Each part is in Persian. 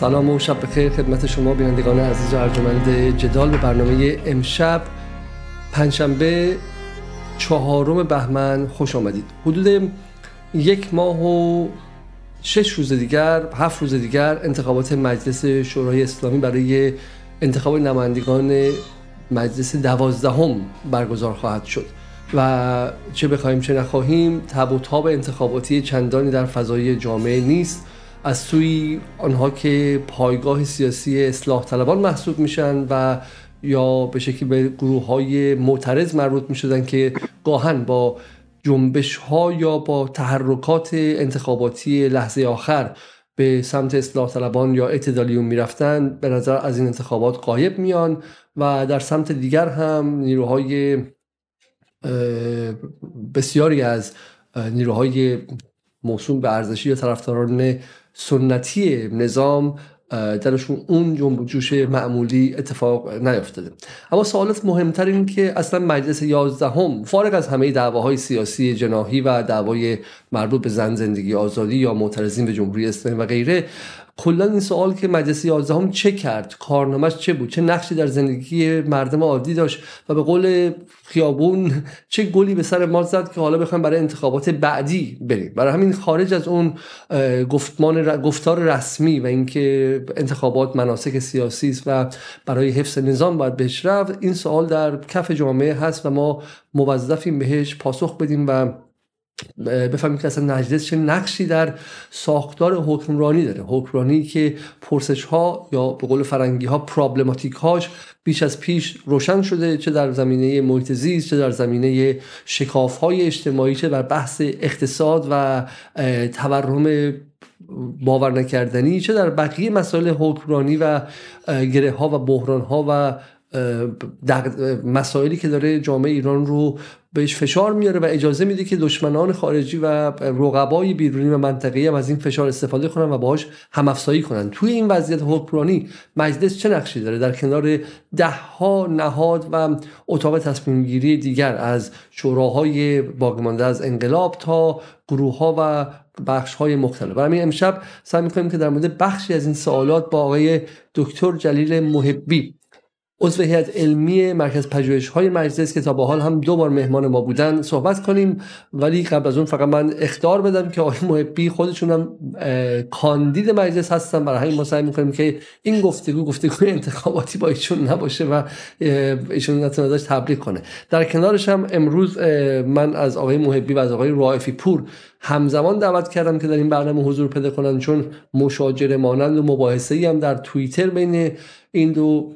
سلام و شب بخیر خدمت شما بینندگان عزیز و ارجمند جدال به برنامه امشب پنجشنبه 4 بهمن خوش آمدید. حدود 1 ماه و 6 روز دیگر 7 روز دیگر انتخابات مجلس شورای اسلامی برای انتخاب نمایندگان مجلس 12 برگزار خواهد شد و چه بخواهیم چه نخواهیم تب و تاب انتخاباتی چندانی در فضای جامعه نیست. از سوی آنها که پایگاه سیاسی اصلاح طلبان محسوب میشن و یا به شکلی به گروه‌های معترض مربوط میشدن که گاهن با جنبش‌ها یا با تحرکات انتخاباتی لحظه آخر به سمت اصلاح طلبان یا اعتدالیون میرفتن، به نظر از این انتخابات غایب میان و در سمت دیگر هم نیروهای بسیاری از نیروهای موسوم به ارزشی یا طرفداران سنتی نظام درشون اون جنب و جوش معمولی اتفاق نیفتاده. اما سوالات مهمتر این که اصلا مجلس 11 فارغ از همه دعواهای سیاسی جناحی و دعوای مربوط به زن، زندگی، آزادی یا معترضین به جمهوری اسلامی و غیره، کلا این سوال که مجلس 11 چه کرد، کارنامه‌اش چه بود، چه نقشی در زندگی مردم عادی داشت و به قول خیابون چه گلی به سر ما زد که حالا بخوایم برای انتخابات بعدی بریم. برای همین خارج از اون گفتار رسمی و اینکه انتخابات مناسک سیاسی است و برای حفظ نظام باید بهش رفت، این سوال در کف جامعه هست و ما موظفیم بهش پاسخ بدیم و بفهمیم که اصلا مجلس چه نقشی در ساختار حکمرانی داره. حکمرانی که پرسش ها یا به قول فرنگی ها پرابلماتیک هاش بیش از پیش روشن شده، چه در زمینه محیط زیست، چه در زمینه شکاف های اجتماعی، چه در بحث اقتصاد و تورم باور نکردنی، چه در بقیه مسائل حکمرانی و گره ها و بحران ها و مسائلی که داره جامعه ایران رو بهش فشار میاره و اجازه میده که دشمنان خارجی و رقبای بیرونی و منطقه‌ای هم از این فشار استفاده کنن و باهاش هم افزایی کنن. توی این وضعیت حکمرانی مجلس چه نقشی داره در کنار ده‌ها نهاد و اتاق تصمیم گیری دیگر، از شوراهای باقی مانده از انقلاب تا گروه‌ها و بخش‌های مختلف؟ برای همین امشب سعی می‌کنیم که در مورد بخشی از این سوالات با آقای دکتر جلیل محبی، عضو هیئت علمی مرکز پژوهش‌های مجلس که تا به حال هم 2 بار مهمان ما بودن صحبت کنیم. ولی قبل از اون فقط من اخطار بدم که آقای محبی خودشون هم کاندید مجلس هستن، برای همین ما سعی می‌کنیم که این گفتگوی انتخاباتی با ایشون نباشه و ایشون نتونه ازش تبلیغ کنه. در کنارش هم امروز من از آقای محبی و از آقای رائفی پور همزمان دعوت کردم که در این برنامه حضور پیدا کنن، چون مشاجره مانند و مباحثه‌ای هم در توییتر بین این دو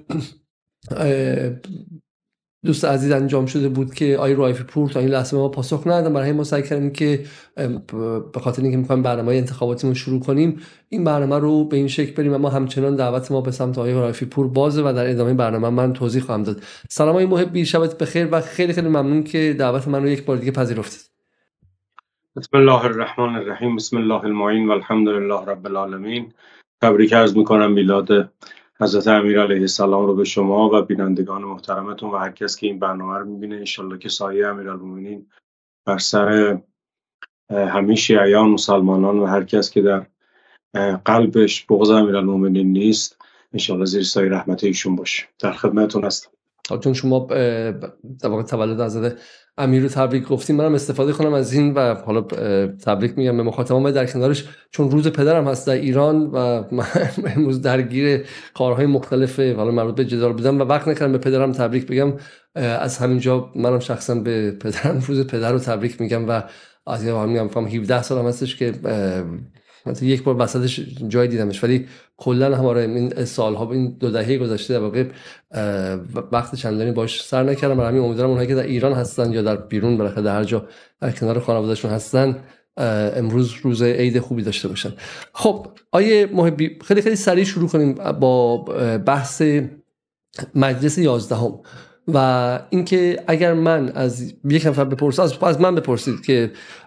دوست عزیز انجام شده بود که آقای رائفی پور تا این لحظه ما پاسخ ندادن. برای همین ما سعی کردیم که به خاطر اینکه می‌خوایم برنامه انتخاباتیمون شروع کنیم این برنامه رو به این شکل بریم، اما همچنان دعوت ما به سمت آقای رائفی پور بازه و در ادامه برنامه من توضیح خواهم داد. سلام آقای محبی، شبت بخیر و خیلی خیلی ممنون که دعوت من رو یک بار دیگه پذیرفتید. بسم الله الرحمن الرحیم، بسم الله المعین و الحمد لله رب العالمین. تبریک عرض می‌کنم میلاد حضرت امیر علیه السلام رو به شما و بینندگان محترمتون و هر کس که این برنامه رو می‌بینه. انشالله که سایه امیرالمومنین بر سر همه شیعیان مسلمانان و هر کس که در قلبش بغض امیرالمومنین نیست انشالله زیر سایه رحمت ایشون باشه. در خدمتتون هستم. چون شما در واقع تولد حضرت امیر رو تبریک گفتیم، منم استفاده کنم از این و حالا تبریک میگم به مخاطبان. در کنارش چون روز پدرم هست در ایران و من امروز درگیر کارهای مختلف حالا مربوط به جدال بودم و وقت نکردم به پدرم تبریک بگم، از همینجا منم شخصا به پدرم روز پدر رو تبریک میگم و از این میگم 17 سالم هستش که مثلا یک بار وسطش جای دیدمش، ولی کلا هماره این سالها این 2 دهه گذشته در واقع وقت چندانی باش سر نکردم. برای همین امیدوارم اونایی که در ایران هستن یا در بیرون بالاخره در هر جا در کنار خانواده‌شون هستن امروز روز عید خوبی داشته باشن. خب آیه محبی، خیلی خیلی سریع شروع کنیم با بحث مجلس 11 و اینکه اگر من از یک نفر بپرسم، از من بپرسید که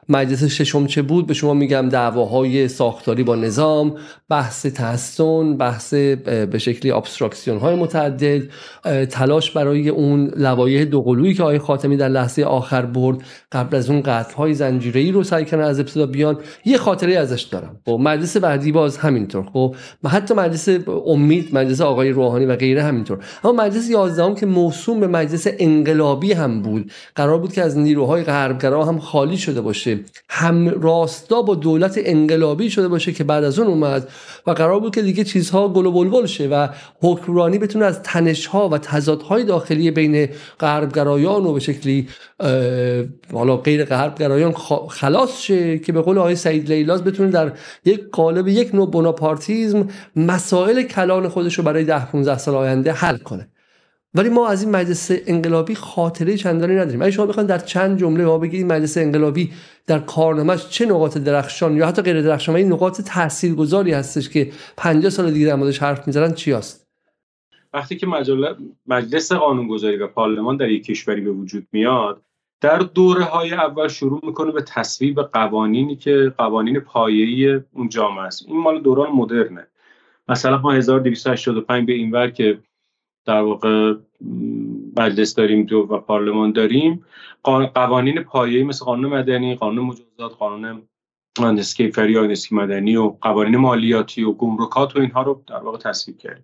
مجلس ششم چه بود؟ به شما میگم دعواهای ساختاری با نظام، بحث تحسن، بحث به شکلی ابستراکسیون های متعدد، تلاش برای اون لوایح دوقلویی که آقای خاتمی در لحظه آخر برد، قبل از اون قطع های زنجیره‌ای رو سعی کردن از ابتدا بیان. یه خاطره ازش دارم. خب مجلس بعدی باز همینطور. خب حتی مجلس امید، مجلس آقای روحانی و غیره همینطور. اما مجلس 11 که موسوم به مجلس انقلابی هم بود، قرار بود که از نیروهای غربگرا هم خالی شده باشه، هم راستا با دولت انقلابی شده باشه که بعد از اون اومد و قرار بود که دیگه چیزها گل و بلبل شه و حکمرانی بتونه از تنش‌ها و تضادهای داخلی بین غربگرایان و به شکلی حالا غیر غربگرایان خلاص شه، که به قول آقای سعید لیلاز بتونه در یک قالب یک نوع بناپارتیزم مسائل کلان خودش رو برای 10-15 سال آینده حل کنه. ولی ما از این مجلس انقلابی خاطره چندانی نداریم. اگه شما بخواید در چند جمله ما بگید این مجلس انقلابی در کارنامه‌اش چه نقاط درخشان یا حتی غیر درخشان و این نقاط تاثیرگذاری هستش که 50 سال دیگه در موردش حرف می‌زنن چی هست؟ وقتی که مجلس قانونگذاری و پارلمان در یک کشوری به وجود میاد، در دوره‌های اول شروع میکنه به تصویب قوانینی که قوانین پایه‌ای اون جامعه است. این مال دوران مدرنه. مثلا ما 1285 به اینور که در واقع مجلس داریم و پارلمان داریم، قوانین پایه‌ای مثل قانون مدنی، قانون مجازات، قانون مهندسی کیفری، مهندسی مدنی و قوانین مالیاتی و گمرکات و اینها رو در واقع تصویب کردیم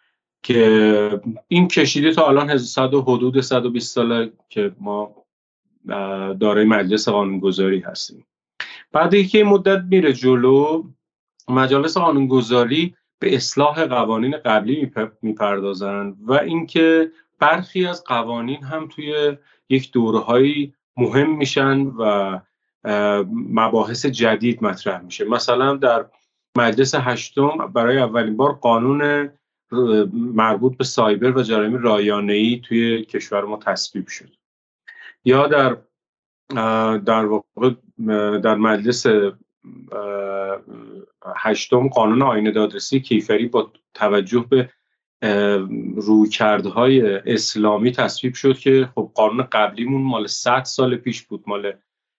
که این کشیده تا الان حدود 120 ساله که ما دارای مجلس قانونگذاری هستیم. بعد اینکه مدت میره جلو، مجالس قانونگذاری به اصلاح قوانین قبلی میپردازن و اینکه برخی از قوانین هم توی یک دوره‌های مهم میشن و مباحث جدید مطرح میشه. مثلا در مجلس هشتم برای اولین بار قانون مربوط به سایبر و جرایم رایانه‌ای توی کشور ما تصویب شد. یا در واقع در مجلس هشتم قانون آیین دادرسی کیفری با توجه به رویکردهای اسلامی تصویب شد که خب قانون قبلیمون مال 100 سال پیش بود، مال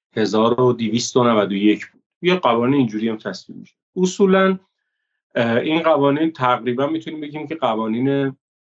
1291 بود. یه قوانین اینجوری هم تصویب میشه. اصولاً این قوانین تقریبا میتونیم بگیم که قوانین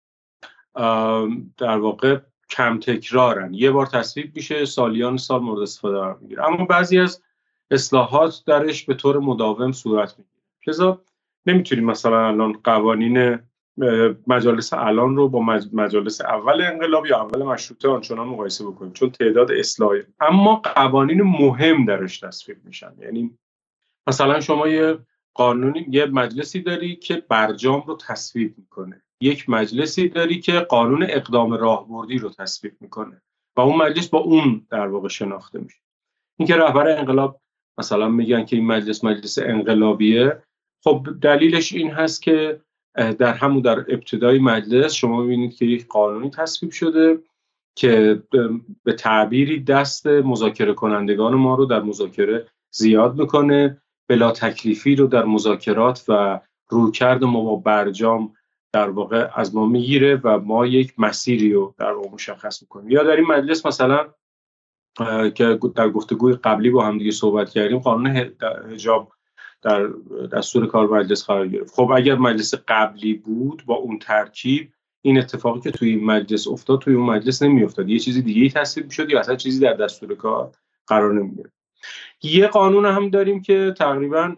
در واقع کم تکرارن، یه بار تصویب میشه، سالیان سال مورد استفاده قرار میگیره، اما بعضی از اصلاحات درش به طور مداوم صورت میگیره. لذا نمیتونیم مثلا الان قوانین مجالس الان رو با مجالس اول انقلاب یا اول مشروطه آنچنان مقایسه بکنیم، چون تعداد اصلاحی، اما قوانین مهم درش تصویب میشن. یعنی مثلا شما یه مجلسی داری که برجام رو تصویب میکنه، یک مجلسی داری که قانون اقدام راهبردی رو تصویب میکنه و اون مجلس با اون در واقع شناخته میشه. این که رهبر انقلاب مثلا میگن که این مجلس انقلابیه، خب دلیلش این هست که در ابتدای مجلس شما میبینید که یک قانونی تصویب شده که به تعبیری دست مذاکره کنندگان ما رو در مذاکره زیاد میکنه، بلا تکلیفی رو در مذاکرات و رویکرد ما با برجام در واقع از ما میگیره و ما یک مسیری رو در واقع مشخص میکنیم. یا در این مجلس مثلا که در گفتگوی قبلی با هم دیگه صحبت کردیم، قانون حجاب در دستور کار مجلس قرار گرفت. خب اگر مجلس قبلی بود با اون ترکیب، این اتفاقی که توی این مجلس افتاد توی اون مجلس نمیافتاد، یه چیزی دیگه‌ای تصویب می‌شد یا اصلا چیزی در دستور کار قرار نمی‌گرفت. یه قانون هم داریم که تقریبا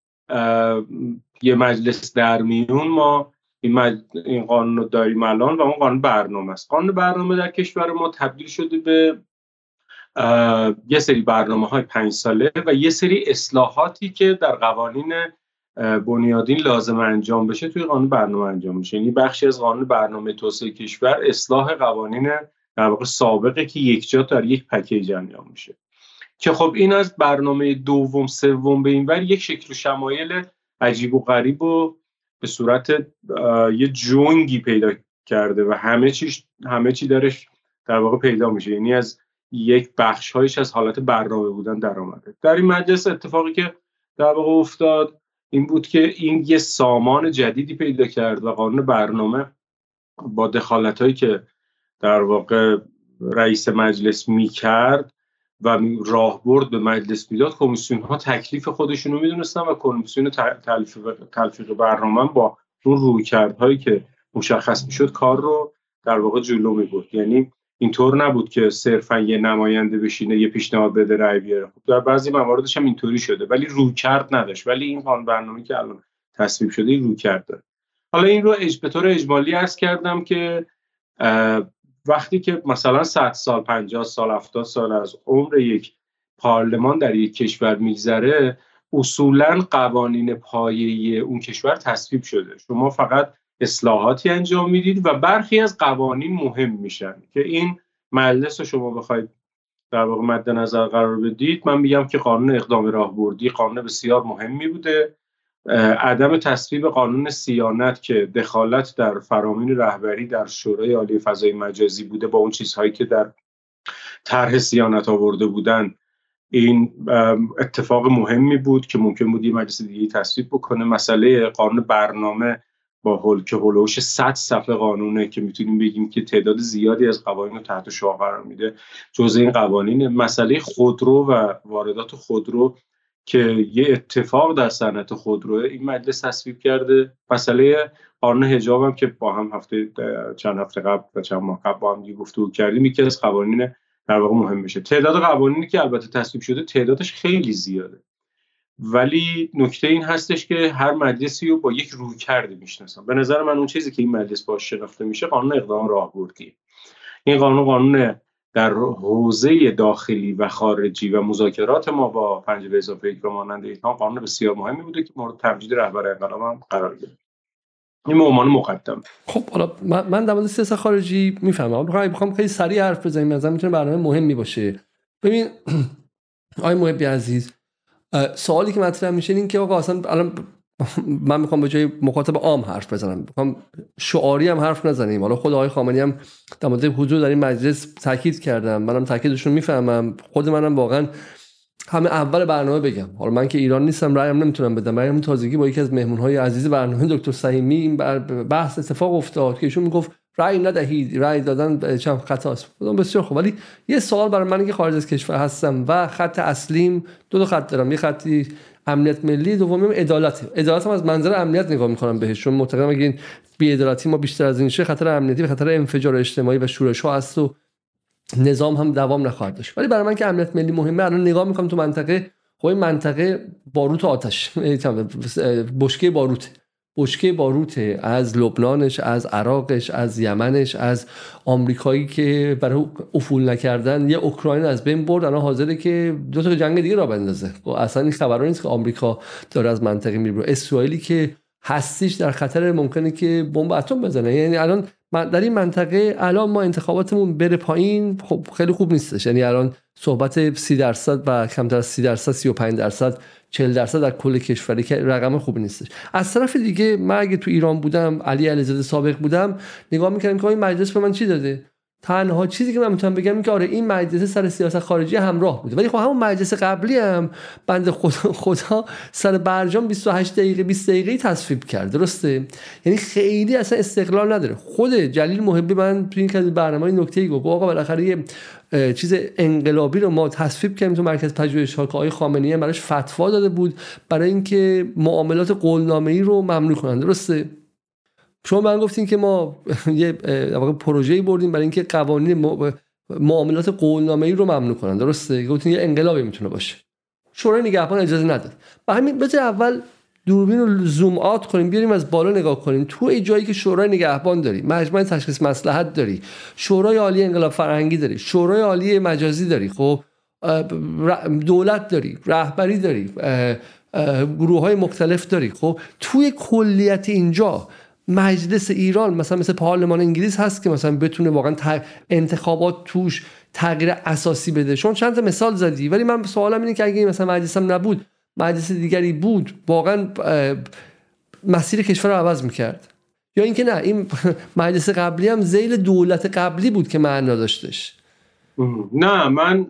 یه مجلس در میون ما این قانون رو داریم الان و اون قانون برنامه است. قانون برنامه در کشور ما تبدیل شده به یه سری برنامه‌های 5 ساله و یه سری اصلاحاتی که در قوانین بنیادین لازم انجام بشه توی قانون برنامه انجام میشه. یعنی بخشی از قانون برنامه توسعه کشور اصلاح قوانین در واقع سابقه که یکجا در یک پکیج انجام میشه، که خب این از برنامه دوم سوم به این ور یک شکل و شمایل عجیب و غریب و به صورت یه جنگی پیدا کرده و همه چی درش در واقع پیدا میشه. یعنی از یک بخش‌هایش از حالت برنامه بودن در آمده. در این مجلس اتفاقی که در واقع افتاد این بود که این یه سامان جدیدی پیدا کرد و قانون برنامه با دخالت‌هایی که در واقع رئیس مجلس می‌کرد و راهبرد به مجلس میداد، کمیسیون ها تکلیف خودشون رو میدونستن و کمیسیون تلفیق برنامه با اون رویکردهایی که مشخص میشد کار رو در واقع جلو میبرد. یعنی اینطور نبود که صرفا یه نماینده بشینه یه پیشنهاد بده رأی بیاره. خب در بعضی مواردش هم اینطوری شده ولی رویکرد نداشت. ولی این قانون برنامه‌ای که الان تصویب شده این رویکرد داره. حالا این رو به طور اجمالی عرض کردم که وقتی که مثلا 100 سال 50 سال 70 سال از عمر یک پارلمان در یک کشور میگذره، اصولاً قوانین پایه‌ای اون کشور تصویب شده، شما فقط اصلاحاتی انجام میدید و برخی از قوانین مهم میشن که این مجلس رو شما بخواید در واقع مد نظر قرار بدید. من میگم که قانون اقدام راهبردی قانون بسیار مهمی بوده. عدم تصویب قانون صیانت که دخالت در فرامین رهبری در شورای عالی فضای مجازی بوده با اون چیزهایی که در طرح صیانت آورده بودن، این اتفاق مهمی بود که ممکن بود یه مجلس دیگه تصویب بکنه. مسئله قانون برنامه با که هولوش 100 صفحه قانونه که میتونیم بگیم که تعداد زیادی از قوانین رو تحت شعاع قرار میده، جزء این قوانین. مسئله خودرو و واردات خودرو که یه اتفاق در صنعت خودرو این مجلس تصویب کرده. مسئله قانون حجاب هم که با هم چند هفته قبل و چند ماه قبل با هم گفتگو کردیم، یکی از قوانین در واقع مهم میشه. تعداد قوانینی که البته تصویب شده تعدادش خیلی زیاده، ولی نکته این هستش که هر مجلسی رو با یک رویکردی میشناسن. به نظر من اون چیزی که این مجلس باهاش شناخته میشه قانون اقدام راهبردی. این قانون در حوزه داخلی و خارجی و مذاکرات ما با پنجره اضافه یک و مانند اینها قانون بسیار مهمی بوده که مورد تمجید رهبر انقلاب هم قرار گرفت. این عنوان مقدم. خب حالا من در مورد سیاست خارجی میفهمم، میخوام خیلی سریع حرف بزنیم، مثلا میتونه برنامه مهمی باشه. ببین آقای محبی عزیز، سوالی که مطرح میشه این که آقا اصلا الان من میخوام به جای مخاطب عام حرف بزنم، میخوام شعاری هم حرف نزنیم. حالا خود آقای خامنه‌ای هم در مورد حضور در این مجلس تاکید کردم، منم تاکیدشون میفهمم. خود منم واقعا همه اول برنامه بگم، حالا من که ایران نیستم رایم نمیتونم بدم، رایم تازگی با یکی از مهمونهای عزیز برنامه دکتر سهیمی این بحث اتفاق افتاد که ایشون میگفت رای ندهید، رای دادن چند خطاست. بودم بسیار خوب، ولی یه سوال برای من که خارج از کشور هستم و خط اصلیم دو خط دارم، یه خطی امنیت ملی، دومیم عدالت هم از منظر امنیت نگاه میکنم بهش، چون معتقدم اگه این بی‌عدالتی ما بیشتر از این شه خطر امنیتی و خطر انفجار اجتماعی و شورش‌ها هست و نظام هم دوام نخواهد داشت. ولی برای من که امنیت ملی مهمه، الان نگاه میکنم تو منطقه، خب این منطقه باروت آتش، بشکه باروت از لبنانش، از عراقش، از یمنش، از آمریکایی که برای افول نکردن یه اوکراین از بین برد، الان حاضره که دو تا جنگ دیگه را بندازه. خب اصلا این خبرا نیست که آمریکا داره از منطقه میره. اسرائیلی که هستیش در خطر، ممکنه که بمب اتم بزنه. یعنی الان در این منطقه الان ما انتخاباتمون بره پایین، خب خیلی خوب نیستش. یعنی الان صحبت 30% و کمتر از 30%، 35%، 40% در کل کشوری که رقم خوبی نیستش. از طرف دیگه من اگه تو ایران بودم، علی علیزاده سابق بودم، نگاه می‌کردم که این مجلس به من چی داده. تنها چیزی که من میتونم بگم این که آره این مجلس سر سیاست خارجی همراه بوده، ولی خب همون مجلس قبلی هم بنده خدا سر برجام 28 دقیقه 20 دقیقه تصویب کرد، درسته؟ یعنی خیلی اصلا استقلال نداره. خود جلیل محبی من تو این که برنامه نکته‌ای گفت آقا بالاخره یه چیز انقلابی رو ما تصویب کردیم تو مرکز پژوهش‌ها که آقای خامنه‌ای براش فتوا داده بود برای اینکه معاملات قولنامه‌ای رو ممنوع کنن، درسته؟ شما من گفتین که ما یه پروژه‌ای بردیم برای اینکه قوانین معاملات قولنامه‌ای رو ممنوع کنن، درسته؟ گفتین یه انقلابی میتونه باشه. شورای نگهبان اجازه نداد. با همین بذار اول دوربین رو زوم آوت کنیم، بیاریم از بالا نگاه کنیم. تو ای جایی که شورای نگهبان داری، مجمع تشخیص مصلحت داری، شورای عالی انقلاب فرهنگی داری، شورای عالی مجازی داری، خب دولت داری، رهبری داری، گروه‌های مختلف داری، خب توی کلیت اینجا مجلس ایران مثل پارلمان انگلیس هست که مثلا بتونه واقعا انتخابات توش تغییر اساسی بده. شما چند تا مثال زدی، ولی من سوالم اینه که اگه مثلا مجلسم نبود، مجلس دیگری بود، واقعا مسیر کشور رو عوض میکرد؟ یا اینکه نه این مجلس قبلی هم ذیل دولت قبلی بود که معنا داشتش؟ نه من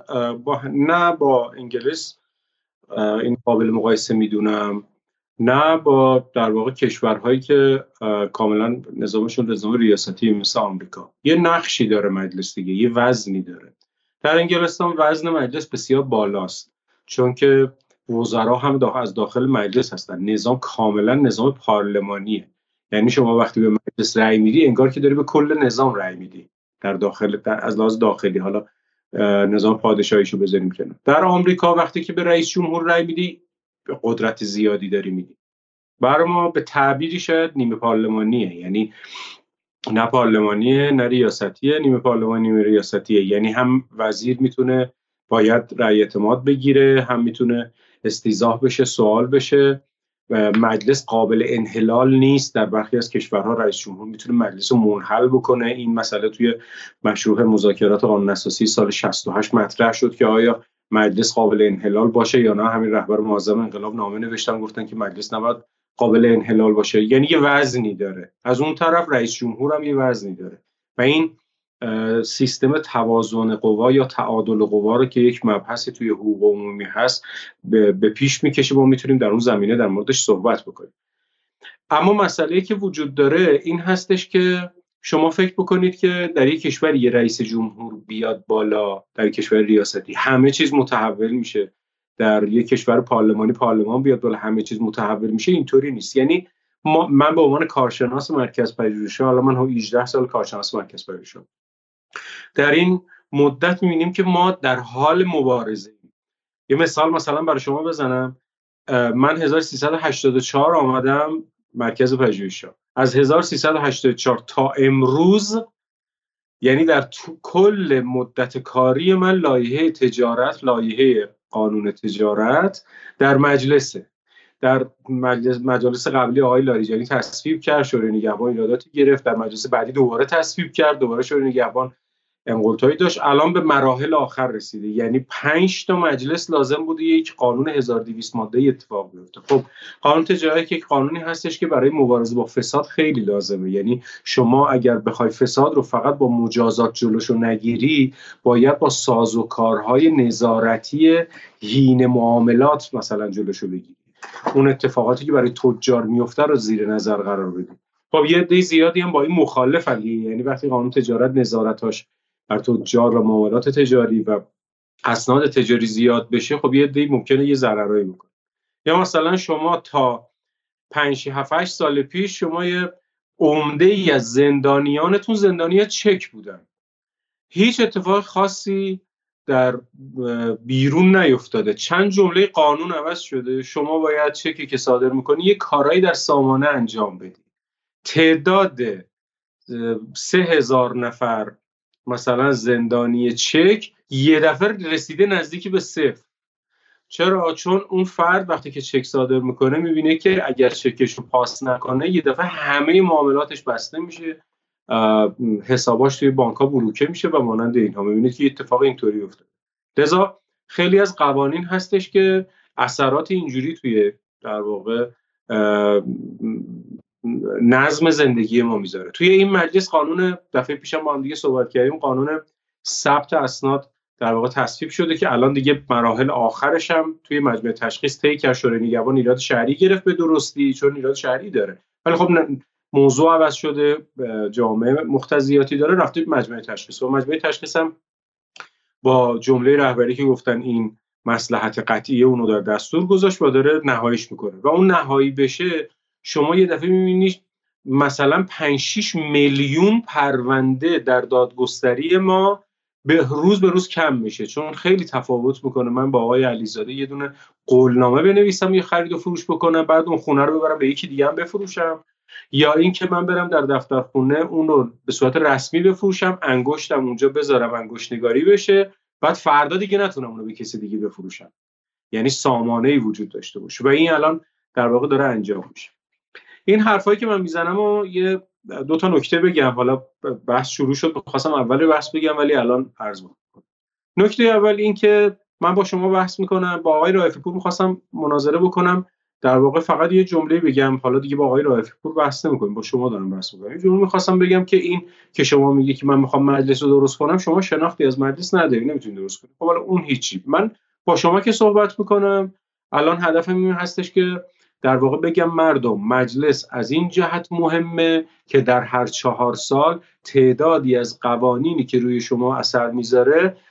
با انگلیس این قابل مقایسه میدونم، نه با در واقع کشورهایی که کاملا نظامشون نظام ریاستی مثل آمریکا. یه نقشی داره مجلس دیگه، یه وزنی داره. در انگلستان وزن مجلس بسیار بالاست، چون که وزرا هم از داخل مجلس هستن. نظام کاملا نظام پارلمانیه، یعنی شما وقتی به مجلس رأی میدی انگار که داری به کل نظام رأی میدی از لحاظ داخلی. حالا نظام پادشاهیشو بذاریم کنار. در آمریکا وقتی که به رئیس جمهور رأی میدی به قدرت زیادی داری میدی. برای ما به تعبیری شاید نیمه پارلمانیه، یعنی نه پارلمانیه نه ریاستیه، نیمه پارلمانی نیمه ریاستیه. یعنی هم وزیر میتونه باید رأی اعتماد بگیره، هم میتونه استیضاح بشه، سوال بشه. مجلس قابل انحلال نیست. در برخی از کشورها رئیس جمهور میتونه مجلس رو منحل بکنه. این مسئله توی مشروع مذاکرات قانون اساسی سال 68 مطرح شد که آیا مجلس قابل انحلال باشه یا نه. همین رهبر معظم انقلاب نامه نوشتن گفتن که مجلس نباید قابل انحلال باشه، یعنی یه وزنی داره. از اون طرف رئیس جمهور هم یه وزنی داره و این سیستم توازن قوا یا تعادل قوا رو که یک مبحثی توی حقوق عمومی هست به پیش میکشه. ما میتونیم در اون زمینه در موردش صحبت بکنیم. اما مسئله‌ای که وجود داره این هستش که شما فکر بکنید که در یک کشور یه رئیس جمهور بیاد بالا، در کشور ریاستی همه چیز متحول میشه. در یک کشور پارلمان بیاد بالا همه چیز متحول میشه. اینطوری نیست. یعنی من به عنوان کارشناس مرکز پژوهش‌ها، حالا من 18 سال کارشناس مرکز پژوهش‌ام، در این مدت می‌بینیم که ما در حال مبارزه. یه مثلا برای شما بزنم. من 1384 آمدم مرکز پژوهش‌ها. از 1384 تا امروز، یعنی در کل مدت کاری من، لایحه قانون تجارت در مجلسه. در مجلس قبلی آقای لاریجانی تصویب کرد، شورای نگهبان ایراداتی گرفت. در مجلس بعدی دوباره تصویب کرد، دوباره شورای نگهبان انقلتایی داشت. الان به مراحل آخر رسیده. یعنی 5 تا مجلس لازم بوده یک قانون 1200 ماده‌ای اتفاق بیفته. خب قانون تجارت یک قانونی هستش که برای مبارزه با فساد خیلی لازمه. یعنی شما اگر بخوای فساد رو فقط با مجازات جلوشو نگیری، باید با سازوکارهای نظارتی هین معاملات مثلا جلوشو بگیری. اون اتفاقاتی که برای تجار میفته رو زیر نظر قرار بدی. خب یه عده زیادی هم با این مخالفن. یعنی وقتی قانون تجارت نظارتاش بر تجار و معاملات تجاری و اسناد تجاری زیاد بشه، خب یه عده ممکنه یه ضررایی بکنه. یا مثلا شما تا 5-7-8 سال پیش شما یه عمده‌ای از زندانیانتون زندانی چک بودن. هیچ اتفاق خاصی در بیرون نیفتاده. چند جمله قانون عوض شده. شما باید چکی که صادر میکنی یه کارایی در سامانه انجام بدی. تعداد 3000 نفر مثلا زندانی چک یه دفعه رسیده نزدیکی به 0. چرا؟ چون اون فرد وقتی که چک صادر میکنه میبینه که اگر چکش رو پاس نکنه یه دفعه همه معاملاتش بسته میشه، حساباش توی بانک‌ها بلوکه میشه و مانند اینها. میبینید که اتفاق اینطوری افتاده. لذا خیلی از قوانین هستش که اثرات اینجوری توی در واقع نظم زندگی ما میذاره. توی این مجلس قانون دفعه پیشم با هم دیگه صحبت کردیم، قانون ثبت اسناد در واقع تصویب شده که الان دیگه مراحل آخرش هم توی مجمع تشخیص طی کرد. شورای نگهبان ایراد شهری گرفت به درستی، چون ایراد شهری داره، ولی خب موضوع عوض شده، جامعه مقتضیاتی داره، رفته مجمع تشخیص و مجمع تشخیص هم با جمله رهبری که گفتن این مصلحت قطعیه اونو در دستور گذاشت و داره نهاییش میکنه. و اون نهایی بشه شما یه دفعه میبینید مثلا 5-6 میلیون پرونده در دادگستری ما به روز کم میشه، چون خیلی تفاوت میکنه. من با آقای علیزاده یه دونه قولنامه بنویسم یه خرید و فروش بکنم، بعد اون خونه رو ببرم به یکی دیگه هم بفروشم، یا این که من برم در دفتر خونه اون رو به صورت رسمی بفروشم، انگشتم اونجا بذارم انگشت نگاری بشه، بعد فردا دیگه نتونم اون رو به کسی دیگه بفروشم. یعنی سامانه‌ای وجود داشته باشه و این الان در واقع داره انجام میشه. این حرفایی که من میزنم و یه 2 تا نکته بگم. حالا بحث شروع شد، می‌خواستم اول بحث بگم ولی الان عرض می‌کنم. نکته اول این که من با شما بحث می‌کنم، با آقای رائفی پور می‌خواستم مناظره بکنم. در واقع فقط یه جمله بگم، حالا دیگه با آقای رائفی پور بحث نمی‌کنیم، با شما دارم بحث می‌کنم. یه جمله می‌خواستم بگم که این که شما میگی که من می‌خوام مجلس رو درست کنم، شما شناختی از مجلس نداری، نمی‌تونید درست کنید. خب حالا اون هیچی. من با شما که صحبت می‌کنم الان هدفم این هستش که در واقع بگم مردم مجلس از این جهت مهمه که در هر 4 سال تعدادی از قوانینی که روی شما اثر میذاره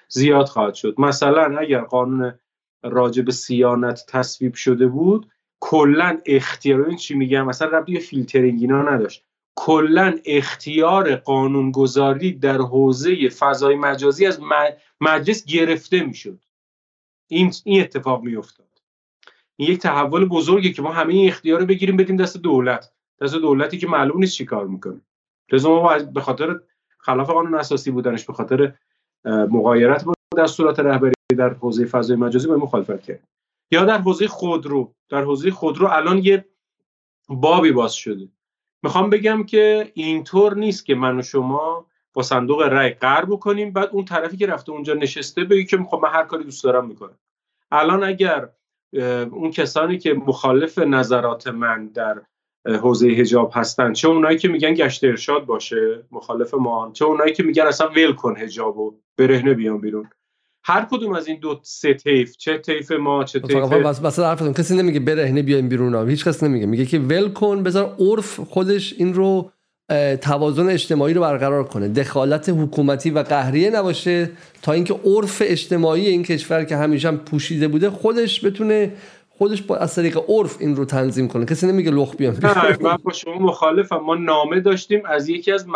زیاد خواهد شد. مثلا اگر قانون راجع به صیانت تصویب شده بود، کلا اختیار، این چی میگم، مثلا ربطی به فیلترینگ اینا نداشت، کلا اختیار قانونگذاری در حوزه فضای مجازی از مجلس گرفته میشد. این اتفاق میافتاد. این یک تحول بزرگی که ما همه این اختیار رو بگیریم بدیم دست دولتی که معلوم نیست چی کار میکنه. لذا ما به خاطر خلاف قانون اساسی بودنش، به خاطر مغایرت با دستورات رهبری در حوزه فضای مجازی باید مخالفت کرد. یا در حوزه خودرو الان یه بابی باز شده. میخوام بگم که اینطور نیست که من و شما با صندوق رای قرار بکنیم بعد اون طرفی که رفته اونجا نشسته بگه که خب من هر کاری دوست دارم میکنم. الان اگر اون کسانی که مخالف نظرات من در حوزه حجاب هستن، چه اونایی که میگن گشت ارشاد باشه مخالف ما، چه اونایی که میگن اصلا ول کن حجابو برهنه بیان بیرون، هر کدوم از این دو سه طیف، چه طیف ما چه طیف مثلا حرفتون کسی نمیگه برهنه بیاین بیرون ها. هیچ کس نمیگه، میگه که ول کن، بذار عرف خودش این رو توازن اجتماعی رو برقرار کنه، دخالت حکومتی و قهریه نباشه، تا اینکه عرف اجتماعی این کشور که همیشه هم پوشیده بوده خودش بتونه از طریق عرف این رو تنظیم کنه. کسی نمیگه لخ بیان. من با شما مخالفم. ما نامه داشتیم از یکی از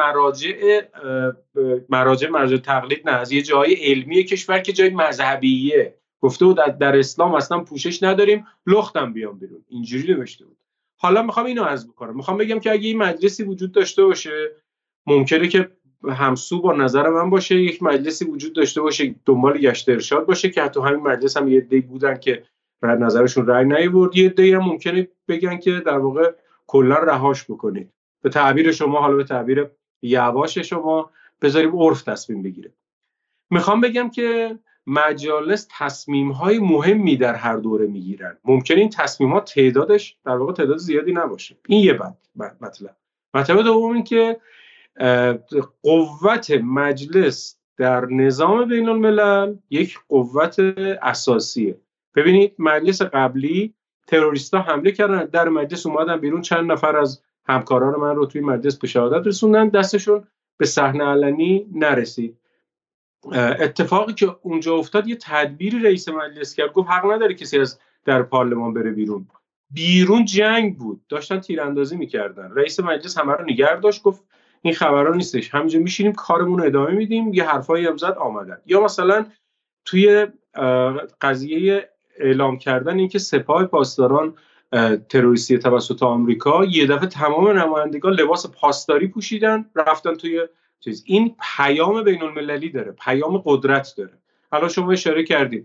مراجع تقلید، نه، از یه جای علمی کشور که جای مذهبیه، گفته بود در اسلام اصلا پوشش نداریم، لختم بیان بیرون، اینجوری نوشته بود. حالا میخوام اینو عرض بکنم، میخوام بگم که اگه این مجلسی وجود داشته باشه، ممکنه که همسو با نظر من باشه، یک مجلسی وجود داشته باشه دنبال گشت ارشاد باشه که حتی همین مجلس هم یه عده‌ای بودن که نظرشون رأی نیاورد، یه عده‌ای هم ممکنه بگن که در واقع کلا رهاش بکنید، به تعبیر شما، حالا به تعبیر یواش شما، بذاریم عرف تصمیم بگیره. میخوام بگم که مجالس تصمیم‌های مهمی در هر دوره میگیرن. ممکنه این تصمیمات تعدادش در واقع تعداد زیادی نباشه. این یه مطلب دوم این که قوت مجلس در نظام بین الملل یک قوت اساسیه. ببینید مجلس قبلی تروریستا حمله کردن، در مجلس اومدن بیرون، چند نفر از همکاران من رو توی مجلس به شهادت رسوندن، دستشون به صحنه علنی نرسید. اتفاقی که اونجا افتاد، یه تدبیری رئیس مجلس کرد، گفت حق نداره کسی از در پارلمان بره بیرون جنگ بود، داشتن تیراندازی میکردن، رئیس مجلس همه رو نگه داشت، گفت این خبرها نیستش، همینجا میشینیم کارمون رو ادامه میدیم، یه حرفایی هم زد آمدن. یا مثلا توی قضیه اعلام کردن اینکه سپاه پاسداران تروریستی توسط آمریکا، یه دفعه تمام نمایندگان لباس پاسداری پوشیدن رفتن توی چیز. این پیام بین المللی داره، پیام قدرت داره. حالا شما اشاره کردید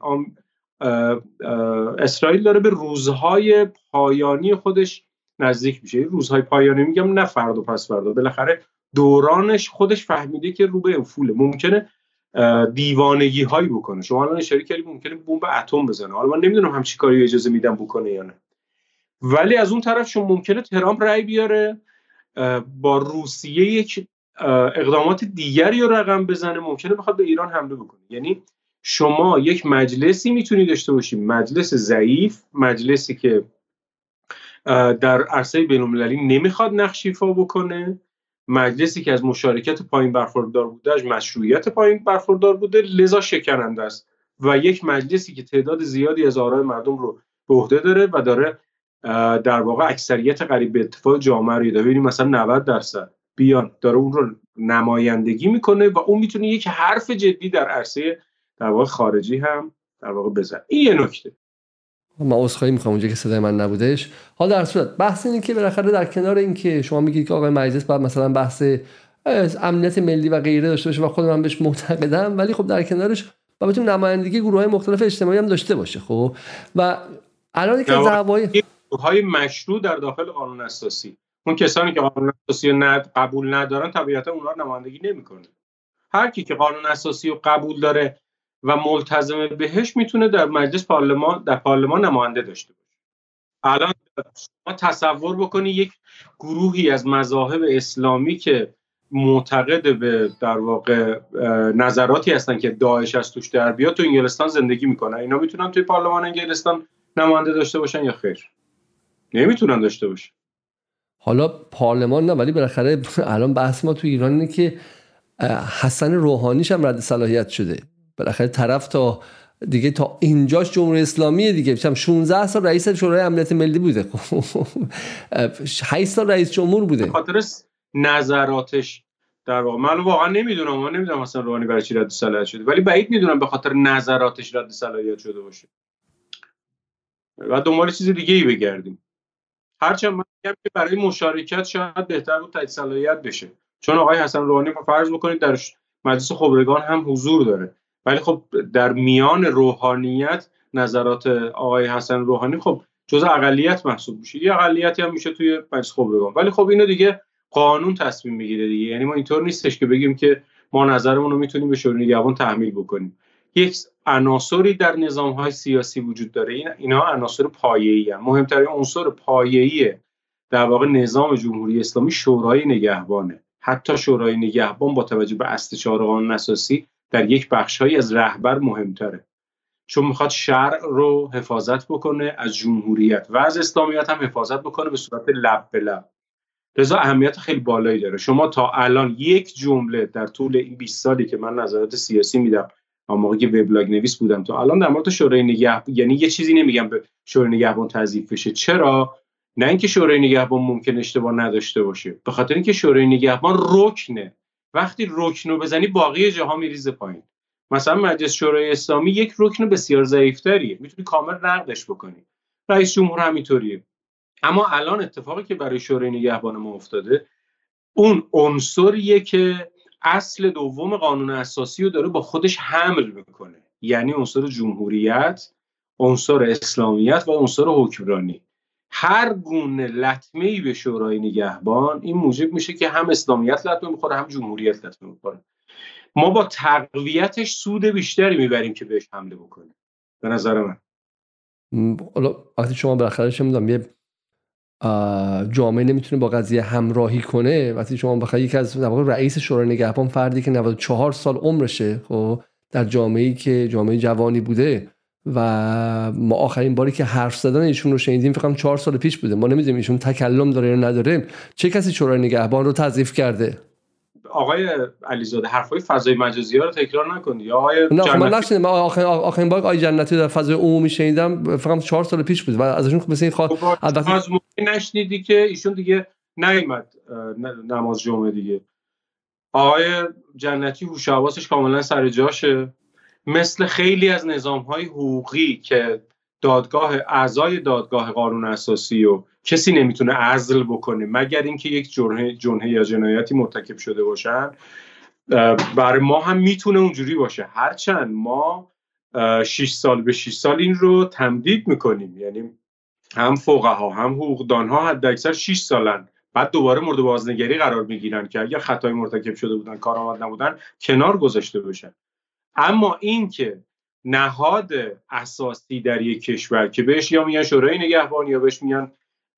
اسرائیل داره به روزهای پایانی خودش نزدیک میشه. روزهای پایانی میگم نه فردا پس فردا، بالاخره دورانش خودش فهمیده که رو به افوله، ممکنه دیوانگی هایی بکنه. شما الان اشاره کردید ممکنه بمب اتم بزنه، حالا من نمیدونم همچین کاری اجازه میدم بکنه یا نه، ولی از اون طرف شما ممکنه ترامپ رأی بیاره با روسیه یک اقدامات دیگری رو رقم بزنه، ممکنه بخواد به ایران حمله بکنه. یعنی شما یک مجلسی میتونی داشته باشی، مجلس ضعیف، مجلسی که در عرصه بین‌المللی نمیخواد نقش ایفا بکنه، مجلسی که از مشارکت پایین برخوردار بوده، از مشروعیت پایین برخوردار بوده، لذا شکننده است، و یک مجلسی که تعداد زیادی از آرای مردم رو به عهده داره و داره در واقع اکثریت قریب به اتفاق جامعه رو داره، ببینیم مثلا 90% بیان داره اون رو نمایندگی میکنه و اون میتونه یک حرف جدی در عرصه در واقع خارجی هم در واقع بزنه. این یه نکته. من عذرخواهی می‌کنم اونجا که صدای من نبودش. حالا در صورت بحث اینه که بالاخره در کنار این که شما میگید که آقای مجلس باید مثلا بحث امنیت ملی و غیره داشته باشه و خود من بهش معتقدم، ولی خب در کنارش باید بتونه نمایندگی گروه‌های مختلف اجتماعی هم داشته باشه. خب و الان که دعوای گروه‌های مشروع در داخل قانون اساسی، اون کسانی که قانون اساسی رو قبول ندارن طبیعتا اونها رو نمایندگی نمی‌کنه. هر کی که قانون اساسی رو قبول داره و ملتزم بهش میتونه در مجلس پارلمان نماینده داشته باشه. الان شما تصور بکنی یک گروهی از مذاهب اسلامی که معتقد به در واقع نظراتی هستن که داعش از توش در بیاد تو انگلستان زندگی میکنن، اینا میتونن توی پارلمان انگلستان نماینده داشته باشن یا خیر؟ نمیتونن داشته باشن. حالا پارلمان نه، ولی بالاخره الان بحث ما تو ایران اینه که حسن روحانیش هم رد صلاحیت شده. بالاخره طرف تا دیگه تا اینجاش جمهوری اسلامی دیگه، 16 سال رئیس شورای امنیت ملی بوده، 8 سال رئیس جمهور بوده. به خاطر نظراتش در واقع من واقعا نمیدونم مثلا روحانی برای چی رد صلاحیت شده، ولی بعید میدونم به خاطر نظراتش رد صلاحیت شده باشه و دنبال چیز دیگه ای بگردیم. هرچند من میگم که برای مشارکت شاید بهتر بود تایید صلاحیت بشه، چون آقای حسن روحانی فرض بکنید در مجلس خبرگان هم حضور داره، ولی خب در میان روحانیت نظرات آقای حسن روحانی خب جزء اقلیت محسوب میشه، یه اقلیتی هم میشه توی مجلس خبرگان، ولی خب اینو دیگه قانون تصمیم میگیره دیگه. یعنی ما اینطور نیستش که بگیم که ما نظرمون رو میتونیم به شورای نگهبان تحمیل بکنیم. یک عناصری در نظام‌های سیاسی وجود داره، اینا عناصر پایه‌ای هستند. مهمترین عنصر پایه‌ای در واقع نظام جمهوری اسلامی شورای نگهبانه. حتی شورای نگهبان با توجه به اصل 4 قانون اساسی در یک بخش‌هایی از رهبر مهمتره، چون میخواد شرع رو حفاظت بکنه، از جمهوریت و از اسلامیت هم حفاظت بکنه به صورت لب به لب. لذا اهمیت خیلی بالایی داره. شما تا الان یک جمله در طول این 20 سالی که من نظرات سیاسی میدم، اما موقعی که وبلاگ نویس بودم تا الان، در مورد شورای نگهبان یعنی یه چیزی نمیگم به شورای نگهبان تضعیف بشه. چرا؟ نه اینکه شورای نگهبان ممکن اشتباه نداشته باشه، به خاطر اینکه شورای نگهبان رکنه. وقتی رکنو بزنی باقی جاها میریزه پایین. مثلا مجلس شورای اسلامی یک رکن بسیار ضعیف‌تریه، میتونی کامل نقدش بکنی. رئیس جمهور همینطوریه. اما الان اتفاقی که برای شورای نگهبان ما افتاده، اون عنصریه که اصل دوم قانون اساسی رو داره با خودش حمل میکنه، یعنی عنصر جمهوریت، عنصر اسلامیت و عنصر حکمرانی. هر گونه لطمه‌ای به شورای نگهبان این موجب میشه که هم اسلامیت لطمه میخوره هم جمهوریت لطمه میخوره. ما با تقویتش سود بیشتری میبریم که بهش حمله بکنیم به نظر من. حالا وقتی شما بالاخره چه میدونم یه جامعه نمیتونه با قضیه همراهی کنه، وقتی شما بخوای یکی از در واقع رئیس شورای نگهبان فردی که 94 سال عمرشه، خب در جامعه‌ای که جامعه جوانی بوده و ما آخرین باری که حرف زدن ایشون رو شنیدیم فکر کنم 4 سال پیش بوده، ما نمیدونیم ایشون تکلم داره یا نداره. چه کسی شورای نگهبان رو تضعیف کرده؟ آقای علیزاده حرفای فضای مجازی ها رو تکرار نکنید یا آقای نه من نشنیدم. من آخرین بار آقای جنتی در فضای عمومی شنیدم فقط 4 سال پیش بود و ازشون مثلا این البته از موقعی نشنیدی که ایشون دیگه نیامد نماز جمعه دیگه. آقای جنتی هوش و حواسش کاملا سر جاشه، مثل خیلی از نظام‌های حقوقی که اعضای دادگاه قانون اساسی و کسی نمیتونه عزل بکنه مگر اینکه یک جنحه یا جنایتی مرتکب شده باشن، برای ما هم میتونه اونجوری باشه. هرچند ما 6 سال به 6 سال این رو تمدید میکنیم، یعنی هم فقها هم حقوقدانها حداکثر 6 سالن، بعد دوباره مورد بازنگری قرار میگیرن که اگر خطای مرتکب شده بودن، کارآمد نبودن، کنار گذاشته بشن. اما این که نهاد اساسی در یک کشور که بهش یا میگن شورای نگهبان یا بهش میگن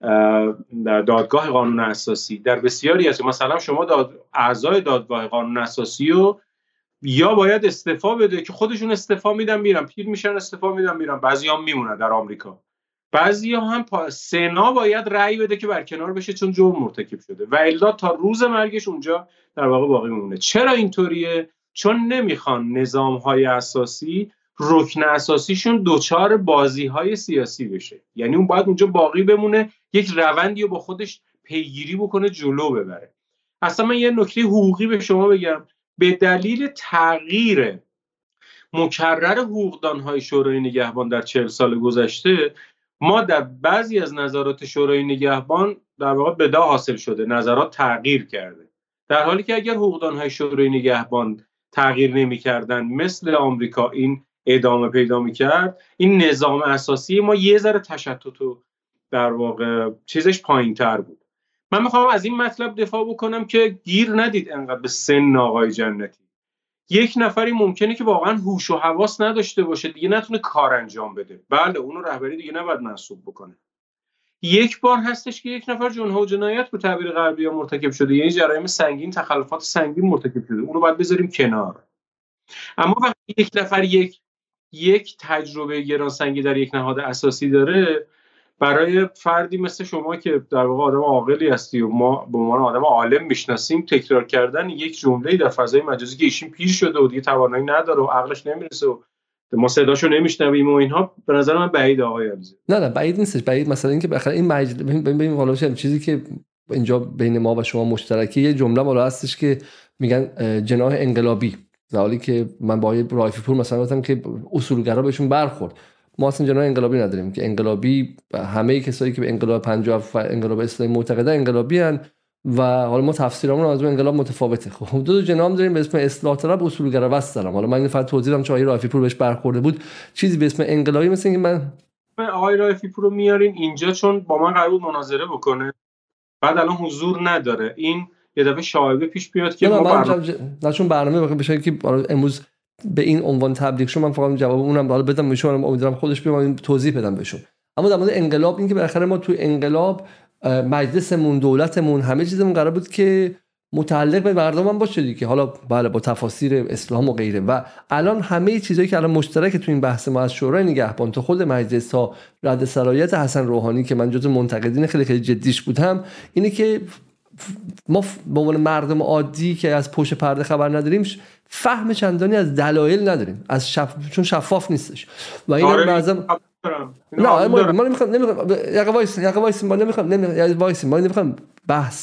دادگاه قانون اساسی، در بسیاری از مثلا شما اعضای دادگاه قانون اساسی رو یا باید استعفا بده که خودشون استعفا میدن میرن، پیر میشن استعفا میدن میرن، بعضی‌ها میمونن در آمریکا، بعضی‌ها هم سنا باید رأی بده که برکنار بشه چون جرم مرتکب شده و الا تا روز مرگش اونجا در واقع باقی میمونه. چرا اینطوریه؟ چون نمیخوان نظام‌های اساسی رکن اساسیشون دوچار بازی‌های سیاسی بشه، یعنی اون باید اونجا باقی بمونه، یک روندی رو با خودش پیگیری بکنه، جلو ببره. اصلا من یه نکته حقوقی به شما بگم، به دلیل تغییر مکرر حقوقدان‌های شورای نگهبان در 40 سال گذشته، ما در بعضی از نظرات شورای نگهبان در واقع بدعا حاصل شده، نظرات تغییر کرده، در حالی که اگر حقوقدان‌های شورای نگهبان تغییر نمی‌کردن مثل آمریکا این ادامه پیدا می‌کرد، این نظام اساسی ما یه ذره تشتت و در واقع چیزش پایین‌تر بود. من میخوام از این مطلب دفاع بکنم که گیر ندید انقدر به سن آقای جنتی. یک نفری ممکنه که واقعا هوش و حواس نداشته باشه، دیگه نتونه کار انجام بده، بله اونو رهبری دیگه نباید منصوب بکنه. یک بار هستش که یک نفر جنحه و جنایت به تعبیر غربی‌ها مرتکب شده، یعنی جرایم سنگین، تخلفات سنگین مرتکب شده، اونو باید بذاریم کنار. اما وقتی یک نفر یک تجربه گرانسنگی در یک نهاد اساسی داره، برای فردی مثل شما که در واقع آدم عاقلی هستی و ما به عنوان آدم عالم میشناسیم، تکرار کردن یک جمله‌ای در فضای مجازی که ایشون پیر شده و دیگه توانایی نداره و عقلش نمیرسه و ما صداشو نمیشنویم و اینها، به نظر من بعید آقای عزیز. نه بعید نیستش. بعید مثلا اینکه بخاطر این ببین حالا چیزی که اینجا بین ما و شما مشترکی، یه جمله بالا هستش که میگن جناح انقلابی، در حالی که من با رایفی پور مثلا گفتم که اصولگرا بهشون برخورد. ما اصلا جناح انقلابی نداریم، که انقلابی همه کسایی که به انقلاب 50 و انقلاب اسلامی معتقدن انقلابی ان و حالا ما تفسیرمون از اون انقلاب متفاوته. خب دو جناح داریم به اسم اصلاح طلب، اصولگرا وست دارم. حالا من فقط توضیح دادم چون رایفی پور بهش برخورده بود. چیزی به اسم انقلابی مثل اینکه من آقای رایفی پور رو میارین اینجا چون با من قرار بود مناظره بکنه، بعد الان حضور نداره. این یه دفعه شایعه پیش بیاد که نه چون برنامه بشه که امروز به این عنوان تبلیغ شد، من فقط جواب اونم حالا بدم بهشون، امیدوارم خودش بیام توضیح بدم بهشون. اما در مورد انقلاب، این که بالاخره ما تو انقلاب مجلسمون، دولتمون، همه چیزمون قرار بود که متعلق به مردم باشه دیگه، حالا بله با تفاسیر اسلام و غیره. و الان همه چیزایی که الان مشترک تو این بحث ما، از شورای نگهبان تا خود مجلس تا رد صلاحیت حسن روحانی که من جزو منتقدین خیلی جدیش بودم، اینه که ما به عنوان مردم عادی که از پشت پرده خبر نداریم، فهم چندانی از دلایل نداریم، چون شفاف نیستش. و این لازم نه ما نمیخوام بحث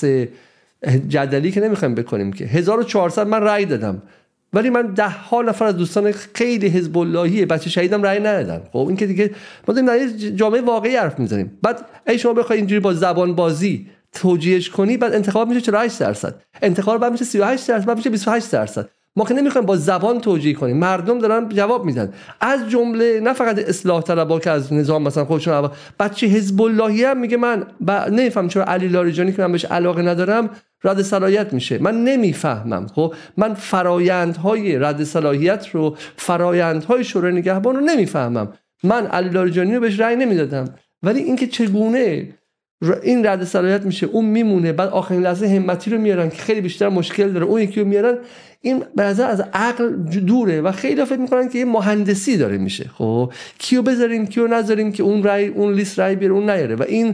جدلی که نمیخوایم بکنیم که 1400 من رأی دادم، ولی من 10 نفر از دوستان خیلی حزب اللهی بچه شهیدم رأی ندادن. خب این که دیگه ما داریم در جامعه واقعی حرف میزنیم. بعد ای شما بخوای اینجوری با زبان بازی توجیهش کنی، بعد انتخاب میشه 48%، انتخاب بعد میشه 38%، بعد میشه 28%. ما که نمیخوایم با زبان توجیه کنیم، مردم دارن جواب میدن، از جمله نه فقط اصلاح طلبا که از نظام مثلا خودشون، بچه حزب اللهی هم میگه من نمیفهم چرا علی لاریجانی که من بهش علاقه ندارم رد صلاحیت میشه. من نمیفهمم. خب من فرایندهای رد صلاحیت رو، فرایندهای شورای نگهبان رو نمیفهمم. من علی لاریجانی رو بهش رأی نمیدادم، ولی اینکه چگونه این رد صلاحیت میشه، اون میمونه، بعد آخرین لحظه همتی رو میارن که خیلی بیشتر مشکل داره، اون یکی رو میارن، این به نظر از عقل دوره و خیلی فکر میکنن که یه مهندسی داره میشه. خب کیو بذاریم کیو نذاریم که اون رأی، اون لیست رأی بیاره اون نیاره. و این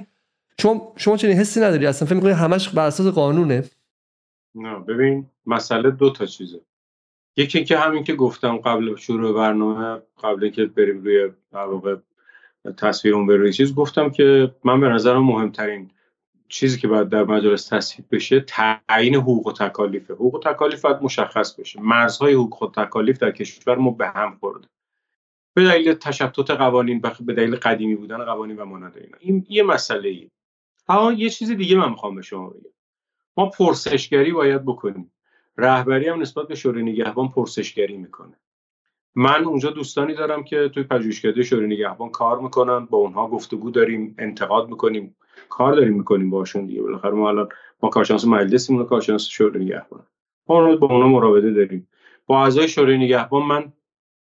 شما چنین حسی نداری اصلا؟ فکر میکنی همش بر اساس قانونه؟ نه ببین، مسئله 2 چیزه. یکی که همین که گفتم قبل شروع برنامه، قبل اینکه بریم روی در واقع تصویرون به روی چیز، گفتم که من به نظرم مهمترین چیزی که باید در مجلس تصویب بشه تعیین حقوق و تکالیفه. حقوق و تکالیف باید مشخص بشه. مرزهای حقوق و تکالیف در کشور ما به هم خورده به دلیل تشتت قوانین، به دلیل قدیمی بودن قوانین و مانند اینا. این یه مسئله‌ای. ها یه چیز دیگه من میخوام به شما بگم. ما پرسشگری باید بکنیم. رهبری هم نسبت به شورای نگهبان پرسشگری میکنه. من اونجا دوستانی دارم که توی پژوهشکده شورای نگهبان کار میکنن، با اونها گفتگو داریم، انتقاد میکنیم، کار داریم میکنیم باشون دیگه. بالاخره ما الان ما کارشناس مجلسیم، اون کارشناس شورای نگهبان، ما با اونها مراوده داریم. با اعضای شورای نگهبان من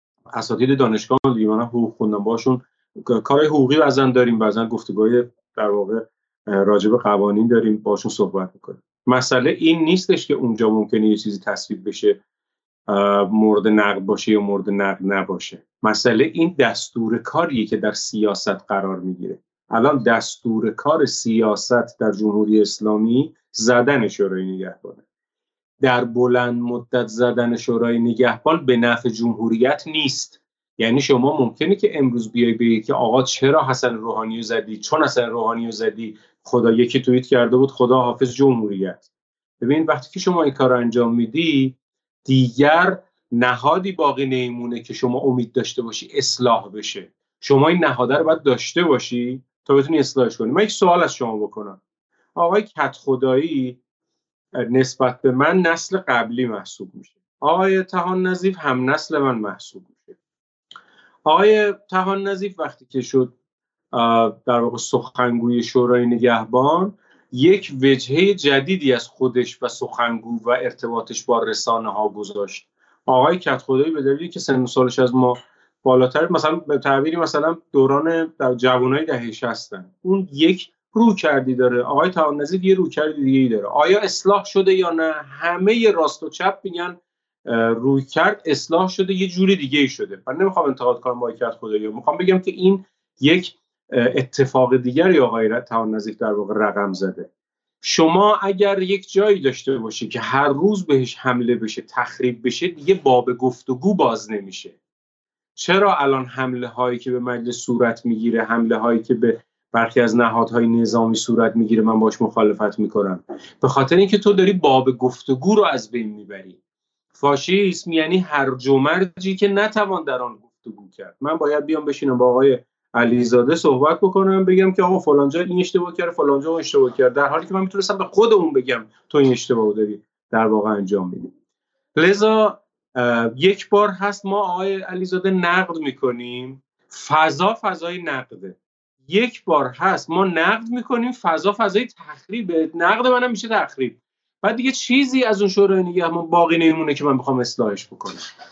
اساتید دانشگاه دیگه، من حقوق خوندم، باشون کارهای حقوقی بعضن داریم، بعضن گفتگوهای در واقع راجع به قوانین داریم، باشون صحبت میکنیم. مسئله این نیستش که اونجا ممکنه یه چیزی تصویب بشه مورد نقد باشه یا مورد نقد نباشه. مسئله این دستور کاریه که در سیاست قرار میگیره. الان دستور کار سیاست در جمهوری اسلامی زدن شورای نگهبانه. در بلند مدت زدن شورای نگهبان به نفع جمهوریت نیست. یعنی شما ممکنه که امروز بیای بگی که آقا چرا حسن روحانی رو زدی؟ چون حسن روحانی رو زدی خدا، یکی توییت کرده بود خدا حافظ جمهوریت. ببین وقتی که شما این کار رو انجام میدی، دیگر نهادی باقی نمیمونه که شما امید داشته باشی اصلاح بشه. شما این نهاده رو باید داشته باشی تا بتونی اصلاحش کنی. من یک سوال از شما بکنم. آقای کدخدایی نسبت به من نسل قبلی محسوب میشه. آقای طحان نظیف هم نسل من محسوب میشه. آقای طحان نظیف وقتی که شد در واقع سخنگوی شورای نگهبان، یک وجهه جدیدی از خودش و سخنگو و ارتباطش با رسانه ها گذاشت. آقای کدخدایی به دلیلی که سن و سالش از ما بالاتر، مثلا به تعبیری مثلا دوران در جوانای دهه 60، اون یک رویکردی داره. آقای طحان نظیف یه رویکرد دیگه‌ای داره. آیا اصلاح شده یا نه؟ همه راست و چپ میگن رویکرد اصلاح شده، یه جوری دیگه‌ای شده. من نمیخوام انتقاد کنم آقای کدخدایی، میخوام بگم که این یک اتفاق دیگری آقای طاهر نظیف در واقع رقم زده. شما اگر یک جایی داشته باشی که هر روز بهش حمله بشه، تخریب بشه، دیگه باب گفتگو باز نمیشه. چرا الان حمله هایی که به مجلس صورت میگیره، حمله هایی که به برخی از نهادهای نظامی صورت میگیره، من باش مخالفت میکنم؟ به خاطر اینکه تو داری باب گفتگو رو از بین میبری. فاشیسم یعنی هرج و مرجی که نتوان در آن گفتگو کرد. من باید بیام بشینم با آقای علیزاده صحبت بکنم، بگم که آقا فلان جا این اشتباه کرد، فلان جا اون اشتباه کرد، در حالی که من میتونستم به خود اون بگم تو این اشتباهو داری در واقع انجام میدی. لذا یک بار هست ما آقای علیزاده نقد میکنیم، فضای نقده. یک بار هست ما نقد میکنیم، فضای تخریبه. نقد منم میشه تخریب. بعد دیگه چیزی از اون شورای نگهبان باقی نمیمونه که من بخوام اصلاحش بکنم.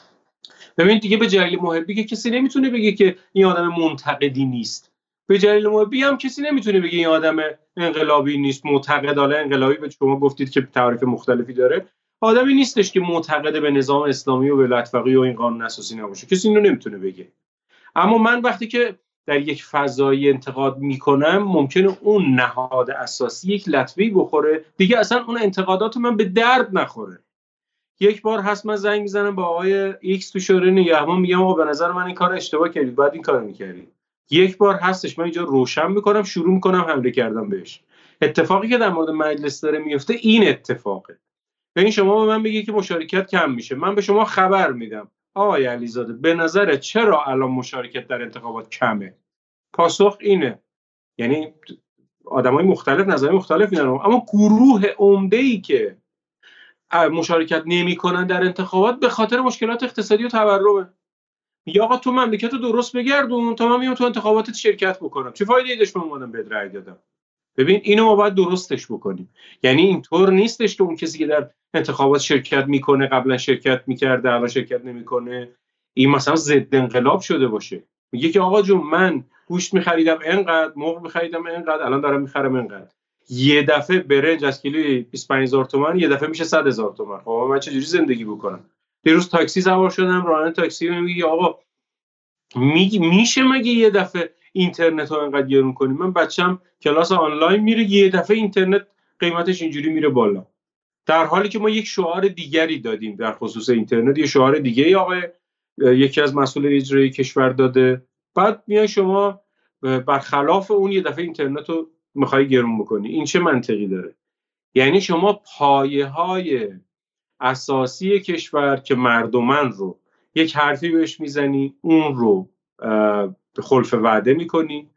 ببین دیگه به جلیل محبی که کسی نمیتونه بگه که این آدم منتقدی نیست. به جلیل محبی هم کسی نمیتونه بگه این آدم انقلابی نیست، معتقد. حالا انقلابی به شما گفتید که تعریف مختلفی داره. آدمی نیستش که معتقد به نظام اسلامی و ولایت فقیه و این قانون اساسی نباشه. کسی اینو نمیتونه بگه. اما من وقتی که در یک فضای انتقاد میکنم، ممکنه اون نهاد اساسی یک لطمه‌ای بخوره، دیگه اصلا اون انتقادات من به درد نخوره. یک بار هست من زنگ میزنم با آقای ایکس تو شورای نگهبان، میگم آقا به نظر من این کار اشتباه کردید، بعد این کارو میکردید. یک بار هستش من اینجا روشن میکنم، شروع میکنم حمله کردن بهش. اتفاقی که در مورد مجلس داره میفته این اتفاقه. ببین شما به من میگی که مشارکت کم میشه، من به شما خبر میدم آقای علیزاده به نظرت چرا الان مشارکت در انتخابات کمه؟ پاسخ اینه. یعنی آدمای مختلف نظر مختلفی دارن، اما گروه عمده‌ای که مشارکت نمی‌کنن در انتخابات به خاطر مشکلات اقتصادی و تورمه. میگه آقا تو مملکت رو درست بگردون تا من میام تو انتخاباتت شرکت بکنم. چه فایده‌ای داشت من اومدم بهت رأی دادم؟ ببین اینو ما باید درستش بکنیم. یعنی اینطور نیستش که اون کسی که در انتخابات شرکت میکنه قبلا شرکت میکرده الان شرکت نمیکنه این مثلا ضد انقلاب شده باشه. میگه که آقا جون من گوشت میخریدم اینقدر، مرغ میخریدم اینقدر، الان دارم میخرم اینقدر. یه دفعه برنج از کیلویی 25000 تومان یه دفعه میشه 100000 تومان. خب من چجوری زندگی بکنم؟ دیروز تاکسی سوار شدم، راننده تاکسی میگه آقا میشه مگه یه دفعه اینترنت رو انقدر گرون کنیم؟ من بچم کلاس آنلاین میره یه دفعه اینترنت قیمتش اینجوری میره بالا، در حالی که ما یک شعار دیگری دادیم در خصوص اینترنت. یه شعار دیگه ای آقای یکی از مسئولین اجرایی کشور داده، بعد میای شما برخلاف اون یه دفعه اینترنت رو میخوای گرون بکنی. این چه منطقی داره؟ یعنی شما پایه‌های اساسی کشور که مردمن رو یک حرفی بهش میزنی، اون رو به خلف وعده میکنی،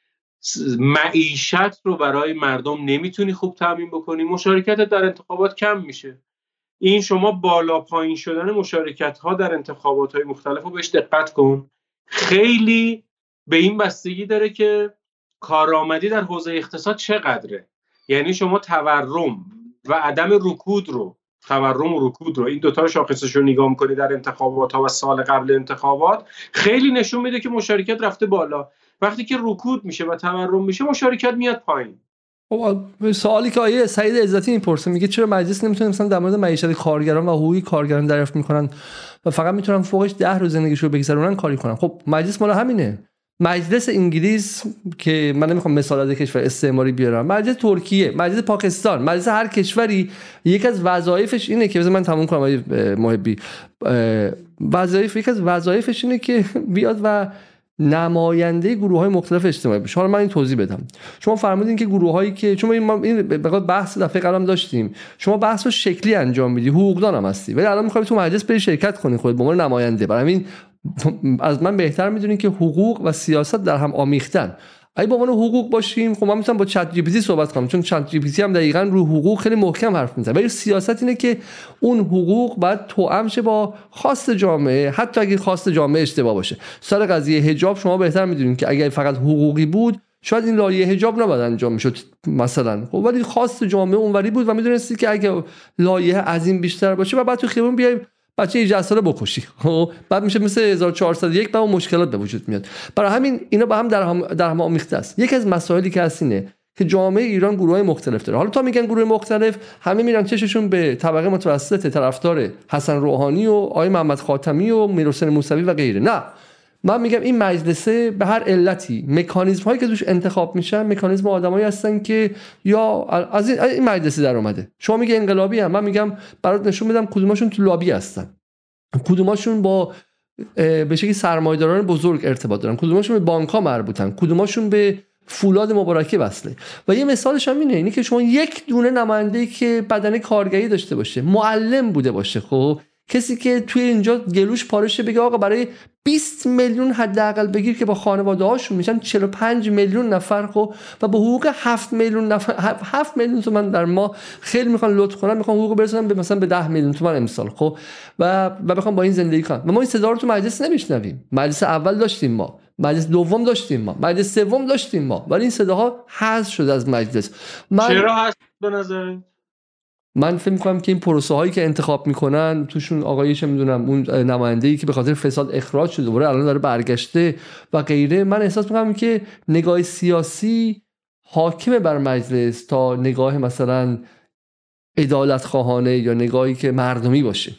معیشت رو برای مردم نمیتونی خوب تامین بکنی، مشارکت در انتخابات کم میشه. این شما بالا پایین شدن مشارکت ها در انتخابات های مختلف رو بهش دقت کن. خیلی به این بستگی داره که کارآمدی در حوزه اقتصاد چقدره. یعنی شما تورم و عدم رکود رو، تورم و رکود رو، این دوتا شاخصش رو نگاه میکنی در انتخابات ها و سال قبل انتخابات، خیلی نشون میده که مشارکت رفته بالا. وقتی که رکود میشه و تورم میشه مشارکت میاد پایین. خب سوالی که آیه سعید عزتی میپرسه میگه چرا مجلس نمیتونه مثلا در مورد معیشت کارگران و حقوق کارگران دریافت میکنن و فقط میتونن فوقش 10 روز زندگیشو بگذرونن کاری کنن؟ خب مجلس مال همینه. مجلس انگلیس که من نمیخوام مثال از کشور استعماری بیارم، مجلس ترکیه، مجلس پاکستان، مجلس هر کشوری یکی از وظایفش اینه که من تموم کنم آقای محبی، یکی از وظایفش اینه که بیاد و نماینده گروه‌های مختلف اجتماعی بشه. حالا من این توضیح بدم. شما فرمودین که گروه‌هایی که چون این بحث دفعه قبلم داشتیم، شما بحث رو شکلی انجام میدی، حقوقدان هم هستی، ولی الان می‌خوای تو مجلس بری شرکت کنی خودت به عنوان نماینده. برای همین از من بهتر میدونین که حقوق و سیاست در هم آمیختن. اگه به عنوان حقوق باشیم، خب من میتونم با چت جی پی تی صحبت کنم، چون چت جی پی تی هم دقیقاً رو حقوق خیلی محکم حرف میزنه. ولی سیاست اینه که اون حقوق باید توأم شه با خواست جامعه، حتی اگه خواست جامعه اشتباه باشه. سر قضیه حجاب شما بهتر میدونین که اگه فقط حقوقی بود شاید این لایحه حجاب نباید انجام میشد مثلا، خب ولی خواست جامعه اونوری بود و میدونستی که اگه لایحه از این بیشتر باشه و بعد تو خیابون بیای بچه 18 ساله بکشی، خب بعد میشه مثل 1401 با مشکلات به وجود میاد. برای همین اینا با هم در هم آمیخته است. یکی از مسائلی که هست اینه که جامعه ایران گروهای مختلف داره. حالا تا میگن گروه مختلف، همه میرن چششون به طبقه متوسط طرفدار حسن روحانی و آقای محمد خاتمی و میرحسین موسوی و غیره. نه، من میگم این مجلسه به هر علتی مکانیزم هایی که توش انتخاب میشن مکانیزم آدمایی هستن که یا از این مجلسه در اومده. شما میگه انقلابی هم، من میگم برات نشون میدم کدوماشون تو لابی هستن، کدوماشون با به شکلی سرمایه‌داران بزرگ ارتباط دارن، کدوماشون به بانک‌ها مربوطن، کدوماشون به فولاد مبارکه وصله. و یه مثالش هم اینه که شما یک دونه نماینده‌ای که بدنه کارگری داشته باشه، معلم بوده باشه، خب کسی که توی اینجا گلوش پارشه بگه آقا برای 20 میلیون حداقل بگیر که با خانواده‌هاشون میشن 45 میلیون نفر، خب و به حقوق 7 میلیون نفر 7 میلیون تومان در ما خیلی میخوان لطف کنن، میخوان حقوق برسونن به مثلا به 10 میلیون تومان امسال، خب و بخوام با این زندگی کنن. و ما این صدا رو تو مجلس نمیشنویم. مجلس اول داشتیم ما، مجلس دوم داشتیم ما، مجلس سوم داشتیم ما، ولی این صداها حذف شده از مجلس. چرا حذف به نظر من فکر می‌کنم که این پروسه هایی که انتخاب میکنن توشون آقایی چه میدونم اون نماینده‌ای که به خاطر فساد اخراج شده دوباره الان داره برگشته و غیره، من احساس میکنم که نگاه سیاسی حاکم بر مجلس تا نگاه مثلا عدالت خواهانه یا نگاهی که مردمی باشه.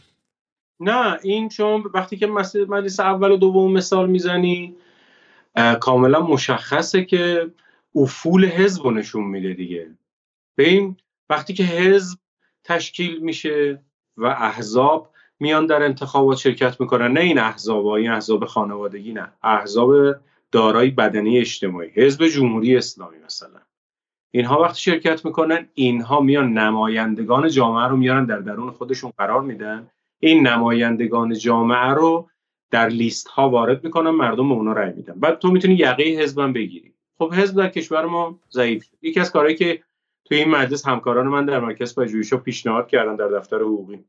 نه، این چون وقتی که مجلس اول و دوم مثال میزنی کاملا مشخصه که افول حزب رو نشون میده دیگه. ببین وقتی که حزب تشکیل میشه و احزاب میان در انتخابات شرکت میکنن، نه این احزاب خانوادگی، نه احزاب دارای بدنه اجتماعی، حزب جمهوری اسلامی مثلا، اینها وقتی شرکت میکنن اینها میان نمایندگان جامعه رو میارن در درون خودشون قرار میدن، این نمایندگان جامعه رو در لیست ها وارد میکنن، مردم به اونا رأی میدن، بعد تو میتونی یقه حزبم بگیری. خب حزب در کشور ما ضعیف شد. یکی از کارهایی که توی این مجلس همکاران من در مرکز پژوهش‌ها پیشنهاد کردن در دفتر حقوقی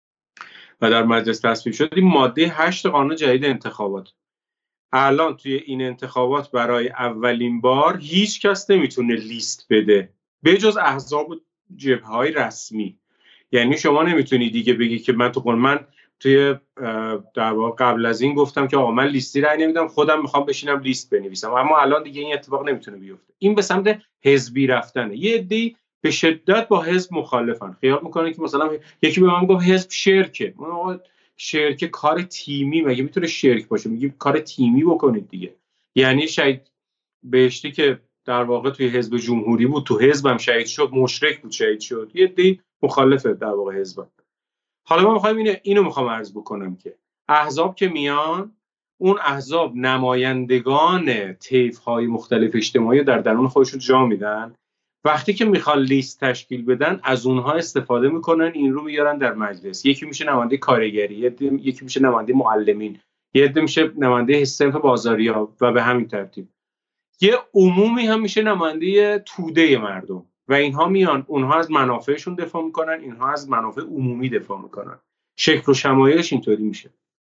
و در مجلس تصویب شد، این ماده 8 قانون جدید انتخابات. الان توی این انتخابات برای اولین بار هیچ کس نمیتونه لیست بده به جز احزاب و جبهه‌های رسمی. یعنی شما نمیتونی دیگه بگی که من توی در واقع قبل از این گفتم که آقا من لیستی رأی نمیدم، خودم میخوام بشینم لیست بنویسم، اما الان دیگه این اتفاق نمیتونه بیفته. این به سمت حزبی رفتنه. یه عده‌ای به شدت با حزب مخالفن، خیال میکنه که مثلا یکی به من گفت حزب شرکه. شرکه کار تیمی مگه میتونه شرک باشه؟ میگیم کار تیمی بکنید دیگه. یعنی شاید بهشتی که در واقع توی حزب جمهوری بود تو حزبم شهید شد، مشرک بود شهید شد، یه دی مخالفه در واقع حزب. حالا ما میخوایم اینو میخوام عرض بکنم که احزاب که میان، اون احزاب نمایندگان طیف‌های مختلف اجتماعی در درون خودشون جا میدن، وقتی که میخوان لیست تشکیل بدن از اونها استفاده میکنن، این رو میارن در مجلس. یکی میشه نماینده کارگری، یکی میشه نماینده معلمین، یه عده میشه نماینده صنف بازاریا و به همین ترتیب. یه عمومی هم میشه نماینده توده مردم و اینها میان، اونها از منافعشون دفاع میکنن، اینها از منافع عمومی دفاع میکنن. شکل و شمایلش اینطوری میشه.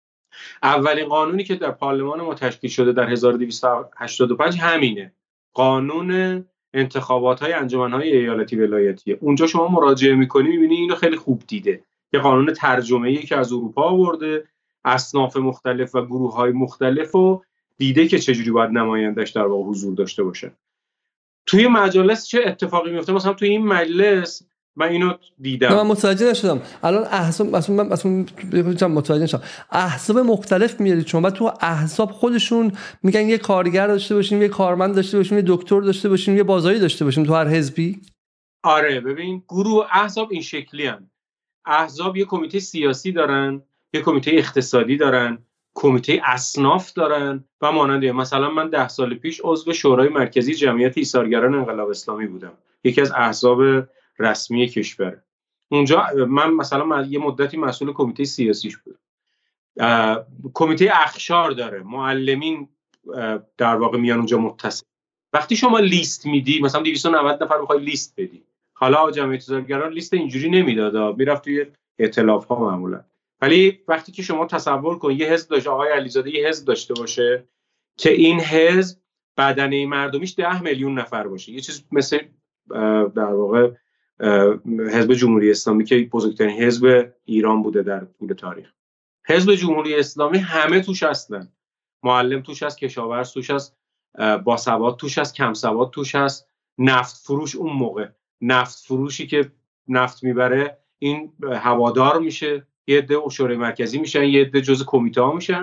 اولین قانونی که در پارلمان ما تشکیل شده در 1285 همینه، قانون انتخابات انجمن‌های ایالتی ولایتیه. اونجا شما مراجعه میکنی میبینی اینو خیلی خوب دیده. یه قانون ترجمه‌ای که از اروپا آورده، اصناف مختلف و گروه‌های مختلف و دیده که چجوری باید نمایندش در واقع حضور داشته باشه. توی مجلس چه اتفاقی میفته؟ مثلا توی این مجلس من اینو دیدم. من متوجه نشدم الان احزاب اصلا متوجه نشدم. احزاب مختلف میارید شما، بعد تو احزاب خودشون میگن یه کارگر داشته باشیم، یه کارمند داشته باشیم، یه دکتر داشته باشیم، یه بازاری داشته باشیم تو هر حزبی. آره ببین گروه احزاب این شکلی هستند. احزاب یه کمیته سیاسی دارن، یه کمیته اقتصادی دارن، کمیته اصناف دارن و مانند مثلا من 10 سال پیش عضو شورای مرکزی جمعیت ایثارگران انقلاب اسلامی بودم، یکی از احزاب رسمی کشور. اونجا من یه مدتی مسئول کمیته سیاسیش بودم. کمیته اخشار داره، معلمین در واقع میان اونجا متصل. وقتی شما لیست میدی، مثلا 290 نفر میخوای لیست بدی، حالا جمعیت ایثارگران لیست اینجوری نمیداد، میرفت توی ائتلاف ها معمولا. ولی وقتی که شما تصور کن یه حزب داشته، آقای علیزاده یه حزب داشته باشه که این حزب بدنه مردمیش 10 میلیون نفر باشه، یه چیز مثل در واقع حزب جمهوری اسلامی که بزرگترین حزب ایران بوده در طول تاریخ. حزب جمهوری اسلامی همه توش هستن، معلم توش هست، کشاورز توش هست، باسواد توش هست، کم سواد توش هست، نفت فروش، اون موقع نفت فروشی که نفت میبره این هوادار میشه، یه عده شورای مرکزی میشن، یه عده جزء کمیته ها میشن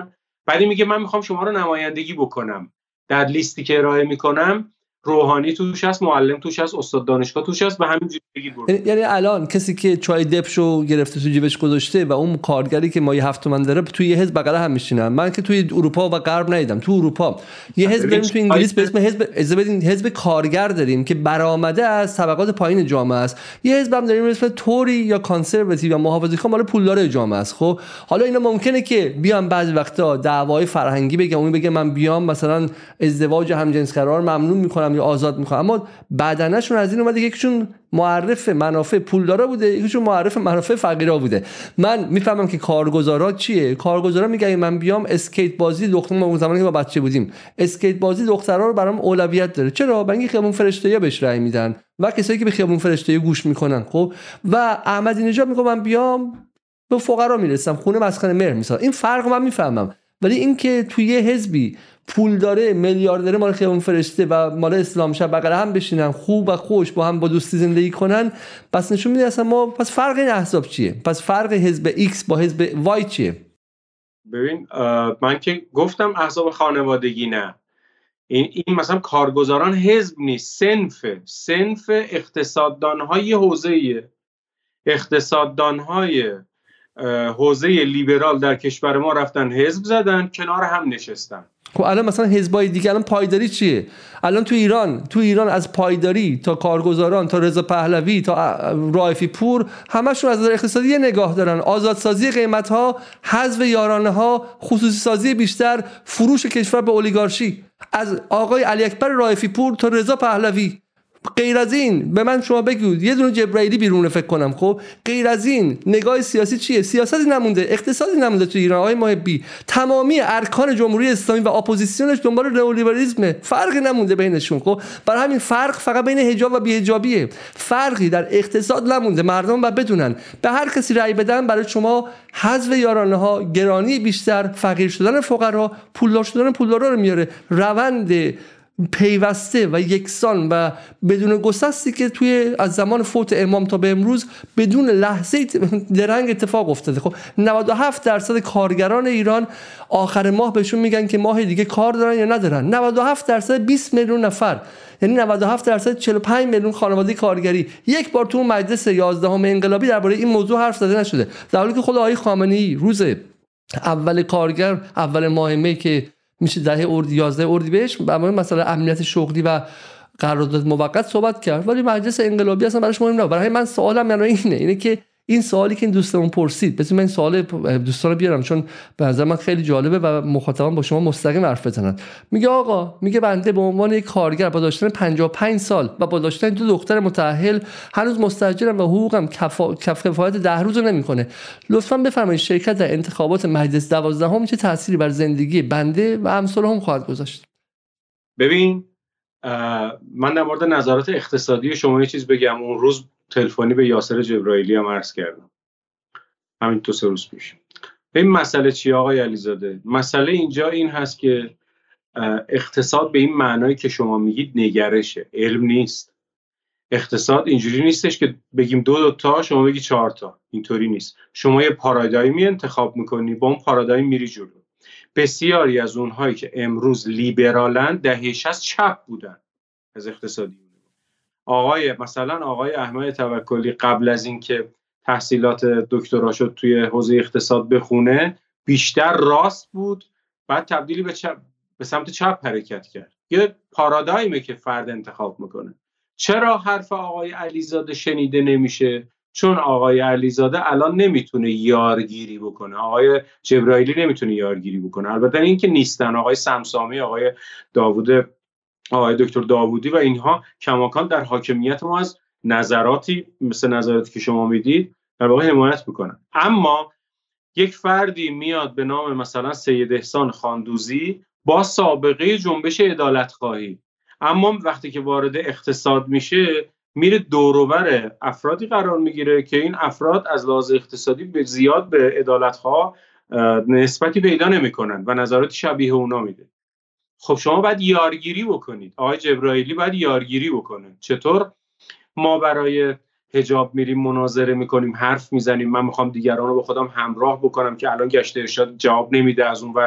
بعدی میگه من میخوام شما رو نمایندگی بکنم، در لیستی که ارائه میکنم روحانی توش هست، معلم توش هست، استاد دانشگاه توش هست و همینجوری بگید برو. یعنی الان کسی که چای دبشو گرفته تو جیبش گذاشته و اون کارگری که مایه 7 تومن داره توی یه حزب بغل هم میشینن. من که توی اروپا و غرب ندیدم. تو اروپا یه حزب داریم تو انگلیس به اسم حزب کارگر داریم که برآمده از طبقات پایین جامعه است. یه حزب هم داریم به اسم توری یا کانسرواتیو یا محافظه‌خواه مال پولدار جامعه است. خب حالا اینا ممکنه که بیان بعضی وقتا دعوای فرهنگی بگن، اون بگه من بیام مثلا ازدواج همجنسگرا رو ممنوع میکنم یا آزاد میکنم، اما بدنشون از این اومده یکیشون معرف منافع پولدارا بوده، یکیشون معرف منافع فقیرا بوده. من میفهمم که کارگزارا چیه. کارگزارا میگن من بیام اسکیت بازی دخترم، اون زمانی که ما بچه بودیم اسکیت بازی دخترا رو برام اولویت داره. چرا؟ برای اینکه خیابون فرشته‌ها بهش رأی میدن و کسایی که به خیابون فرشته‌ها گوش میکنن. خب و احمدی نژاد میگه من بیام به فقرا میرسم، خونه مسکن مهر میسازم. این فرق من میفهمم. ولی اینکه توی یه حزبی پول داره، میلیاردره، مال خیابون فرشته و مال اسلام شب بغل هم بشینن خوب و خوش با هم با دوستی زندگی کنن، پس نشون میده اصلا ما پس فرق این احزاب چیه؟ پس فرق حزب X با حزب Y چیه؟ ببین من که گفتم احزاب خانوادگی نه، این مثلا کارگزاران حزب نیست، صنف اقتصاددان‌های حوزه‌ایه. اقتصاددان‌های حوزه لیبرال در کشور ما رفتن حزب زدن، کنار هم نشستن. خب الان مثلا حزبای دیگه الان پایداری چیه؟ الان تو ایران از پایداری تا کارگزاران تا رضا پهلوی تا رائفی پور همشون از نظر اقتصادی یه نگاه دارن. آزادسازی قیمت‌ها، حذف یارانه‌ها، خصوصی سازی بیشتر، فروش کشور به اولیگارشی. از آقای علی اکبر رائفی پور تا رضا پهلوی. غیر از این به من شما بگید یه دونه جبرائیلی بیرونه فکر کنم. خب غیر از این نگاه سیاسی چیه؟ سیاستی نمونده، اقتصادی نمونده تو ایران. آقای محبی تمامی ارکان جمهوری اسلامی و اپوزیسیونش دنبال نئولیبرالیسمه، فرقی نمونده بینشون. خب برای همین فرق فقط بین حجاب و بی‌حجابیه، فرقی در اقتصاد نمونده. مردم باید بدونن به هر کسی رأی بدن برای شما حذف یارانه‌ها، گرانی بیشتر، فقیر شدن فقرا، پولدار شدن پولدارا رو میاره. روند پیوسته و یکسان و بدون گسستی که توی از زمان فوت امام تا به امروز بدون لحظه درنگ اتفاق افتاده. خب 97% کارگران ایران آخر ماه بهشون میگن که ماه دیگه کار دارن یا ندارن. 97% 20 میلیون نفر، یعنی 97% 45 میلیون خانواده کارگری یک بار تو مجلس 11 انقلابی درباره این موضوع حرف زده نشده، در حالی که خود آقای خامنه‌ای روز اول کارگر اول ماه می که میشه 11 اردیبهشت به مثلا امنیت شغلی و قرارداد موقت صحبت کرد، ولی مجلس انقلابی اصلا براش مهم نبود. برای من سوالم یعنی اینه که این سوالی که این دوستمون پرسید، بذار من این سوال دوستان رو بیارم چون به نظر من خیلی جالبه و مخاطبان با شما مستقیم حرف بزنن. میگه آقا، میگه بنده به عنوان یک کارگر با داشتن 55 سال و با داشتن 2 دختر متأهل هنوز مستاجرم و حقوقم کفایت 10 روز رو نمیکنه. لطفاً بفرمایید شرکت در انتخابات مجلس 12 چه تأثیری بر زندگی بنده و امثالم خواهد گذاشت؟ ببین من در مورد نظرات اقتصادی شما یه چیز بگم. اون روز تلفنی به یاسر جبرائیلی هم عرض کردم، همین 2-3 روز پیش. این مسئله چیه آقای علیزاده؟ مسئله اینجا این هست که اقتصاد به این معنایی که شما میگید نگرشه، علم نیست. اقتصاد اینجوری نیستش که بگیم 2 تا شما بگی 4 تا، اینطوری نیست. شما یه پارادایمی انتخاب میکنی، با اون پارادایم میری جلو. بسیاری از اونهایی که امروز لیبرالن دهه 60 چپ بودن از اقتصادی. مثلا آقای احمد توکلی قبل از اینکه تحصیلات دکترا شد توی حوزه اقتصاد بخونه بیشتر راست بود، بعد تبدیلی به سمت چپ حرکت کرد. یه پارادایمه که فرد انتخاب میکنه. چرا حرف آقای علیزاده شنیده نمیشه؟ چون آقای علیزاده الان نمیتونه یارگیری بکنه، آقای جبرائیلی نمیتونه یارگیری بکنه. البته این که نیستن، آقای سمسامی، آقای دکتر داوودی و اینها کماکان در حاکمیت ما از نظراتی مثل نظراتی که شما میدید در واقع حمایت میکنن. اما یک فردی میاد به نام مثلا سید احسان خاندوزی با سابقه جنبش عدالت‌خواهی، اما وقتی که وارد اقتصاد میشه میره دور و بر افرادی قرار میگیره که این افراد از لحاظ اقتصادی به زیاد به عدالت‌خواه نسبتی پیدا نمیکنن و نظرات شبیه اونا میده. خب شما باید یارگیری بکنید. آقای جبرائیلی باید یارگیری بکنه. چطور ما برای حجاب میریم مناظره میکنیم، حرف میزنیم، من میخوام دیگران رو با خودم همراه بکنم که الان گشت ارشاد جواب نمیده، از اون ور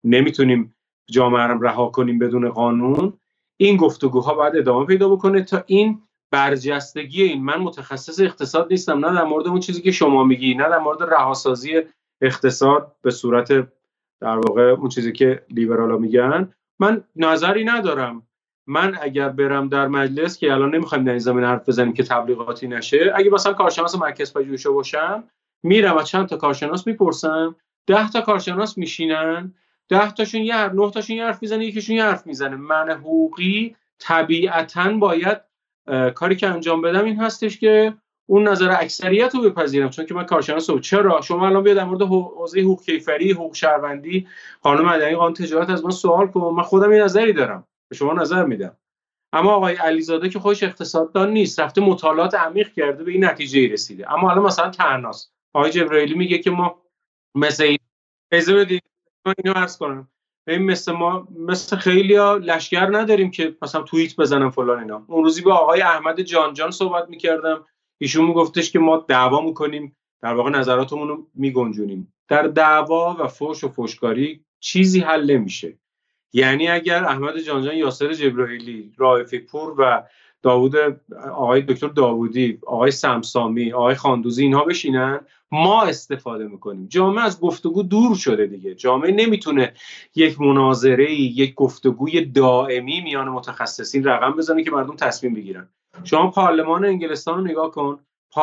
نمیتونیم جامعه رو رها کنیم بدون قانون. این گفتگوها باید ادامه پیدا بکنه تا این برجستگی این، من متخصص اقتصاد نیستم، نه در مورد اون چیزی که شما میگی، نه در مورد رهاسازی اقتصاد به صورت در واقع اون چیزی که لیبرالا میگن، من نظری ندارم. من اگر برم در مجلس که الان نمیخوایم در این زمینه حرف بزنیم که تبلیغاتی نشه، اگه مثلا کارشناس مرکز پژوهش باشم، میرم از چند تا کارشناس میپرسم، 10 تا کارشناس میشینن، 10 تاشون 9 تاشون یه حرف میزنه، یکیشون یه حرف میزنه. من حقوقی طبیعتاً باید کاری که انجام بدم این هستش که اون نظر اکثریت رو بپذیرم، چون که من کارشناسم. چرا شما الان بیاد در مورد حوزه حقوق کیفری، حقوق شهروندی، قانون مدنی، قانون تجارت از من سوال کن، من خودم یه نظری دارم به شما نظر میدم. اما آقای علیزاده که خودش اقتصاددان نیست، رفته مطالعات عمیق کرده، به این نتیجه رسیده. اما الان مثلا تهناس آقای جبرائیلی میگه که ما مثل اجازه بدید من اینو عرض کنم، ببین مثل خیلیا لشکر نداریم که مثلا توییت بزنم فلان اینا. اون روزی با آقای احمد جان صحبت میکردم، ایشون میگفتش که ما دعوا میکنیم، در واقع نظراتمون رو میگنجونیم. در دعوا و فحش و فحشکاری چیزی حل نمیشه. یعنی اگر احمد جان، یاسر جبرائیلی، رائفی پور و آقای دکتر داوودی، آقای سمسامی، آقای خاندوزی، اینها بشینن، ما استفاده میکنیم. جامعه از گفتگو دور شده دیگه. جامعه نمیتونه یک مناظره، یک گفتگوی دائمی میان متخصصین رقم بزنه که مردم تصمیم بگیرن. شما پارلمان انگلستان رو نگاه کن.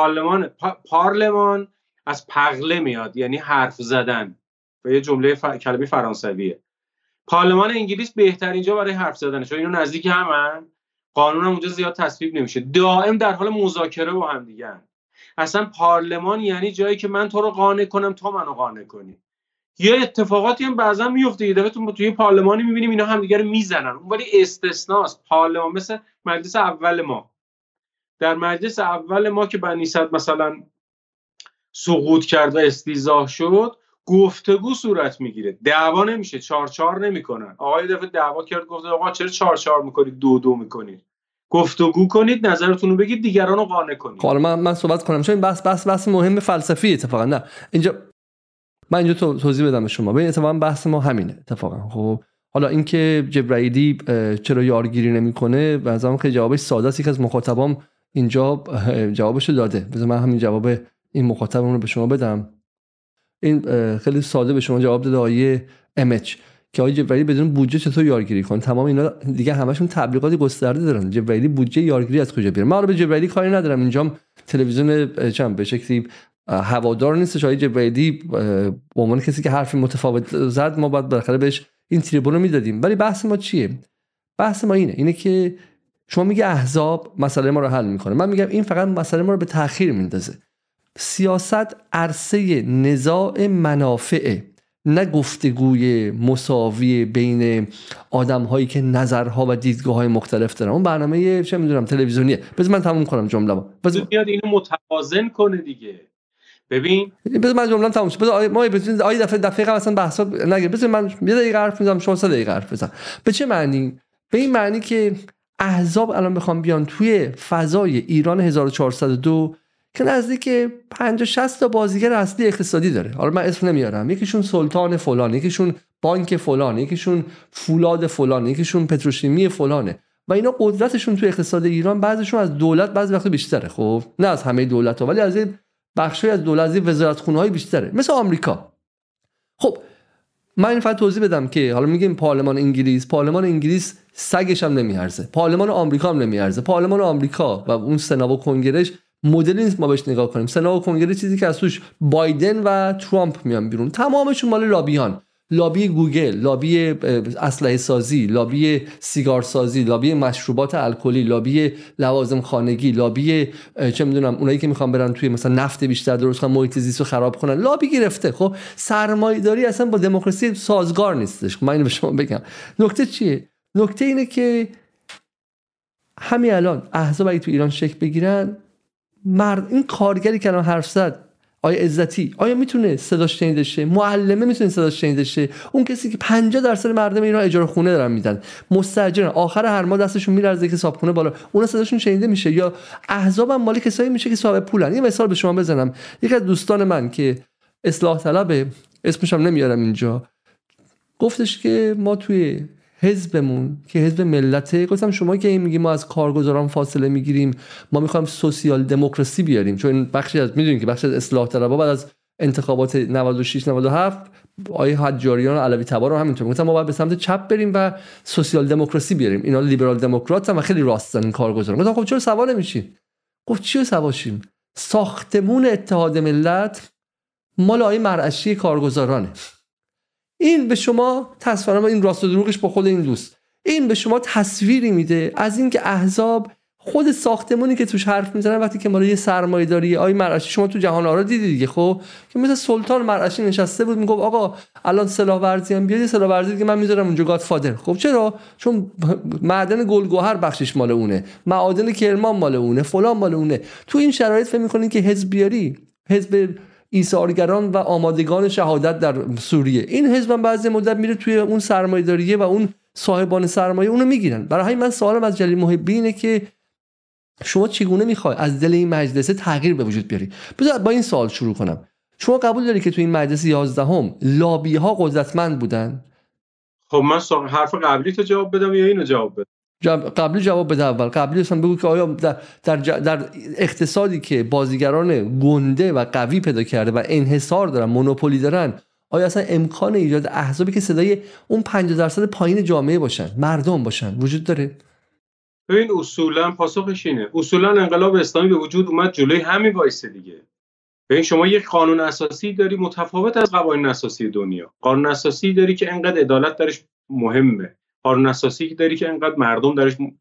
پارلمان از پغله میاد، یعنی حرف زدن، به یه کلمه فرانسویه. پارلمان انگلیس بهترین جا برای حرف زدنه، چون اینا نزدیک همن، قانون هم اونجا زیاد تصویب نمیشه، دائم در حال مذاکره با هم دیگه. اصلا پارلمان یعنی جایی که من تو رو قانع کنم، تو منو قانع کنی. یه اتفاقاتی هم بعضا میفته، یه دفعه توی پارلمانی میبینیم اینا هم دیگه رو میزنن، اون ولی استثناست. پارلمان مثل مجلس اول ما، در مجلس اول ما که بنی صدر مثلا سقوط کرد و استیضاح شد، گفتگو صورت میگیره، دعوا نمیشه، 4 نمیکنن. آقای دفعه دعوا کرد، گفت آقا چرا 4 میکنید، 2 میکنید؟ گفتگو کنید، نظرتون رو بگید، دیگران رو قانع کنید. حالا من صحبت کنم، چون این بحث مهم فلسفی اتفاقا. نه اینجا من اینجا توضیح بدم به شما. ببین اتفاقا بحث ما همینه اتفاقا. خب حالا اینکه جبرائیلی چرا یارگیری نمیکنه، به نظرم خیلی جوابش ساده است. یک از مخاطبام اینجا جوابشو داده. بذار من همین جواب این مخاطبمون رو به شما بدم. این خیلی ساده به شما جواب داده آیه امچ که آقای جبرائیلی بدون بودجه چطور یارگیری کنه. تمام اینا دیگه همشون تبلیغات گسترده دارن. جبرائیلی بودجه یارگیری از کجا بیاره؟ من به جبرائیلی کاری ندارم، اینجام تلویزیون چم به شکلی هوادار نیستش. آقای جبرائیلی به عنوان کسی که حرف متفاوت زد، ما باید بالاخره بهش این تریبون رو میدادیم. ولی بحث ما چیه؟ بحث ما اینه که شما میگه احزاب مسئله ما رو حل میکنه، من میگم این فقط مسئله ما رو به تأخیر میندازه. سیاست عرصه نزاع منافعه، نه گفتگوی مساوی بین آدم‌هایی که نظرها و دیدگاه‌های مختلف دارن. اون برنامه چه میدونم تلویزیونیه. بذار من تموم کنم جمله‌مو. بذار بیاد اینو متوازن کنه دیگه. ببین بذار من جمله‌ام تموم شه. بذار ما دفعه قبل اصلا بحثا نگیر. بذار من یه دقیقه حرف میزنم، شما 3 دقیقه حرف بزن. به چه معنی؟ به این معنی که احزاب الان بخوام بیان توی فضای ایران 1402 که نزدیک 50-60 تا بازیگر اصلی اقتصادی داره، حالا من اسم نمیارم، یکیشون سلطان فلان، یکیشون بانک فلان، یکیشون فولاد فلان، یکیشون پتروشیمی فلانه و اینا قدرتشون توی اقتصاد ایران بعضیشون از دولت بعضی وقت بیشتره. خب نه از همه دولت‌ها، ولی از این بخشی از دولت، از وزارتخونه‌های بیشتره، مثل آمریکا. خب من این فقط توضیح بدم که حالا میگیم پارلمان انگلیس سگش هم نمیارزه، پارلمان آمریکا هم نمیارزه. پارلمان آمریکا و اون سنا و کنگرهش مدلی نیست ما بهش نگاه کنیم. سنا و کنگره چیزی که از توش بایدن و ترامپ میان بیرون، تمامشون مال لابیان، لابی گوگل، لابی اسلحه سازی، لابی سیگار سازی، لابی مشروبات الکلی، لابی لوازم خانگی، لابی چه میدونم اونایی که میخوان برن توی مثلا نفت بیشتر درست کنن، محیط زیست رو خراب کنن، لابی گرفته. خب سرمایه‌داری اصلا با دموکراسی سازگار نیستش. من اینو به شما بگم. نکته چیه؟ نکته اینه که همین الان احزاب اگه تو ایران شکل بگیرن، این کارگری که الان حرف زد آیا عزتی، آیا میتونه صداش شنیده شه؟ معلمه میتونه صداش شنیده شه؟ اون کسی که 50% مردم ایران اجاره خونه دارن میدن، مستاجرن، آخر هر ماه دستشون میلرزه که حسابخونه بالا، اون صداشون شنیده میشه؟ یا احزاب هم مال کسایی میشه که صاحب پولن؟ یه مثال به شما بزنم. یک از دوستان من که اصلاح طلبه، اسمش هم نمیارم اینجا، گفتش که ما توی حزبمون که حزب ملته، گفتم شما که این میگی ما از کارگزاران فاصله میگیریم، ما میخوایم سوسیال دموکراسی بیاریم، چون بخشی از میدونید که بخشی از اصلاح طلبها بعد از انتخابات 96 97 آیه حجاریان و علوی تبار رو همینطور گفتم ما باید به سمت چپ بریم و سوسیال دموکراسی بیاریم، اینا لیبرال دموکرات و خیلی راستن این کارگزاران. گفتم خب چرا سوال نمیشین؟ گفت چیو سواشیم؟ ساختمون اتحاد ملت مال آیه مرعشی کارگزارانه. این به شما تصویر، این راست و دروغش با خود این دوست، این به شما تصویری میده از اینکه احزاب خود ساختمونی که توش حرف میزنن وقتی که مال یه سرمایه‌داری آی مرعشی، شما تو جهان آرا دیدی دیگه، خب که مثل سلطان مرعشی نشسته بود میگفت آقا الان سلاح ورزی هم بیاد، سلاح ورزی که من میذارم اونجا گادفادر. خب چرا؟ چون معدن گلگهر بخشش مال اونه، معادن کرمان مال اونه، فلان مال اونه. تو این شرایط فکر می‌کنین که حزب بیاری، حزب ایثارگران و آمادگان شهادت در سوریه، این حزب هم بعضی مدت میره توی اون سرمایه‌داریه و اون صاحبان سرمایه اونو میگیرن. برای همین من سوالم از جلیل محبی اینه که شما چگونه میخوای از دل این مجلس تغییر به وجود بیاری؟ بذار با این سوال شروع کنم. شما قبول داری که توی این مجلس 11 لابی ها قدرتمند بودن؟ خب من حرف قبلی تو جواب بدم یا اینو جواب بدم؟ قبلی جواب بده. اول قبلی اصلا بگو که آیا در اقتصادی که بازیگران گنده و قوی پیدا کرده و انحصار دارن، مونوپولی دارن، آیا اصلا امکان ایجاد احزابی که صدای اون 50% پایین جامعه باشن، مردم باشن، وجود داره؟ ببین اصولا پاسخش اینه، اصولا انقلاب اسلامی به وجود اومد جلوی همین وایسه دیگه. ببین شما یک قانون اساسی داری متفاوت از قوانین اساسی دنیا، قانون اساسی داری که انقدر عدالت درش مهمه، قانون اساسی داری که انقدر مردم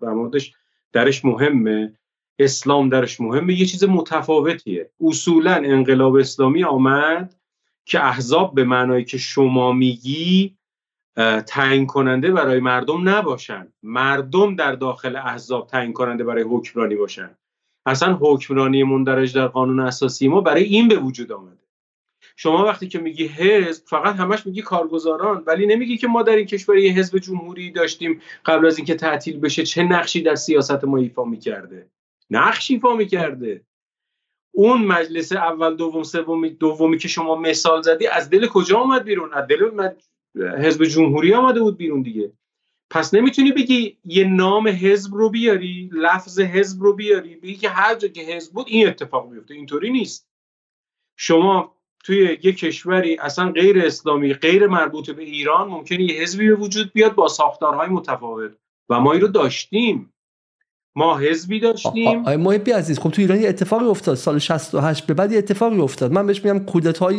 درش مهمه، اسلام درش مهمه، یه چیز متفاوتیه. اصولا انقلاب اسلامی آمد که احزاب به معنایی که شما میگی تعیین کننده برای مردم نباشن، مردم در داخل احزاب تعیین کننده برای حکمرانی باشن. اصلا حکمرانی مندرج در قانون اساسی ما برای این به وجود آمده. شما وقتی که میگی حزب فقط همش میگی کارگزاران، ولی نمیگی که ما در این کشور یه حزب جمهوری داشتیم قبل از اینکه تعطیل بشه، چه نقشی در سیاست ما ایفا میکرده. نقش ایفا میکرده. اون مجلس اول دوم دومی که شما مثال زدی از دل کجا آمد بیرون؟ از دل حزب جمهوری آمده بود بیرون دیگه. پس نمیتونی بگی یه نام حزب رو بیاری، لفظ حزب رو بیاری، بگی که هر جا که حزب بود این اتفاق میفته. اینطوری نیست. شما توی یه کشوری اصلا غیر اسلامی، غیر مربوط به ایران، ممکنه یه حزبی به وجود بیاد با ساختارهای متفاوت و ما این رو داشتیم. ما حزبی داشتیم. آقای محبی عزیز، خب تو ایران یه اتفاقی افتاد سال 68 به بعد، یه اتفاقی افتاد، من بهش میگم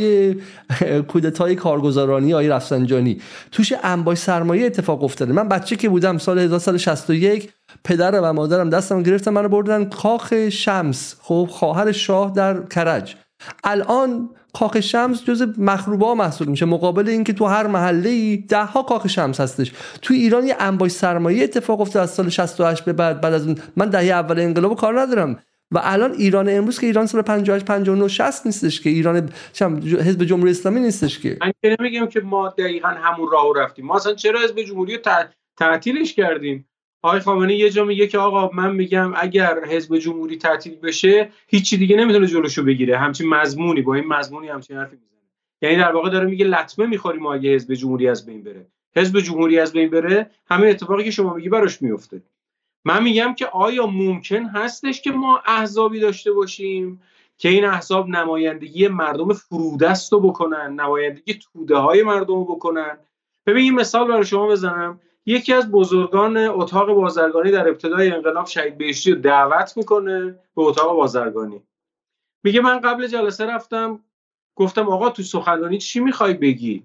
کودتای کارگزارانی آقای رفسنجانی. توش انباش سرمایه اتفاق افتاده. من بچه که بودم سال 1961 پدر و مادرم دستم گرفتن منو بردن کاخ شمس، خب خواهر شاه در کرج. الان کاخ شمس جز مخروبه ها محسوب میشه مقابل اینکه تو هر محله‌ای 10 کاخ شمس هستش. تو ایران یه انباش سرمایه اتفاق افتاد از سال 68 به بعد از اون. من دهه اول انقلاب کار ندارم و الان ایران امروز که ایران سال 58 59 60 نیستش که، ایران حزب جمهوری اسلامی نیستش که. من نمیگم که ما دقیقاً همون راهو رفتیم. ما اصلا چرا حزب جمهوری تعطیلش کردیم؟ آقای خامنه‌ای یه جا میگه که آقا من میگم اگر حزب جمهوری تعطیل بشه هیچی دیگه نمیتونه جلوشو بگیره. همچین مضمونی، با این مضمونی همچین حرفی میزنه. یعنی در واقع داره میگه لطمه میخوریم ما اگه حزب جمهوری از بین بره. حزب جمهوری از بین بره همین اتفاقی که شما میگی براش میفته. من میگم که آیا ممکن هستش که ما احزابی داشته باشیم که این احزاب نمایندگی مردم فرودست رو بکنن، نمایندگی توده های مردم رو بکنن؟ ببین این مثال برای شما بزنم. یکی از بزرگان اتاق بازرگانی در ابتدای انقلاب شهید بهشتی رو دعوت میکنه به اتاق بازرگانی. میگه من قبل جلسه رفتم گفتم آقا تو سخنرانی چی میخوای بگی؟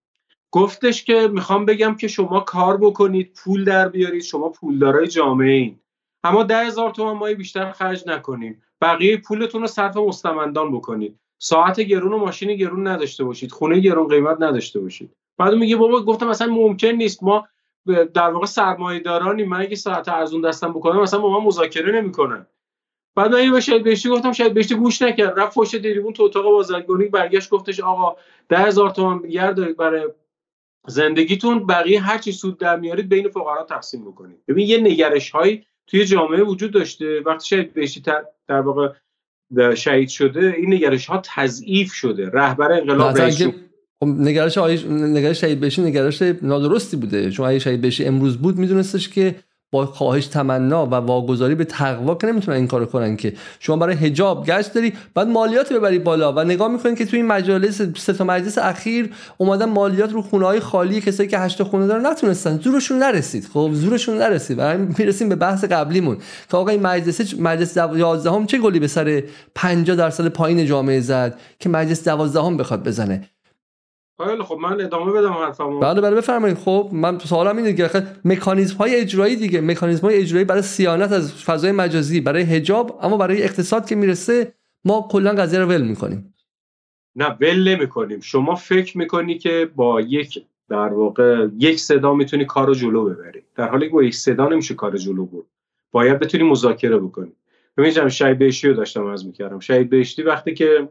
گفتش که میخوام بگم که شما کار بکنید، پول در بیارید، شما پولدارای جامعه این، اما 10,000 تومان مایی بیشتر خرج نکنید، بقیه پولتون رو صرف مستمندان بکنید، ساعت گرون و ماشین گرون نداشته باشید، خونه گرون قیمت نداشته باشید. بعد میگه بابا، گفتم مثلا ممکن نیست، ما در واقع سرمایه‌دارانی، من اگه ساعت ارزون دستم بکنم مثلا با من مذاکره نمیکنن. بعد من به شهید بهشتی گفتم، شهید بهشتی گوش نکرد، رفت پشت تریبون تو اتاق بازرگانی، برگشت گفتش آقا 10,000 تومان دارید برای زندگیتون، بقیه هر چی سود در میارید بین فقرا تقسیم بکنید. ببین یه نگرش‌هایی توی جامعه وجود داشته. وقتی شهید بهشتی در واقع شهید شده، این نگرش‌ها تضعیف شده. رهبر انقلاب خب نگرش شهید بهشتی نگرش نادرستی بوده، چون اگه شهید بهشتی امروز بود میدونستش که با خواهش تمنا و واگذاری به تقوا که نمیتونن این کارو کنن، که شما برای حجاب گشت داری بعد مالیات ببری بالا و نگاه میکنین که توی این مجالس 3 مجلس اخیر اومدن مالیات رو خونه‌های خالی کسایی که 8 خونه دارن نتونستن، زورشون نرسید. خب زورشون نرسید و میرسیم به بحث قبلیمون که آقا این مجلس 11 چه گلی به سر 50% پایین جامعه زد که مجلس 12 بخواد بزنه. خیلی خب من ادامه بدم حرفمو. بله بفرمایید. خب من سوالم اینه که مکانیزم های اجرایی دیگه، مکانیزم های اجرایی برای صیانت از فضای مجازی، برای حجاب، اما برای اقتصاد که میرسه ما کلا قضیه رو ول میکنیم. نه ول نمیکنیم. شما فکر میکنی که با در واقع یک صدا میتونی کارو جلو ببری، در حالی که با یک صدا نمیشه کار جلو برد. باید بتونی مذاکره بکنی. ببینید شهید بهشتی رو داشتم عرض میکردم. شهید بهشتی وقتی که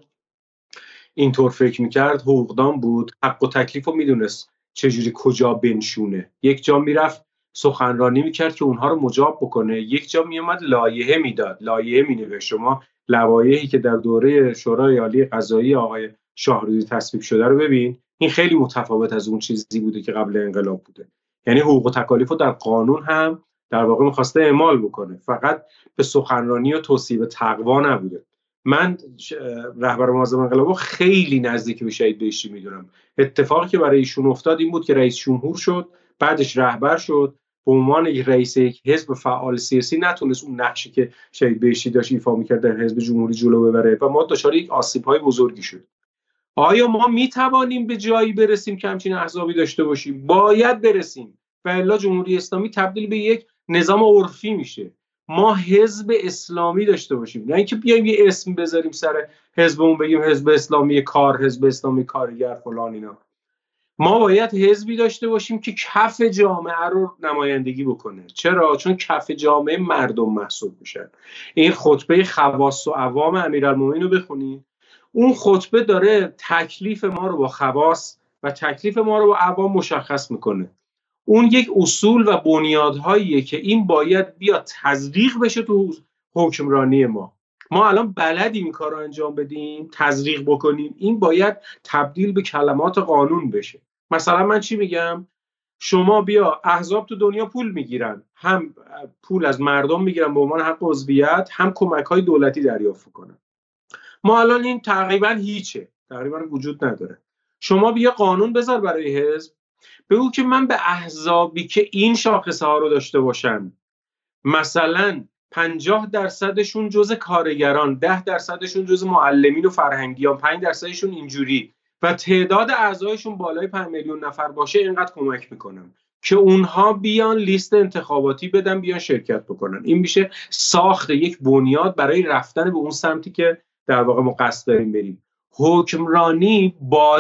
اینطور فکر میکرد حقوقدان بود، حق و تکلیف رو میدونست چجوری کجا بنشونه. یک جا میرفت سخنرانی میکرد که اونها رو مجاب بکنه، یک جا میومد لایحه میداد، لایحه مینوشت. شما لوایحی که در دوره شورای عالی قضایی آقای شاهرودی تصویب شده رو ببین، این خیلی متفاوت از اون چیزی بوده که قبل انقلاب بوده. یعنی حقوق و تکالیف رو در قانون هم در واقع میخواسته اعمال بکنه، فقط به سخنرانی و توصیه به تقوا نبوده. من رهبر معظم انقلاب خیلی نزدیک به شهید بهشتی میدونم. اتفاقی که برای ایشون افتاد این بود که رئیس جمهور شد، بعدش رهبر شد، به عنوان رئیس یک حزب فعال سیاسی نتونست اون نقشی که شهید بهشتی داشت ایفا میکرد در حزب جمهوری جلو ببره و ما دچار یک آسیب‌های بزرگی شد. آیا ما میتوانیم به جایی برسیم که همچین احزابی داشته باشیم؟ باید برسیم، و الا جمهوری اسلامی تبدیل به یک نظام عرفی میشه. ما حزب اسلامی داشته باشیم، نه اینکه بیایم یه اسم بذاریم سر حزبمون بگیم حزب اسلامی کار، حزب اسلامی کارگر فلان اینا. ما باید حزبی داشته باشیم که کف جامعه رو نمایندگی بکنه. چرا؟ چون کف جامعه مردم محسوب میشن. این خطبه خواص و عوام امیرالمومنین رو بخونید. اون خطبه داره تکلیف ما رو با خواص و تکلیف ما رو با عوام مشخص میکنه. اون یک اصول و بنیادهاییه که این باید بیا تزریق بشه تو حکمرانی ما. ما الان بلدیم این کار رو انجام بدیم، تزریق بکنیم. این باید تبدیل به کلمات قانون بشه. مثلا من چی میگم؟ شما بیا، احزاب تو دنیا پول میگیرن، هم پول از مردم میگیرن به عنوان حق عضویت، هم کمک‌های دولتی دریافت کنن. ما الان این تقریبا هیچه، تقریبا وجود نداره. شما بیا قانون بذار برای حزب، بگو که من به احزابی که این شاخصه ها رو داشته باشن، مثلا 50% جزء کارگران، 10% جزء معلمین و فرهنگیان، 5% اینجوری و تعداد اعضایشون بالای 5 میلیون نفر باشه، اینقدر کمک میکنم که اونها بیان لیست انتخاباتی بدن، بیان شرکت بکنن. این میشه ساخت یک بنیاد برای رفتن به اون سمتی که در واقع ما قصد داریم بریم. حکمرانی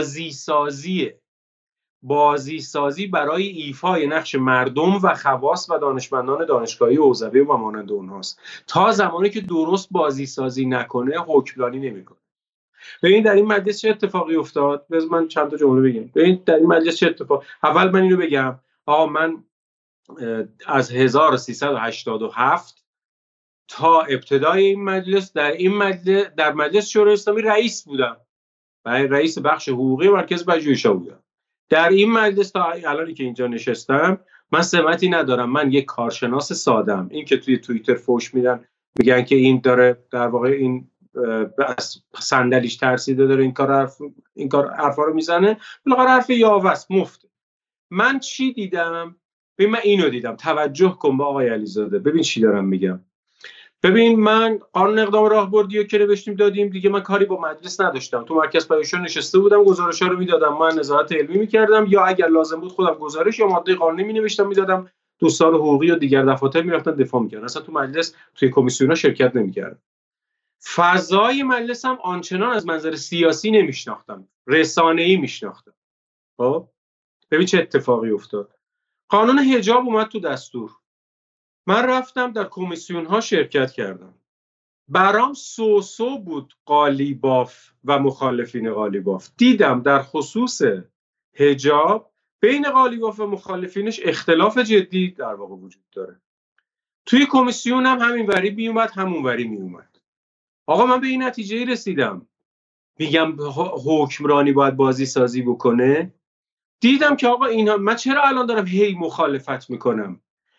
بازی سازی برای ایفای نقش مردم و خواص و دانشمندان دانشگاهی حوزوی و مانند اونهاست. تا زمانی که درست بازی سازی نکنه حکمرانی نمیکنه. ببین در این مجلس چه اتفاقی افتاد. بذار من چند تا جمله بگم. ببین در این مجلس چه اتفاق. اول من اینو بگم، من از 1387 تا ابتدای این مجلس در مجلس شورای اسلامی رئیس بودم. رئیس بخش حقوقی مرکز پژوهش‌ها بودم. در این مجلس تا الانی که اینجا نشستم من سمتی ندارم. من یک کارشناس ساده‌ام. این که توی توییتر فوش میدن میگن که این داره در واقع این صندلیش ترسیده داره این کار حرفا رو میزنه، بالاخره حرف یاوه‌ست، مفت. من چی دیدم؟ ببین من اینو دیدم. توجه کن با آقای علیزاده، ببین چی دارم میگم. ببین من قانون اقدام راهبردی رو که نوشتیم دادیم دیگه، من کاری با مجلس نداشتم. تو مرکز پژوهش‌ها نشسته بودم، گزارش‌ها رو میدادم، من نظارت علمی می‌کردم، یا اگر لازم بود خودم گزارش یا ماده قانونی می‌نوشتم میدادم، دوستان حقوقی و دیگر دفاتر میرفتن دفاع می‌کردن. اصلا تو مجلس توی کمیسیون‌ها شرکت نمی‌کردم. فضای مجلس هم آنچنان از منظر سیاسی نمی‌شناختم، رسانه‌ای می‌شناختم. خب ببین چه اتفاقی افتاد. قانون حجاب اومد تو دستور. من رفتم در کمیسیون ها شرکت کردم. برام سوسو بود قالیباف و مخالفین قالیباف. دیدم در خصوص حجاب بین قالیباف و مخالفینش اختلاف جدی در واقع وجود داره. توی کمیسیون هم همین وری میومد همون وری میومد. آقا من به این نتیجه رسیدم میگم حکمرانی باید بازی سازی بکنه، دیدم که آقا اینها، من چرا الان دارم هی مخالفت میکنم؟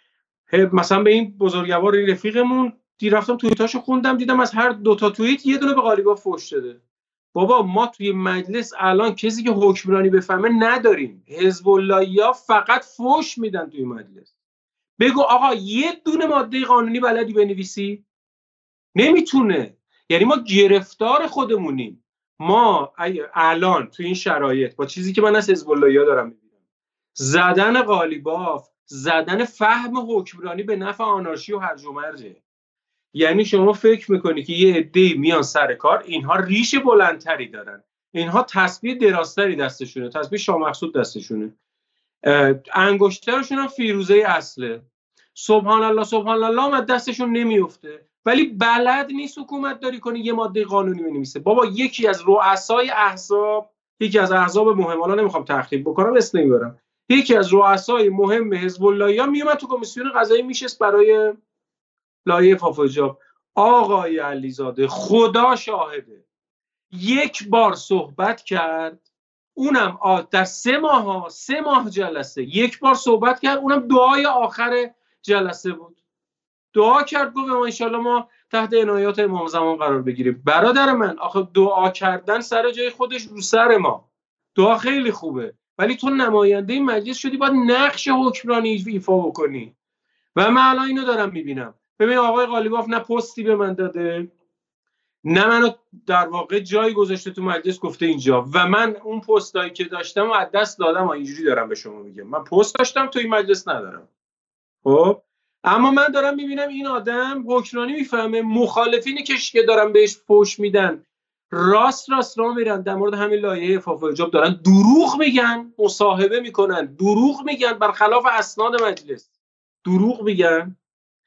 مثلا به این بزرگوار رفیقمون رفتم توییتاشو خوندم، دیدم از هر 2 تا توییت یه دونه به قالیباف فوش داده. بابا ما توی مجلس الان کسی که حکمرانی بفهمه نداریم. حزب اللهیا فقط فوش میدن توی مجلس. بگو آقا یه دونه ماده قانونی بلدی بنویسی؟ نمیتونه. یعنی ما گرفتار خودمونیم. ما الان توی این شرایط با چیزی که من از حزب اللهیا دارم میبینم، زدن قالیباف، زدن فهم حکمرانی به نفع آنارشی و هرج و مرجه. یعنی شما فکر میکنی که یه عده‌ای میان سر کار، اینها ریش بلندتری دارن، اینها تسبیح درازتری دستشونه، تسبیح شاه مقصود دستشونه، انگشترشون هم فیروزه اصله، سبحان الله سبحان الله هم دستشون نمیفته، ولی بلد نیست حکومت داری کنه یه ماده قانونی بنویسه. بابا یکی از رؤسای احزاب، یکی از احزاب مهم، حالا نمیخوام تخریب بکنم اسم نمیبرم، یکی از رؤسای مهم حزب اللهیا میومد تو کمیسیون قضایی میشست برای لایحه فافجاب. آقای علیزاده خدا شاهده، یک بار صحبت کرد، اونم در 3 ماه جلسه یک بار صحبت کرد، اونم دعای آخر جلسه بود. دعا کرد گفت ما انشالله ما تحت عنایات امام زمان قرار بگیریم. برادر من آخه دعا کردن سر جای خودش رو سر ما، دعا خیلی خوبه، ولی تو نماینده این مجلس شدی، باید نقش حکمرانی ایفا بکنی. و من الان اینو دارم میبینم. ببین آقای قالیباف نه پستی به من داده، نه منو در واقع جایی گذاشته تو مجلس گفته اینجا، و من اون پستایی که داشتم از دست دادم. اینجوری دارم به شما میگم، من پست داشتم تو این مجلس ندارم. خب اما من دارم میبینم این آدم حکمرانی میفهمه، مخالفینی که دارن بهش فوش میدن راست راه میرن، در مورد همین لایحه فافجاب دارن دروغ میگن، مصاحبه میکنن، دروغ میگن برخلاف اسناد مجلس، دروغ میگن.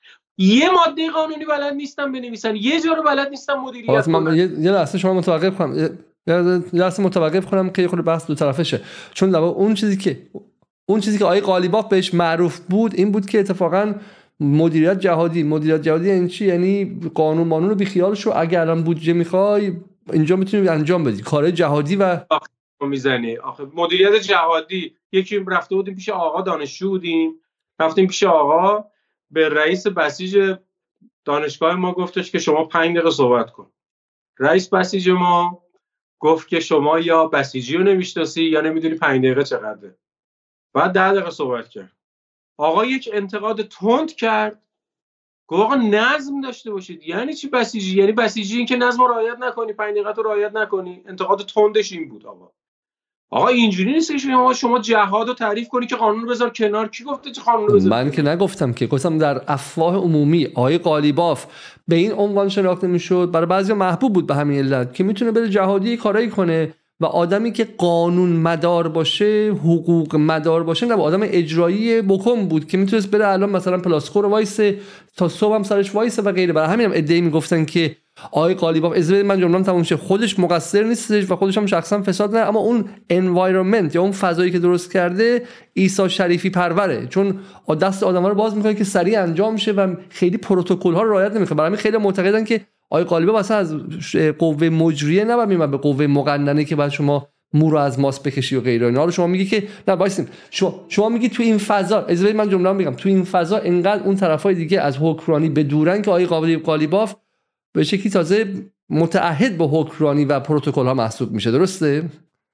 یه ماده قانونی بلد نیستن بنویسن، یه جا رو بلد نیستن مدیریت کنن. من یه لحظه شما متوقف کنم، یه لحظه متوقف کنم که خود بحث دو طرفه شه. چون در اون چیزی که آقای قالیباف بهش معروف بود این بود که اتفاقا مدیریت جهادی یعنی چی؟ یعنی قانون رو بی خیال شو، اگه الان بودجه میخوای اینجا میتونی انجام بدی کارهای جهادی و میزنی. آخه مدیریت جهادی، یکی رفته بودیم پیش آقا، دانشجو بودیم، رفتیم پیش آقا، به رئیس بسیج دانشگاه ما گفتش که شما 5 دقیقه صحبت کن. رئیس بسیج ما گفت که شما یا بسیجی رو نمیشناسی یا نمیدونی 5 دقیقه چقدره. بعد 10 دقیقه صحبت کرد. آقا یک انتقاد تند کرد، گفت آقا نظم داشته باشید. یعنی چی بسیجی؟ یعنی بسیجی این که نظم رو رعایت نکنی، 5 دقیقه رو رعایت نکنی. انتقاد تندش این بود. آقا اینجوری نیست که شما جهاد رو تعریف کنی که قانون رو بذار کنار. کی گفته که قانون رو بذار من که نگفتم، که گفتم در افواه عمومی آقای قالیباف به این عنوان شناخته میشد، برای بعضی محبوب بود به همین علت که میتونه بره جهادی کارایی کنه و آدمی که قانون مدار باشه، حقوق مدار باشه، نه آدم اجرایی بکن بود که میتونست بره الان مثلا پلاسکو رو وایسه تا صبح هم سرش وایسه و غیره. برای همین هم ادعی میگفتن که آقای قالیباف، من جمله‌ام تموم شه، خودش مقصر نیستش و خودش هم شخصا فساد نه، اما اون انوایرمنت یا اون فضایی که درست کرده عیسی شریفی پروره، چون دست آدم‌ها رو باز میکنه که سریع انجام شه و خیلی پروتکل‌ها رو رعایت نمیکنه. برای همین خیلی معتقدن که آقای قالیباف اصلا از قوه مجریه نباید میاد به قوه مقننه که بعد شما مو رو از ماس بکشی و غیره. اینا رو شما میگی که نه وایسین، شما میگی تو این فضا، من جمله میگم، تو این فضا انقدر اون طرفای دیگه از حکمرانی بدورن که آقای قالیباف به شکلی تازه متعهد به حکمرانی و پروتکل ها محسوب میشه. درسته؟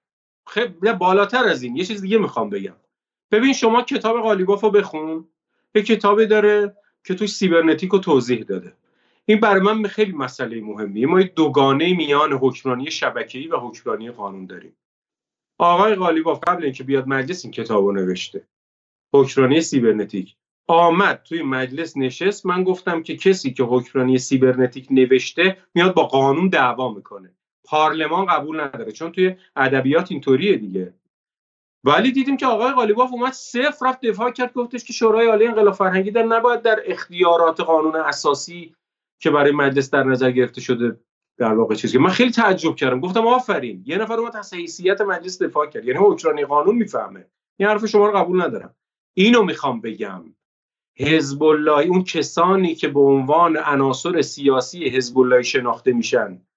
خب بالاتر از این یه چیز دیگه میخوام بگم. ببین شما کتاب قالیباف رو بخون، یه کتابی داره که توش سیبرنتیک رو توضیح داده. این برای من خیلی مسئله مهمیه. ما یک دوگانه میان حکمرانی شبکه‌ای و حکمرانی قانون داریم. آقای قالیباف قبل اینکه بیاد مجلس این کتابو نوشته، حکمرانی سیبرنتیک، آمد توی مجلس نشست. من گفتم که کسی که حکمرانی سیبرنتیک نوشته میاد با قانون دعوا میکنه، پارلمان قبول نداره، چون توی ادبیات اینطوریه دیگه. ولی دیدیم که آقای قالیباف اومد صفر رفت دفاع کرد، گفتش که شورای عالی انقلاب فرهنگی نباید در اختیارات قانون اساسی که برای مجلس در نظر گرفته شده در واقع چیزی. من خیلی تعجب کردم، گفتم آفرین، یه نفر اومد از حیثیت مجلس دفاع کرد، یعنی حکمرانی قانون میفهمه. این حرف شما رو قبول ندارم. اینو میخوام بگم، حزب الله، اون کسانی که به عنوان عناصر سیاسی حزب الله شناخته میشن،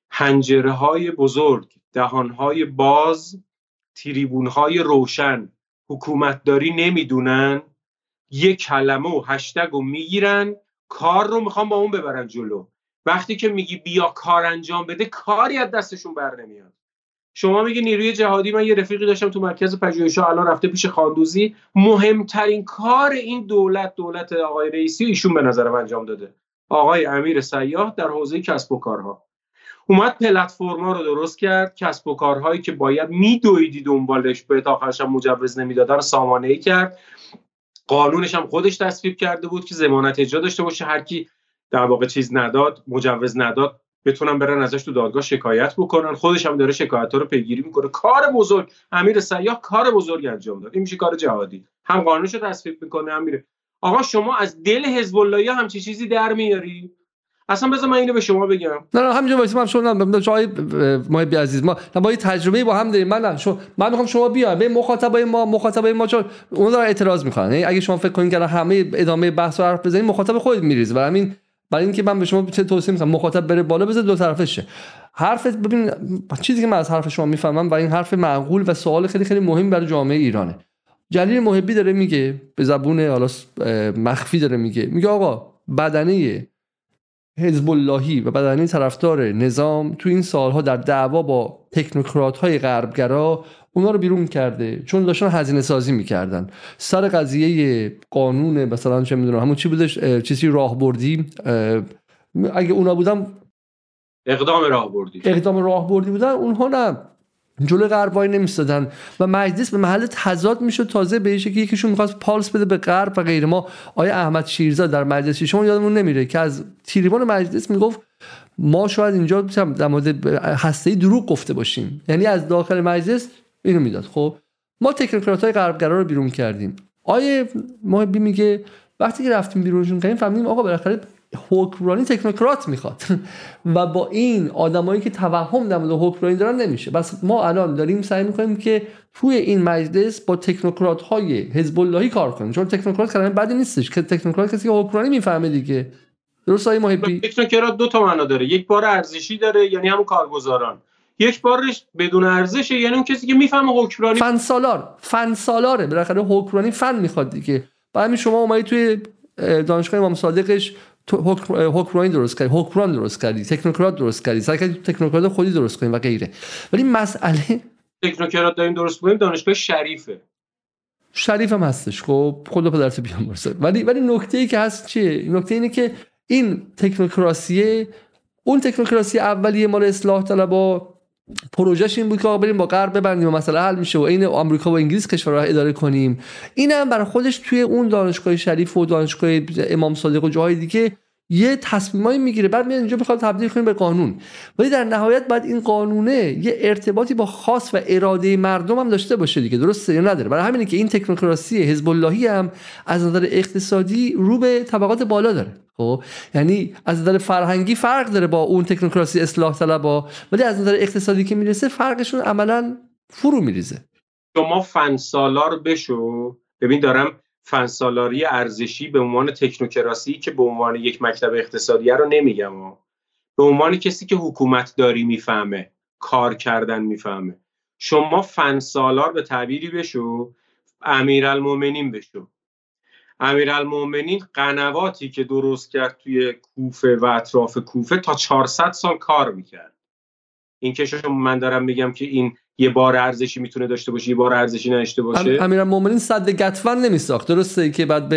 حنجره‌های بزرگ، دهان‌های باز، تریبون‌های روشن حکومتداری نمیدونن، یک کلمه و هشتگ رو میگیرن، کار رو میخوان با اون ببرن جلو. وقتی که میگی بیا کار انجام بده، کاری از دستشون بر نمیاد. شما میگی نیروی جهادی، من یه رفیقی داشتم تو مرکز پژوهش‌ها الان رفته پیش خاندوزی، مهمترین کار این دولت آقای رئیسی ایشون به نظرم انجام داده. آقای امیر سیاح در حوزه کسب و کارها اومد پلتفرما رو درست کرد، کسب و کارهایی که باید میدویدی دنبالش به آخرش هم مجوز نمیدادن سامانه‌ای کرد. قانونش هم خودش تصویب کرده بود که ضمانت اجرا داشته باشه، هر کی در واقع چیز نداد، مجوز نداد، بتونن برن ازش تو دادگاه شکایت بکنن. خودش هم داره شکایت‌ها رو پیگیری میکنه. کار بزرگ امیر سیاح کار بزرگ انجام داد. این میشه کار جهادی، هم قانونش رو تصویب میکنه هم میره. آقا شما از دل حزب اللهی هم چیزی در میاری؟ اصلا بذار من اینو به شما بگم. نه همینجا وایس من شما جای محبی عزیز، ما با این تجربه با هم داریم. من میخوام شما بیاین به مخاطبای ما چون اون داره اعتراض میکنن. یعنی اگه شما فکر کنین که همه ادامه بحث رو حرف بزنین، مخاطب خودت میریزه. برای اینکه من به شما چه توصیه میکنم، مخاطب بره بالا، بذار دو طرفه شه حرفت. ببین چیزی که من از حرف شما میفهمم و این حرف معقول و سوال خیلی خیلی مهم برای جامعه ایرانه. جلیل محبی داره میگه به زبون حالا مخفی داره میگه آقا بدنه حزب اللهی و بدنه طرفدار نظام تو این سالها در دعوا با تکنوکرات‌های غربگرا اونا رو بیرون کرده، چون داشتن هزینه سازی میکردن سر قضیه قانون مثلا چه میدونم همون چی بودش، چیزی راهبردی، اگه اونا بودن اقدام راهبردی بودن، اونها نه جلوی غرب وای نمیستادن و مجلس به محل تضاد میشد. تازه به که یکیشون میخواست پالس بده به غرب و غیر. ما آیه احمد شیرزاد در مجلس شما یادمون نمیره که از تریبون مجلس میگفت ما شاید اینجا در مورد هسته‌ای دروغ گفته باشیم، یعنی از داخل مجلس اینو میداد. خب ما تکنوکرات‌های غربگرا رو بیرون کردیم. آیه محبی میگه وقتی که رفتیم بیرونشون کردیم فهمیدیم آقا بالاخره حکمرانی تکنوکرات میخواد و با این آدمایی که توهم در مورد حکمرانی دارن نمیشه. بس ما الان داریم سعی میکنیم که توی این مجلس با تکنوکرات های حزب اللهی کار کنیم، چون تکنوکرات کلمه بدی نیستش که تکنوکرات کسی که حکمرانی میفهمه دیگه. درست آقای محبی؟ تکنوکرات دو تا معنا داره، یک بار ارزشی داره یعنی همون کارگزاران، یک بارش بدون ارزشه یعنی اون کسی که میفهمه حکمرانی. فن سالاره، بالاخره حکمرانی فن میخواد دیگه. بعد شما اومدید توی دانشگاه امام صادقش حکمرانی درست کردی، حکمران درست کردی، تکنوکرات درست کردی، سعی کردی تکنوکرات خودی درست کنی و غیره. ولی مسئله تکنوکرات داریم درست کنیم دانشگاه شریف هم هستش. خب خدا پدرت بیامرزه. ولی نکته‌ای که هست چیه؟ نکته اینه که این تکنوکراسیه، اون تکنوکراسی اولیه مال اصلاح طلبا، پروژهش این بود که آقا بریم با غرب ببندیم و مسئله حل میشه و این آمریکا و انگلیس کشورها اداره کنیم. اینم برای خودش توی اون دانشگاه شریف و دانشگاه امام صادق و جاهای دیگه یه تصمیمایی میگیره، بعد میاد اینجا بخواد تبدیل کنه به قانون. ولی در نهایت بعد این قانونه یه ارتباطی با خاص و اراده مردم هم داشته باشه دیگه، درسته یا نداره؟ برای همینه که این تکنوکراسی حزب اللهی هم از نظر اقتصادی رو به طبقات بالا داره. خب یعنی از نظر فرهنگی فرق داره با اون تکنوکراسی اصلاح طلبا، ولی از نظر اقتصادی که میرسه فرقشون عملاً فرو میریزه. شما فنسالار بشو، ببین دارم فنسالاری ارزشی به عنوان تکنوکراسی که به عنوان یک مکتب اقتصادی رو نمیگم، به عنوان کسی که حکومت داری میفهمه، کار کردن میفهمه. شما فنسالار به تعبیری بشو، امیرالمومنین بشو. امیرالمومنین قنواتی که درست کرد توی کوفه و اطراف کوفه تا 400 سال کار میکرد. این که شما من دارم میگم که این یه بار ارزشی میتونه داشته باشه، یه بار ارزشی نداشته باشه. امیرالمومنین سد گتفن نمیساخت، درسته که بعد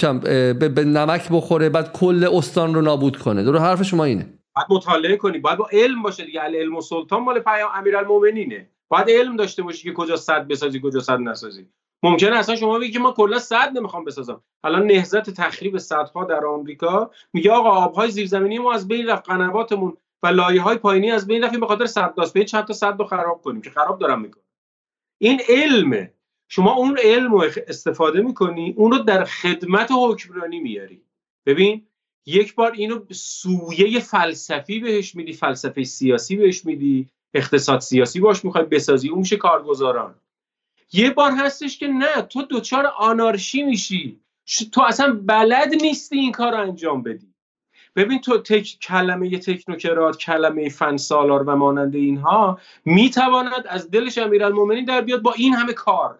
به نمک بخوره بعد کل استان رو نابود کنه. درست حرف شما اینه. باید مطالعه کنی، باید با علم باشه دیگه. العلم سلطان مال پیام امیرالمومنینه. باید علم داشته باشی که کجا سد بسازی کجا سد نسازی. ممکنه اصلا شما بگی که ما کلا سد نمیخوام بسازم. الان نهضت تخریب سدها در آمریکا میگه آقا آبهای زیرزمینی ما از بین رفت، قنواتمون و لایه‌های پایینی از بین رفت به خاطر سداست، به چند تا سد رو خراب کنیم که خراب دارن میکنن. این علمه. شما اون علم رو استفاده میکنی، اون رو در خدمت حکمرانی میاری. ببین یک بار اینو سویه فلسفی بهش میدی، فلسفه سیاسی بهش میدی، اقتصاد سیاسی باش میخوای بسازی، اون میشه کارگزاران. یه بار هستش که نه، تو دوچار آنارشی میشی، تو اصلا بلد نیستی این کار رو انجام بدی. ببین تو کلمه تکنوکرات، کلمه فنسالار و مانند اینها میتواند از دلش امیرالمومنین در بیاد با این همه کار.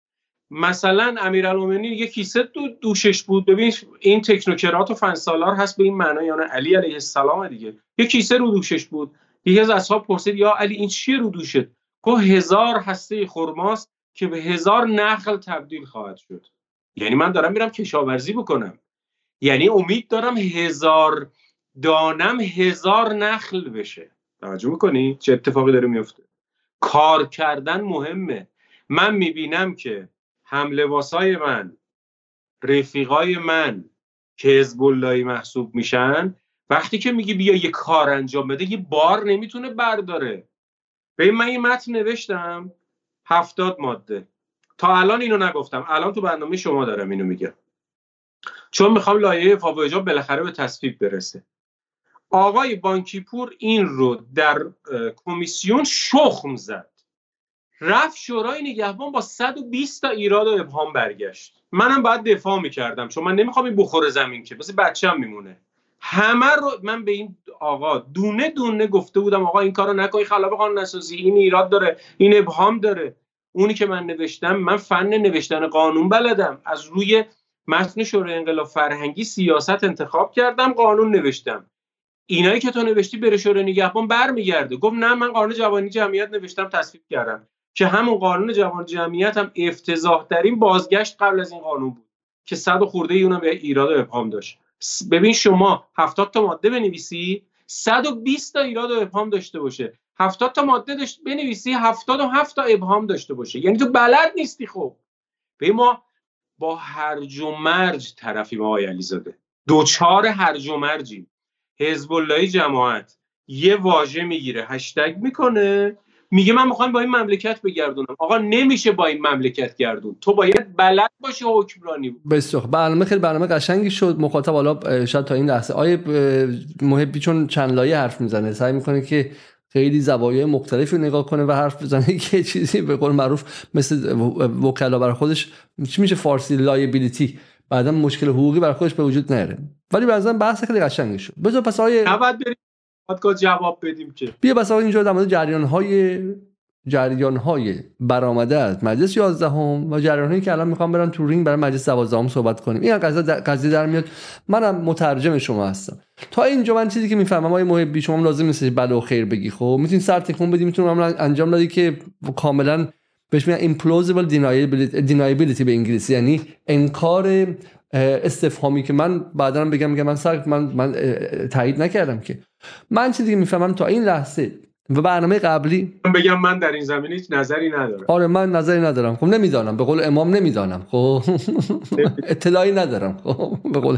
مثلا امیرالمومنین یه کیسه دوشش بود. ببین این تکنوکرات و فنسالار هست به این معنی، یعنی علی علیه السلام دیگه، یه کیسه رو دوشش بود. یکی از اصحاب پرسید یا علی این چیه رو دوشت؟ گفت 1000 هسته خرماست که به 1000 نخل تبدیل خواهد شد. یعنی من دارم میرم کشاورزی بکنم، یعنی امید دارم 1000 دانم 1000 نخل بشه. توجه میکنی چه اتفاقی داره میفته؟ کار کردن مهمه. من میبینم که هملباسای من، رفیقای من که حزب اللهی محسوب میشن، وقتی که میگی بیا یه کار انجام بده یه بار نمیتونه برداره. ببین من یه متن نوشتم 70 ماده، تا الان اینو نگفتم، الان تو برنامه شما دارم اینو میگم، چون میخوام لایحه افاق و اجاب بالاخره به تصویب برسه. آقای بانکیپور این رو در کمیسیون شخم زد، رفت شورای نگهبان با 120 تا ایراد و ابهام برگشت. منم باید دفاع میکردم چون من نمیخوام این بخوره زمین که مثل بچه‌م میمونه. همه رو من به این آقا دونه دونه گفته بودم آقا این کارو نکنی، خلاف قانون اساسی، این ایراد داره، این ابهام داره. اونی که من نوشتم، من فن نوشتن قانون بلدم، از روی متن شورای انقلاب فرهنگی سیاست انتخاب کردم، قانون نوشتم. اینایی که تو نوشتی بره شورای نگهبان برمیگرده. گفت نه من قانون جوانی جمعیت نوشتم تصویب کردم، که همون قانون جوانی جمعیت هم افتضاح ترین بازگشت قبل از این قانون بود که 100 خورده اونم به ایراد و ابهام داشت. ببین شما 70 تا ماده بنویسی 120 تا ایراد و ابهام داشته باشه، 70 تا ماده بنویسی 77 تا ابهام داشته باشه، یعنی تو بلد نیستی. خب ببین ما با هرج و مرج طرفیم آقای علیزاده، دوچار هرج و مرجیم. حزب اللهی جماعت یه واژه میگیره هشتگ میکنه میگه من میخوام با این مملکت بگردونم. آقا نمیشه با این مملکت گردون، تو باید بلد باشی حکمرانی. بسیار برنامه خیلی برنامه قشنگی شد. مخاطب حالا شاید تا این لحظه آیه محبی چون چند لایه حرف میزنه سعی میکنه که خیلی زوایای مختلفی نگاه کنه و حرف بزنه که چیزی به قول معروف مثل وکلا برای خودش چی میشه فارسی لایبیلیتی، بعدا مشکل حقوقی برای خودش به وجود نیاره. ولی بعضا بحث خیلی قشنگی شد. بذار پس آیه نباید بریم پادکست جواب بدیم که بیا بس اینجا در مورد جریان‌های برآمده از مجلس 11 و جریان‌هایی که الان میخوام برن تو رینگ برای مجلس 12 صحبت کنیم. این قضیه در میاد. منم مترجم شما هستم. تا اینجا من چیزی که میفهمم آقای محبی شما لازم نیست بلا و خیر بگی، خب میتونید سر تکون بدی، میتونم انجام بدی که کاملا بهش میگن implausible deniability به انگلیسی، یعنی انکار استفهامی که من بعداً بگم من تایید نکردم. که من چیزی که میفهمم تا این لحظه و برنامه قبلی بگم من در این زمینه هیچ نظری ندارم. آره من نظری ندارم. خب نمیدانم، به قول امام نمیدانم. خب اطلاعی ندارم. خب به قول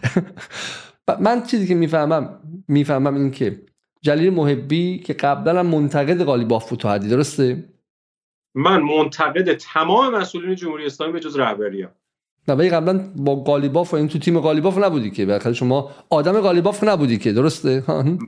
من چیزی که میفهمم این که جلیل محبی که قبلا هم منتقد قالیباف بود، تو حدی درسته؟ من منتقد تمام مسئولین جمهوری اسلامی به جز رهبری‌ها. نه ولی قبلا با قالیباف و این تو تیم قالیباف نبودی که، بالاخره شما آدم قالیباف نبودی که، درسته؟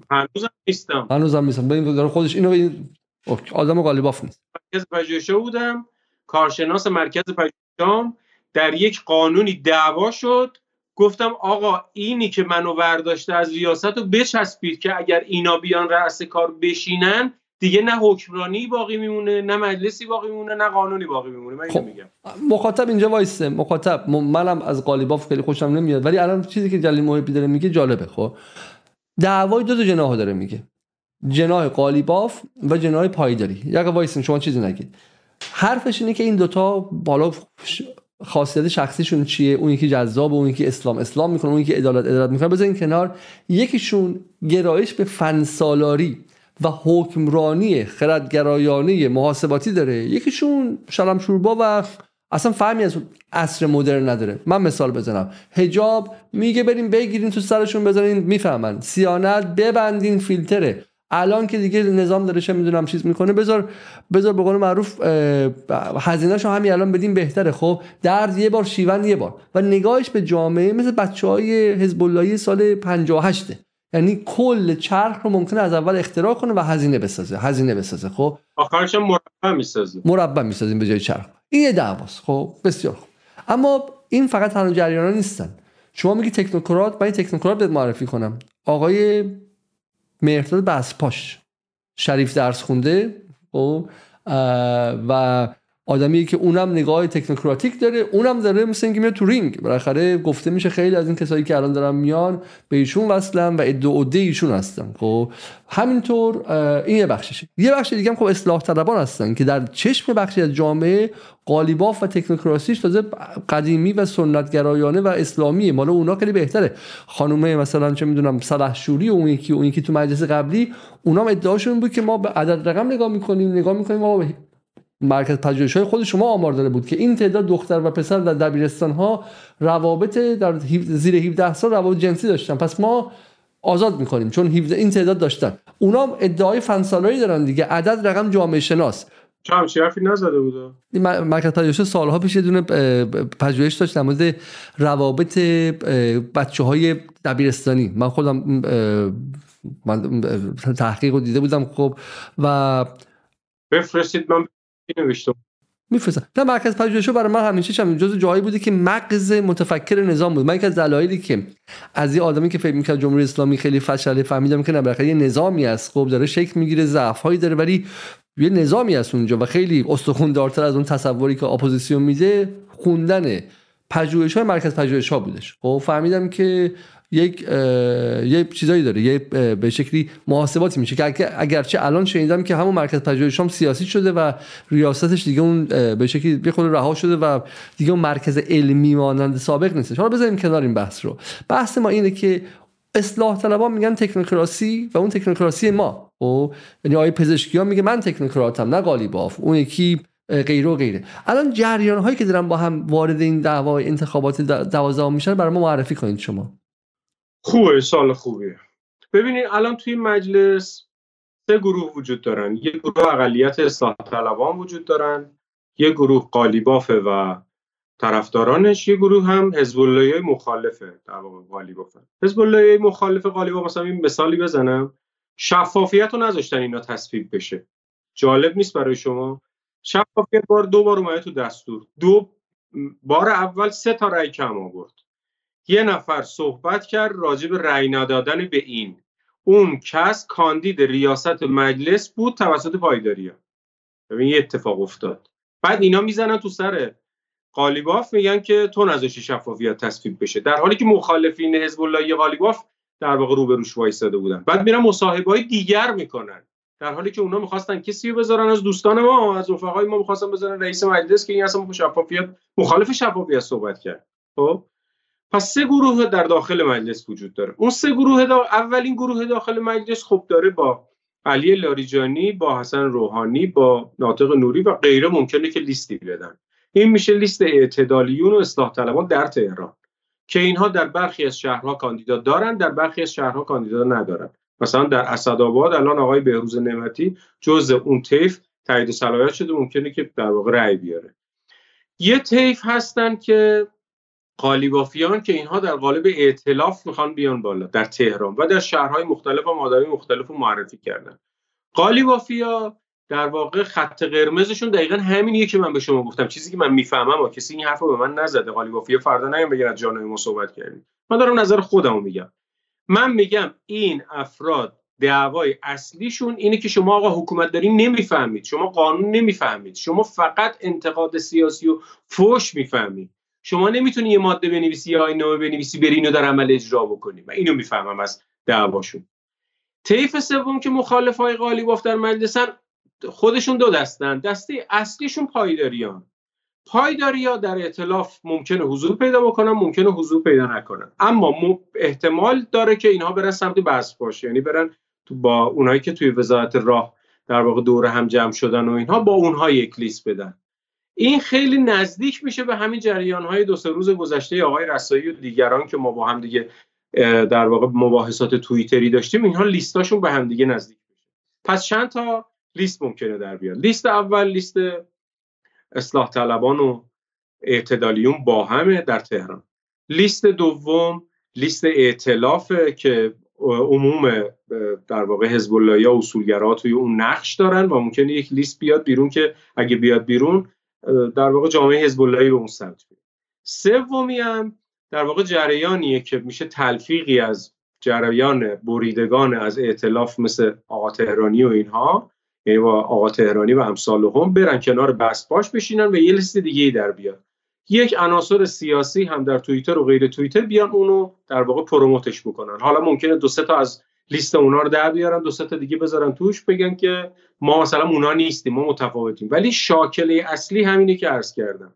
هنوزم نیستم. ببین داره خودش اینو آدم قالیباف نیست. مرکز پژوهشی بودم، کارشناس مرکز پژوهشی، در یک قانونی دعوا شد، گفتم آقا اینی که منو برداشته از ریاست رو بچسبید که اگر اینا بیان رأس کار بشینن دیگه نه حکمرانی باقی میمونه، نه مجلسی باقی میمونه، نه قانونی باقی میمونه. من اینو میگم. مخاطب اینجا وایسه. مخاطب منم از قالیباف خیلی خوشم نمیاد، ولی الان چیزی که جلیل محبی داره میگه جالبه. خب دعوای دو جناح داره میگه، جناح قالیباف و جناح پایداری. یک وایسین شما چیزی نگید. حرفش اینه که این دوتا بالا خاصیت شخصیشون چیه، اون یکی جذاب، اون یکی اسلام میکنه، اون یکی عدالت میکنه. بذارین کنار. یکیشون گرایش به فنسالاری و حکمرانی خردگرایانه محاسباتی داره، یکیشون شلم شوربا و اصلا فهمی از عصر مدرن نداره. من مثال بزنم، حجاب میگه بریم بگیرین تو سرشون بزنین میفهمن، سیانت ببندین فیلتره. الان که دیگه نظام داره چه میدونم چیز میکنه، بذار به قول معروف هزینه‌شو همین الان بدیم بهتره. خب درد یه بار شیون یه بار. و نگاهش به جامعه مثل بچهای حزب اللهی سال 58، یعنی کل چرخ رو ممکنه از اول اختراع کنه و هزینه بسازه. خب آخرش مربع میسازیم به جای چرخ. این یه دعواست. خب بسیار خوب. اما این فقط تنها جریانا نیستن. شما میگی تکنوکرات، من تکنوکرات بهت معرفی کنم. آقای مهرداد بسپاش، شریف درس خونده و آدمیه که اونم نگاه تکنوکراتیک داره، اونم داره مثل اینکه میاد تو رینگ. بالاخره گفته میشه خیلی از این کسایی که الان دارن میان به ایشون وصلن و عده ایشون هستن. خب همینطور این یه بخششه. یه بخش دیگه هم خب اصلاح طلبان هستن که در چشم بخشی از جامعه قالیباف و تکنوکراسیش تازه قدیمی و سنتگرایانه و اسلامیه، مال اونا خیلی بهتره. خانومه مثلا چه میدونم سلحشوری و اون یکی تو مجلس قبلی، اونام ادعاشون بود که ما به عدد رقم نگاه میکنیم ما مرکز پژوهش‌های خود شما آمار داده بود که این تعداد دختر و پسر در دبیرستان‌ها روابط در زیر 17 سال روابط جنسی داشتن، پس ما آزاد می‌کنیم چون 17 این تعداد داشتن. اونا ادعای فنسالاری دارن دیگه، عدد رقم جامعه شناس. چه حرفی نزده بود. مرکز پژوهش سالها پیش یه دونه پژوهش داشت در مورد روابط بچه‌های دبیرستانی. من خودم تحقیق رو دیده بودم. خب و بفرستید من نوشتم میفرستم. نه مرکز پژوهشو برای من همیشه جزو جایی بوده که مغز متفکر نظام بود. من یک از دلایلی که از این آدمی که فکر می‌کرد جمهوری اسلامی خیلی فشله فهمیدم که نه، بالاخره یه نظامی است، خب داره شکل میگیره، ضعف‌هایی داره ولی یه نظامی است اونجا و خیلی استخوان‌دارتر از اون تصوری که اپوزیسیون میده خوندن پژوهش‌های مرکز پژوهش‌ها بودش. خب فهمیدم که یه چیزایی داره، یه به شکلی محاسباتی میشه که اگرچه الان شنیدم که همون مرکز پژوهش هم سیاسی شده و ریاستش دیگه اون به شکلی به خود رها شده و دیگه اون مرکز علمی مانند سابق نیستش. حالا بذاریم کنار این بحث رو. بحث ما اینه که اصلاح طلبان میگن تکنوکراسی و اون تکنوکراسی ما، یعنی آقای پزشکیان میگه من تکنوکراتم نه قالیباف، اون یکی غیره و غیره. الان جریان هایی که دارن با هم وارد این دعوای انتخابات 12 میشن برای ما معرفی کنید شما. خوبه، سال خوبیه. ببینید الان توی مجلس 3 گروه وجود دارن. یک گروه اقلیت اصلاح طلبان وجود دارن، یک گروه قالیباف و طرفدارانش، یک گروه هم حزب اللهی مخالفه در واقع قالیباف. حزب اللهی مخالف قالیباف مثلا این مثالی بزنم، شفافیت رو نذاشتن اینا تصویب بشه. جالب نیست برای شما؟ شفافیت دو بار اومده تو دستور. بار اول 3 تا رأی کم آورد. یه نفر صحبت کرد راجع به رأی ندادن به این، اون کس کاندید ریاست مجلس بود توسط پایداری‌ها. ببین یه اتفاق افتاد. بعد اینا میزنن تو سر قالیباف میگن که تو نذاشتی شفافیت تصویب بشه، در حالی که مخالفین حزب اللهی قالیباف در واقع روبروش وایساده بودن. بعد میرن مصاحبه‌های دیگر میکنن در حالی که اونا میخواستن کسی رو بذارن از دوستان ما، از رفقای ما میخواستن بذارن رئیس مجلس که این اصلا شفافیت مخالف شفافیت صحبت کرد. خب پس 3 گروه در داخل مجلس وجود داره. اون 3 گروه اولین گروه داخل مجلس خب داره با علی لاریجانی، با حسن روحانی، با ناطق نوری و غیره ممکنه که لیستی بدن. این میشه لیست اعتدالیون و اصلاح طلبان در تهران که اینها در برخی از شهرها کاندیدا دارن، در برخی از شهرها کاندیدا ندارن. مثلا در اسدآباد الان آقای بهروز نعمتی جزء اون طیف تایید صلاحیت شده، ممکنه که در واقع رأی بیاره. یه طیف هستن که قالیبافیان که اینها در قالب ائتلاف میخوان بیان بالا در تهران و در شهرهای مختلف و آدمای مختلف رو معرفی کردن. قالیبافیا در واقع خط قرمزشون دقیقاً همینیه که من به شما گفتم، چیزی که من میفهمم و کسی این حرفو به من نزده. قالیبافیا فردا نگم بگن از جانب ما صحبت کردیم. من دارم نظر خودمو میگم. من میگم این افراد دعوای اصلیشون اینه که شما آقا حکومت دارین نمیفهمید، شما قانون نمیفهمید، شما فقط انتقاد سیاسی و فحش میفهمید. شما نمیتونی یه ماده بنویسی یا نامه بنویسی بری اینو در عمل اجرا بکنی. من اینو میفهمم از دعواشون. طیف سوم که مخالفای قالیباف در مجلسن خودشون دو دستن. دسته اصلیشون پایداری‌ها در ائتلاف ممکنه حضور پیدا بکنن، ممکنه حضور پیدا نکنن، اما احتمال داره که اینها برن سمت بسپاش، یعنی برن تو با اونایی که توی وزارت راه در واقع دور هم جمع شدن و اینها با اونها یک لیست بدن. این خیلی نزدیک میشه به همین جریان‌های 2-3 روز گذشته آقای رسایی و دیگران که ما با هم دیگه در واقع مباحثات توییتری داشتیم. اینها لیستاشون به هم دیگه نزدیک میشه. پس چند تا لیست ممکنه در بیاد. لیست اول لیست اصلاح طلبان و اعتدالیون با همه در تهران. لیست دوم لیست ائتلافه که عموم در واقع حزب اللهی یا اصولگرا توی اون نقش دارن و ممکنه یک لیست بیاد بیرون که اگه بیاد بیرون در واقع جامعه حزب اللهی به اون سمت میره. سومی هم در واقع جریانیه که میشه تلفیقی از جریان بریدگان از ائتلاف مثل آقا تهرانی و اینها، یعنی با آقا تهرانی و امثالهم برن کنار بسپاش بشینن و یه لیست دیگه‌ای در بیاد. یک عناصر سیاسی هم در توییتر و غیر توییتر بیان اونو در واقع پروموتش بکنن. حالا ممکنه دو سه تا از لیست اونا رو در بیارن، دو سه تا دیگه بذارن توش، بگن که ما مثلا اونا نیستیم، ما متفاوتیم. ولی شاکله اصلی همینه که عرض کردم.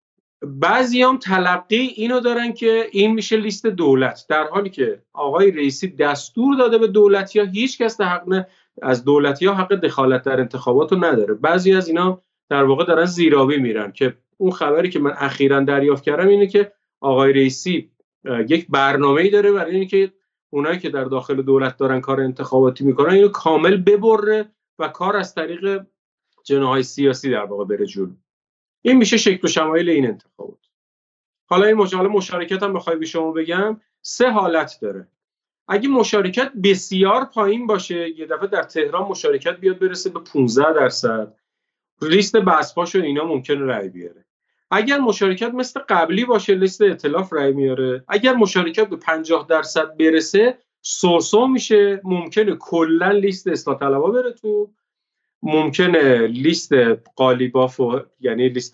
بعضیام تلقی اینو دارن که این میشه لیست دولت، در حالی که آقای رئیسی دستور داده به دولتی‌ها هیچ کس حق از دولتی‌ها حق دخالت در انتخابات رو نداره. بعضی از اینا در واقع دارن زیرابی میرن که اون خبری که من اخیراً دریافت کردم اینه که آقای رئیسی یک برنامه‌ای داره برای اینکه اونایی که در داخل دولت دارن کار انتخاباتی میکنن اینو کامل ببره و کار از طریق جناح‌های سیاسی در واقع بره جلو. این میشه شکل و شمایل این انتخابات. حالا این مشارکت هم بخوای به شما بگم 3 حالت داره. اگه مشارکت بسیار پایین باشه، یه دفعه در تهران مشارکت بیاد برسه به 15%، لیست بسپاش و اینا ممکنه رأی بیاره. اگر مشارکت مثل قبلی باشه، لیست ائتلاف رأی میاره. اگر مشارکت به 50% برسه، سرسو میشه، ممکنه کلا لیست اصلاح طلبها بره تو، ممکنه لیست قالیباف و یعنی لیست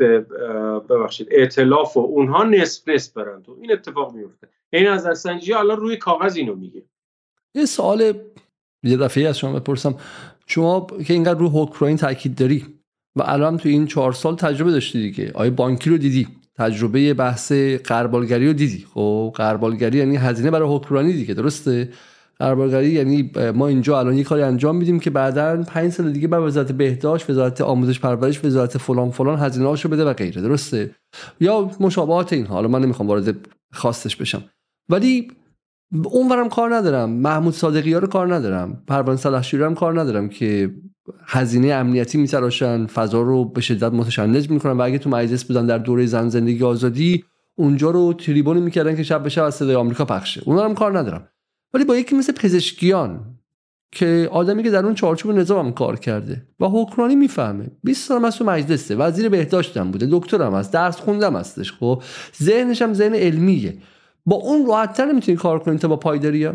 ائتلاف و اونها نصف برن تو. این اتفاق میفته. این نظرسنجی الان روی کاغذ اینو میگه. یه سوال یه دفعه از شما بپرسم، شما که اینقدر رو اوکراین تاکید داری و الان تو این 4 سال تجربه داشتی دیگه، آیه بانکی رو دیدی، تجربه بحث غربالگری رو دیدی. خب غربالگری یعنی هزینه برای اوکراینی دیگه، درسته؟ غربالگری یعنی ما اینجا الان یه کاری انجام میدیم که بعداً 5 سال دیگه بعد وزارت بهداشت، وزارت آموزش پرورش، وزارت فلان فلان هزینه‌اشو بده و غیره، درسته؟ یا مشابهات اینها. حالا من نمیخوام وارد خاصش بشم، ولی اونورم کار ندارم، محمود صادقی ها رو کار ندارم، پروانه صلاحشوری هم کار ندارم که هزینه امنیتی میتراشن، فضا رو به شدت متشنج میکنن و اگه تو مجلس بودن در دوره زن زندگی آزادی اونجا رو تریبونی میکردن که شب به شب از صدای آمریکا پخشه. اونا هم کار ندارم. ولی با یکی مثل پزشکیان که آدمی که در اون چارچوب نظام هم کار کرده و اوکراینی میفهمه، 20 سال از تو مجلسه، وزیر بهداشت هم بوده، دکترم هست، درس خوندم هستش، خب ذهنش هم ذهن علمیه، با اون راحت‌تر نمیتونی کار کنی تا با پایداری‌ها؟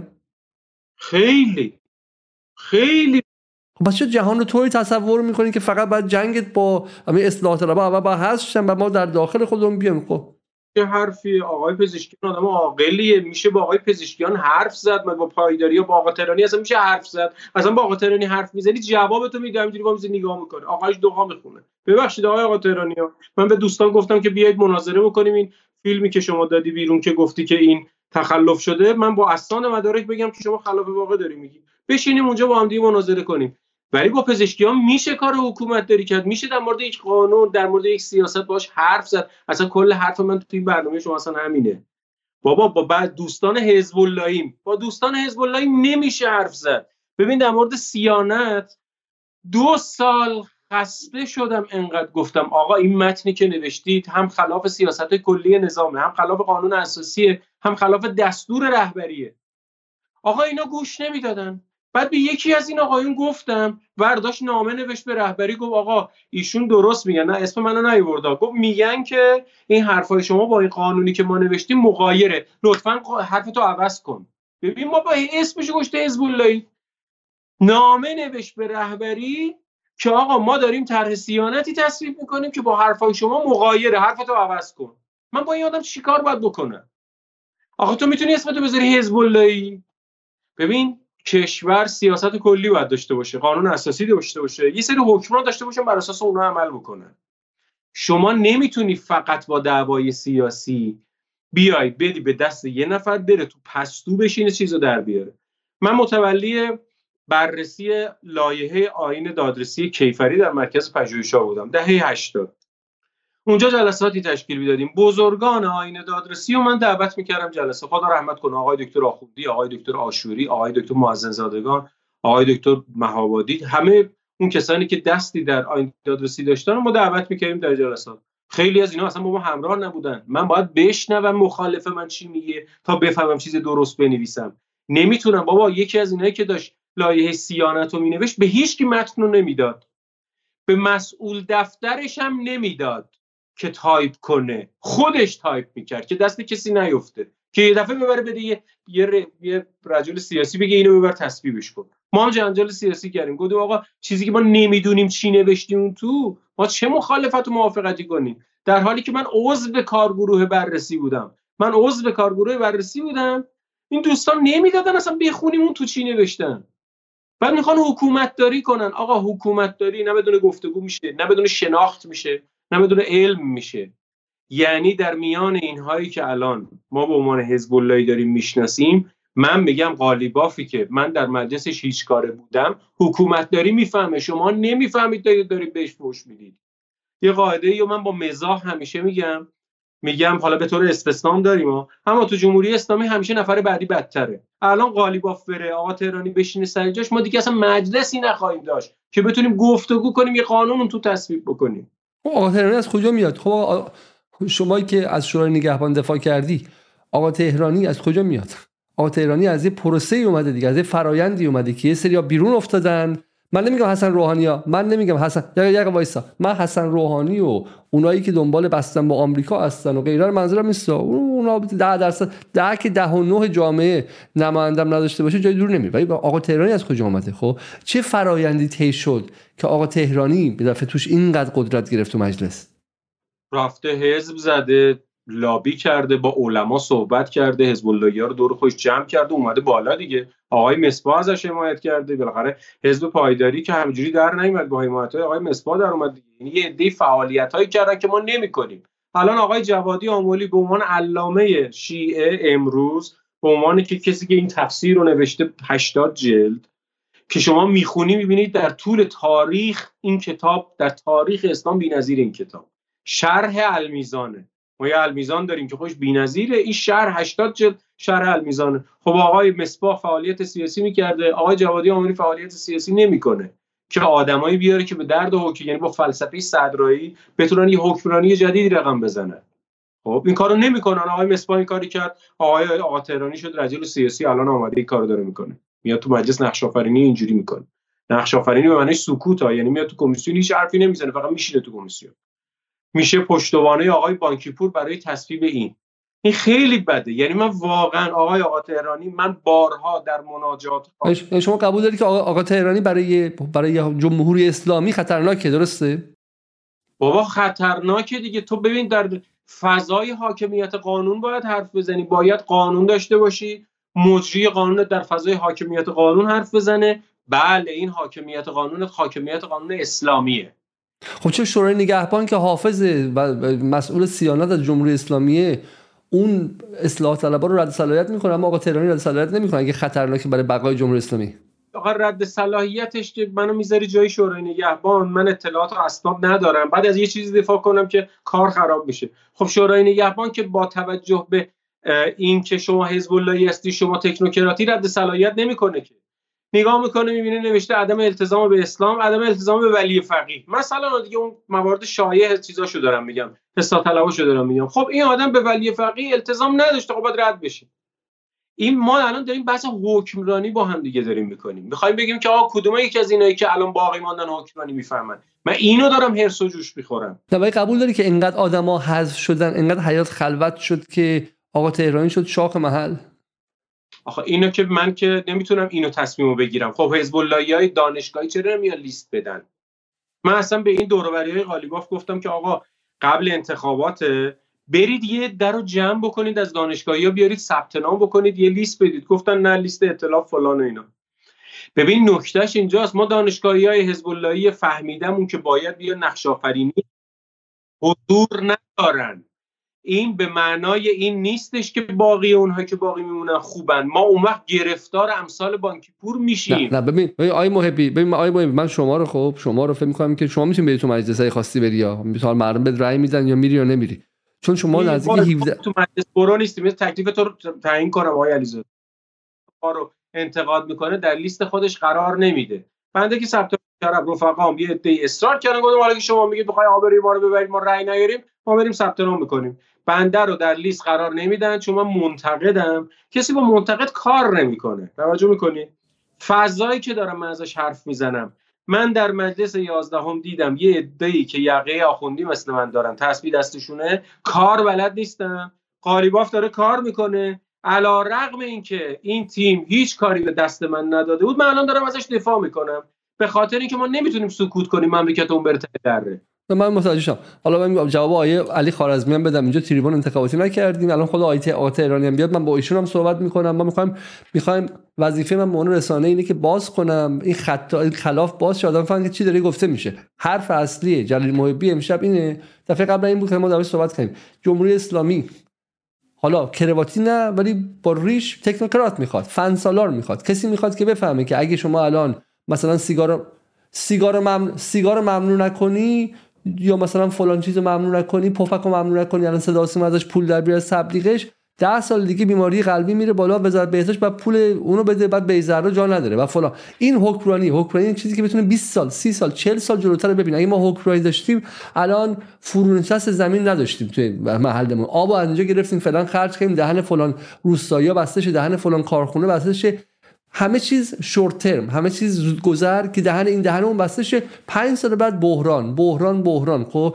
خیلی خیلی. بس چه جهان رو طوری تصور میکنی که فقط باید جنگت با همین اصلاح طلبها اول با حذف شن و ما در داخل خودمون بیام؟ خب چه حرفی؟ آقای پزشکیان آدم عاقلیه، میشه با آقای پزشکیان حرف زد؟ من با پایداری و با آقا تهرانی اصلا میشه حرف زد؟ اصلا با آقا تهرانی حرف میزنی جوابتو میده، همینجوری وامزی نگاه میکنه، آقاش دعا میخونه. ببخشید آقا تهرانی ها، من به دوستان گفتم که بیایید مناظره بکنیم، این فیلمی که شما دادی بیرون که گفتی که این تخلف شده، من با اسناد مدارک بگم که شما خلاف واقع داری میگی، بشینیم اونجا با هم دیگه مناظره کنیم. ولی با پزشکیان میشه کار حکومت داری کرد، میشه در مورد یک قانون، در مورد یک سیاست باش حرف زد. اصلا کل حرف من تو این برنامه شما اصلا همینه. بابا با بعد دوستان حزب اللهیم، با دوستان حزب اللهی نمیشه حرف زد. ببین در مورد صیانت 2 سال خسته شدم، انقدر گفتم آقا این متنی که نوشتید هم خلاف سیاست کلی نظامه، هم خلاف قانون اساسیه، هم خلاف دستور رهبریه. آقا اینا گوش نمیدادن. بعد به یکی از این آقایون گفتم، برداشت نامه نوشت به رهبری، گفت آقا ایشون درست میگن، نه اسم منو نیورد، گفت میگن که این حرفای شما با این قانونی که ما نوشتیم مغایره، لطفاً حرفتو عوض کن. ببین ما با اسمش گشته حزب اللهی، نامه نوشت به رهبری که آقا ما داریم طرح صیانتی تصویب میکنیم که با حرفای شما مغایره، حرفتو عوض کن. من با این آدم چیکار باید بکنم؟ آقا تو میتونی اسمتو بذاری حزب اللهی؟ ببین کشور سیاست کلی باید داشته باشه، قانون اساسی داشته باشه، یه سری حکمران داشته باشن بر اساس اونها عمل بکنن. شما نمیتونی فقط با دعوای سیاسی بیای بدی به دست یه نفر بره تو پستو بشینه چیزو در بیاره. من متولی بررسی لایحه آیین دادرسی کیفری در مرکز پژوهش‌ها بودم دهه 80. اونجا جلساتی تشکیل میدادیم، بزرگان آیین دادرسی رو من دعوت میکردم جلسه. خدا رحمت کنه آقای دکتر آخوندی، آقای دکتر آشوری، آقای دکتر معزن زادگان، آقای دکتر مهابادی، همه اون کسانی که دستی در آیین دادرسی داشتن رو ما دعوت میکردیم در جلسات. خیلی از اینا اصلا با ما همراه نبودن، من باید بشنوم مخالف من چی میگه تا بفهمم چیز درست بنویسم. نمیتونم بابا. یکی از اینایی که داشت لایحه صیانت رو مینوشت به هیچ کی متن رو نمیداد، به مسئول دفترش هم نمیداد که تایپ کنه، خودش تایپ میکرد که دست کسی نیفته، که یه دفعه ببره بده یه یه رجل سیاسی بگه اینو ببر تصویبش کن. ما هم جنجال سیاسی کردیم، گفتیم آقا چیزی که ما نمیدونیم چی نوشتیم اون تو، ما چه مخالفت و موافقتی کنیم؟ در حالی که من عضو کارگروه بررسی بودم، این دوستان نمیدادن اصلا بخونیم اون تو چی نوشتن. بعد میخوان حکومت داری کنن. آقا حکومت داری نه بدون گفتگو میشه، نه بدون شناخت میشه، نه بدون علم میشه. یعنی در میان اینهایی که الان ما به عنوان حزب اللهی داریم میشناسیم، من میگم قالیبافی که من در مجلسش هیچ کاره بودم، حکومت داری میفهمه، شما نمیفهمید، دارید بهش فحش میدید. یه قاعده رو من با مزاح همیشه میگم حالا به طور استثنام داریم اما تو جمهوری اسلامی همیشه نفر بعدی بدتره. الان قالیباف بره، آقا تهرانی بشینه سر جاش، ما دیگه اصلا مجلسی نخواهیم داشت که بتونیم گفتگو کنیم، یه قانون تو تصویب بکنیم. آقا تهرانی از کجا میاد؟ خب شما که از شورای نگهبان دفاع کردی، آقا تهرانی از کجا میاد؟ آقا تهرانی از یه پروسه اومده دیگه، از یه فرایندی اومده که یه سریا بیرون افتادن. من نمیگم حسن روحانی‌ها، من نمیگم حسن یک وایسا، من حسن روحانی و اونایی که دنبال بستن با آمریکا هستن و غیره منظورم نیست. اونا 10% 10.9 جامعه نمایندم نداشته باشه جای دور نمیره. ولی آقا تهرانی از کجا اومده؟ خب چه فرایندی طی شد که آقا تهرانی به دفعه توش اینقدر قدرت گرفت تو مجلس؟ رفته حزب زده، لابی کرده، با علما صحبت کرده، حزب اللهی‌ها رو دور خودش جمع کرده، اومده بالا دیگه. آقای مصباح ازش حمایت کرده، بالاخره حزب پایداری که همینجوری در نمیاد، با حمایت‌های آقای مصباح در اومد دیگه. یعنی یه عده فعالیت‌هایی کردن که ما نمی‌کنیم. الان آقای جوادی آملی به عنوان علامه شیعه امروز، به عنوان که کسی که این تفسیر رو نوشته 80 جلد که شما میخونی میبینید در طول تاریخ این کتاب، در تاریخ اسلام بی‌نظیر این کتاب شرح المیزانه. ما یه المیزان داریم که خوش بی‌نظیره، این شرح 80 جلد شرح المیزانه. خب آقای مصباح فعالیت سیاسی میکرده، آقای جوادی آملی فعالیت سیاسی نمیکنه که آدمایی بیاره که به درد حکم، یعنی با فلسفه صدرایی بتونن یه حکمرانی جدیدی رقم بزنن. خب این کارو نمیکنن. آقای مصباح این کاری کرد، آقا تهرانی شد رجل سیاسی، الان اومده این کارو داره میکنه، میاد تو مجلس نقش آفرینی اینجوری میکنه. نقش آفرینی به معنی سکوت ها، یعنی میاد تو کمیسیون هیچ حرفی نمیزنه، فقط میشینه تو کمیسیون، میشه پشتوانه آقای بانکیپور برای تصویب این خیلی بده. یعنی من واقعا آقا تهرانی، من بارها در مناجات شما قبول دارید که آقا تهرانی برای جمهوری اسلامی خطرناکه، درسته؟ بابا خطرناکه دیگه. تو ببین در فضای حاکمیت قانون باید حرف بزنی، باید قانون داشته باشی، مجری قانون در فضای حاکمیت قانون حرف بزنه. بله این حاکمیت قانون اسلامیه. خب چه شورای نگهبان که حافظ و مسئول صیانت از جمهوری اسلامیه اون اصلاح طلبها رو رد صلاحیت میکنه، اما آقا تهرانی رد صلاحیت نمیکنه اگه خطرناکه برای بقای جمهوری اسلامی؟ آقا رد صلاحیتش که منو میذاری جای شورای نگهبان، من اطلاعات و اسناد ندارم، بعد از یه چیزی دفاع کنم که کار خراب میشه. خب شورای نگهبان که با توجه به این که شما حزب اللهی هستی، شما تکنوکراتی، رد صلاحیت نمیکنه که. نگاه میکنه میبینه نوشته عدم التزام به اسلام، عدم التزام به ولی فقیه مثلا، دیگه اون موارد شایع چیزاشو دارم میگم، اصلاح طلباشو دارم میگم. خب این آدم به ولی فقیه التزام نداشته، خب باید رد بشه. این ما الان داریم بحث حکمرانی با هم دیگه داریم میکنیم، میخوایم بگیم که آقا کدوم یکی از اینایی که الان باقی ماندن حکمرانی میفهمن. من اینو دارم هرس و جوش میخورم. ولی قبول داری که اینقدر آدما حذف شدن، اینقدر حیات خلوت شد که آقا تهرانی شد شاخ محل؟ آخه اینو که من که نمیتونم اینو تصمیمو بگیرم. خب حزب اللهیای دانشگاهی چرا نمیان لیست بدن؟ من اصلا به این دور و بریای قالیباف گفتم که آقا قبل انتخابات برید یه درو جمع بکنید از دانشگاهی‌ها، بیارید ثبت نام بکنید، یه لیست بدید. گفتن نه لیست ائتلاف فلان و اینا. ببین نکتهش اینجاست، ما دانشگاهی‌های حزب اللهی فهمیدمون که باید بیا نقش آفرینی حضور ندارن. این به معنای این نیستش که باقی اونها که باقی میمونن خوبن. ما اون وقت گرفتار امثال بانکیپور میشیم. نه ببین آقای محبی، من شما رو فکر می‌کنم که شما میتونید بری تو مجلسای خاصی بری، یا مثلا مردم به رأی میدن یا میری یا نمیری، چون شما نزدیک 17 تو مجلس برو نیستیم. تکلیف تو رو تعیین کنم آقای علیزاده. ما رو انتقاد میکنه در لیست خودش قرار نمیده. بنده که ثبت کردم، رفقام یه عده اصرار کردن، گفتم حالا که شما میگید بخوای آبروی ما رو ببرید ما رأی نیاریم، ما بریم ثبت نام میکنیم. بنده رو در لیست قرار نمیدن چون من منتقدم. کسی با منتقد کار نمیکنه. توجه میکنی؟ فضایی که دارم من ازش حرف میزنم، من در مجلس 11 دیدم یه عده‌ای که یقه آخوندی مثل من دارن، تسبیح دستشونه، کار بلد نیستن. قالیباف داره کار میکنه، علی‌رغم اینکه این تیم هیچ کاری به دست من نداده بود، من الان دارم ازش دفاع میکنم به خاطر اینکه ما نمیتونیم سکوت کنیم مملکت اون بره ته دره. من متوجه شدم. حالا من جواب آیه علی خوارزمیان بدم. اینجا تریبون انتخاباتی نکردیم، الان خود آیت ایرانی هم بیاد من با ایشون هم صحبت میکنم. ما میخوایم وظیفه من به عنوان رسانه اینه که باز کنم این خلاف باز شه، آدم فهمه که چی داره گفته میشه. حرف اصلی جلیل محبی امشب اینه، دفعه قبل این بود که ما درش صحبت کردیم، جمهوری اسلامی حالا کرواتی نه ولی با ریش تکنوکرات میخواد، فن سالار میخواد، کسی میخواد که بفهمه که اگه شما الان مثلا سیگار ممنوع نکنی یا مثلا فلان چیزو ممنوع نکنی، پفک رو ممنوع نکنی، الان صدا و سیما ازش پول در بیاره تبلیغش، 10 سال دیگه بیماری قلبی میره بالا، وزارت بهداشت بعد پول اونو بده، بعد بیزرا جا نداره و فلان. این حکمرانی چیزی که بتونه 20 سال 30 سال 40 سال جلوتر ببین. اگه ما حکمرانی داشتیم الان فرونشست زمین نداشتیم توی محلمون، آبو از اینجا گرفتیم فلان خرج کردیم، دهن فلان روستایی‌ها بسته شه، دهن فلان کارخونه بسته شه، همه چیز شورت ترم، همه چیز زودگذر که دهن این دهن اون بسته شه، 5 سال بعد بحران. خب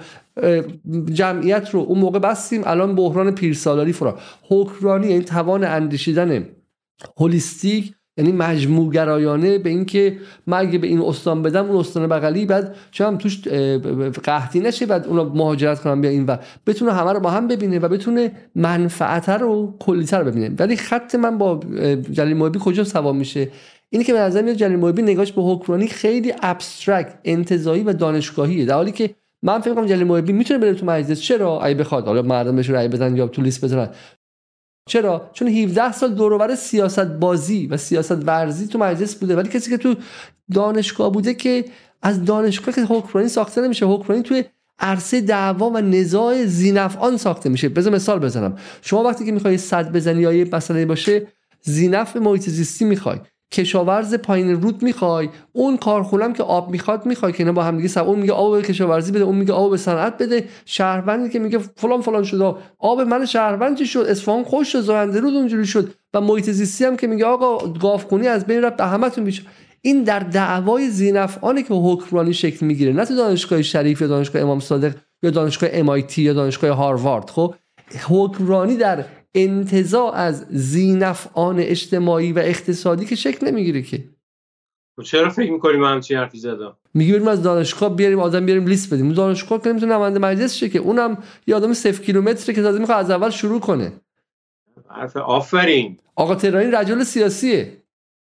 جمعیت رو اون موقع بستیم، الان بحران پیرسالاری فرا. حکمرانی یعنی توان اندیشیدن هولیستیک، یعنی مجموع گرایانه به این که من اگه به این استان بدم اون استان بغلی بعد چون توش قحطی نشه بعد اونا مهاجرت کنن بیا این و بتونه همه رو با هم ببینه و بتونه منفعت رو کلی‌تر ببینه. ولی خط من با جلیل محبی کجا سوا میشه؟ اینی که به نظر میاد جلیل محبی نگاهش به حکمرانی خیلی ابسترکت، انتزاعی و دانشگاهیه، در حالی که من فکر می‌کنم جلیل محبی میتونه بره تو مجلس. چرا؟ اگه بخواد حالا مردم بهش رأی بدن یا تو لیست بذارن. چرا؟ چون 17 سال دور و بر سیاست بازی و سیاست ورزی تو مجلس بوده، ولی کسی که تو دانشگاه بوده که از دانشگاه که حکمرانی ساخته نمیشه، حکمرانی توی عرصه دعوا و نزاع ذی‌نفعان ساخته میشه. بذار مثال بزنم. شما وقتی که میخوای صد بزنی یا یه مسئله باشه، ذی‌نفع محیط زیستی میخوای، کشاورز پایین رود میخوای، اون کارخونه‌ام که آب میخوای که اینا با هم دیگه اون میگه آب به کشاورزی بده، اون میگه آب به صنعت بده، شهروندی که میگه فلان شد، آب من شهروند چی شد، اصفهان خوش شد، زاینده رود اونجوری شد، و محیط زیستی هم که میگه آقا گاوخونی از بین رفت همتون میشه. این در دعوای ذی‌نفعانه که حکمرانی شکل میگیره، نه تو دانشگاه شریف یا دانشگاه امام صادق یا دانشگاه MIT یا دانشگاه هاروارد. خب حکمرانی در انتزاع از ذی‌نفعان اجتماعی و اقتصادی که شکل نمیگیره که. چرا فکر می‌کنی من همچین حرفی زدم؟ میگی بریم از دانشگاه بیاریم آدم بیاریم لیست بدیم. دانشگاه که نمیتونه نماینده مجلس شه که، اونم یه آدم 0 کیلومتره که تازه میخواد از اول شروع کنه. حرف آفرین. آقا تهرانی رجل سیاسیه،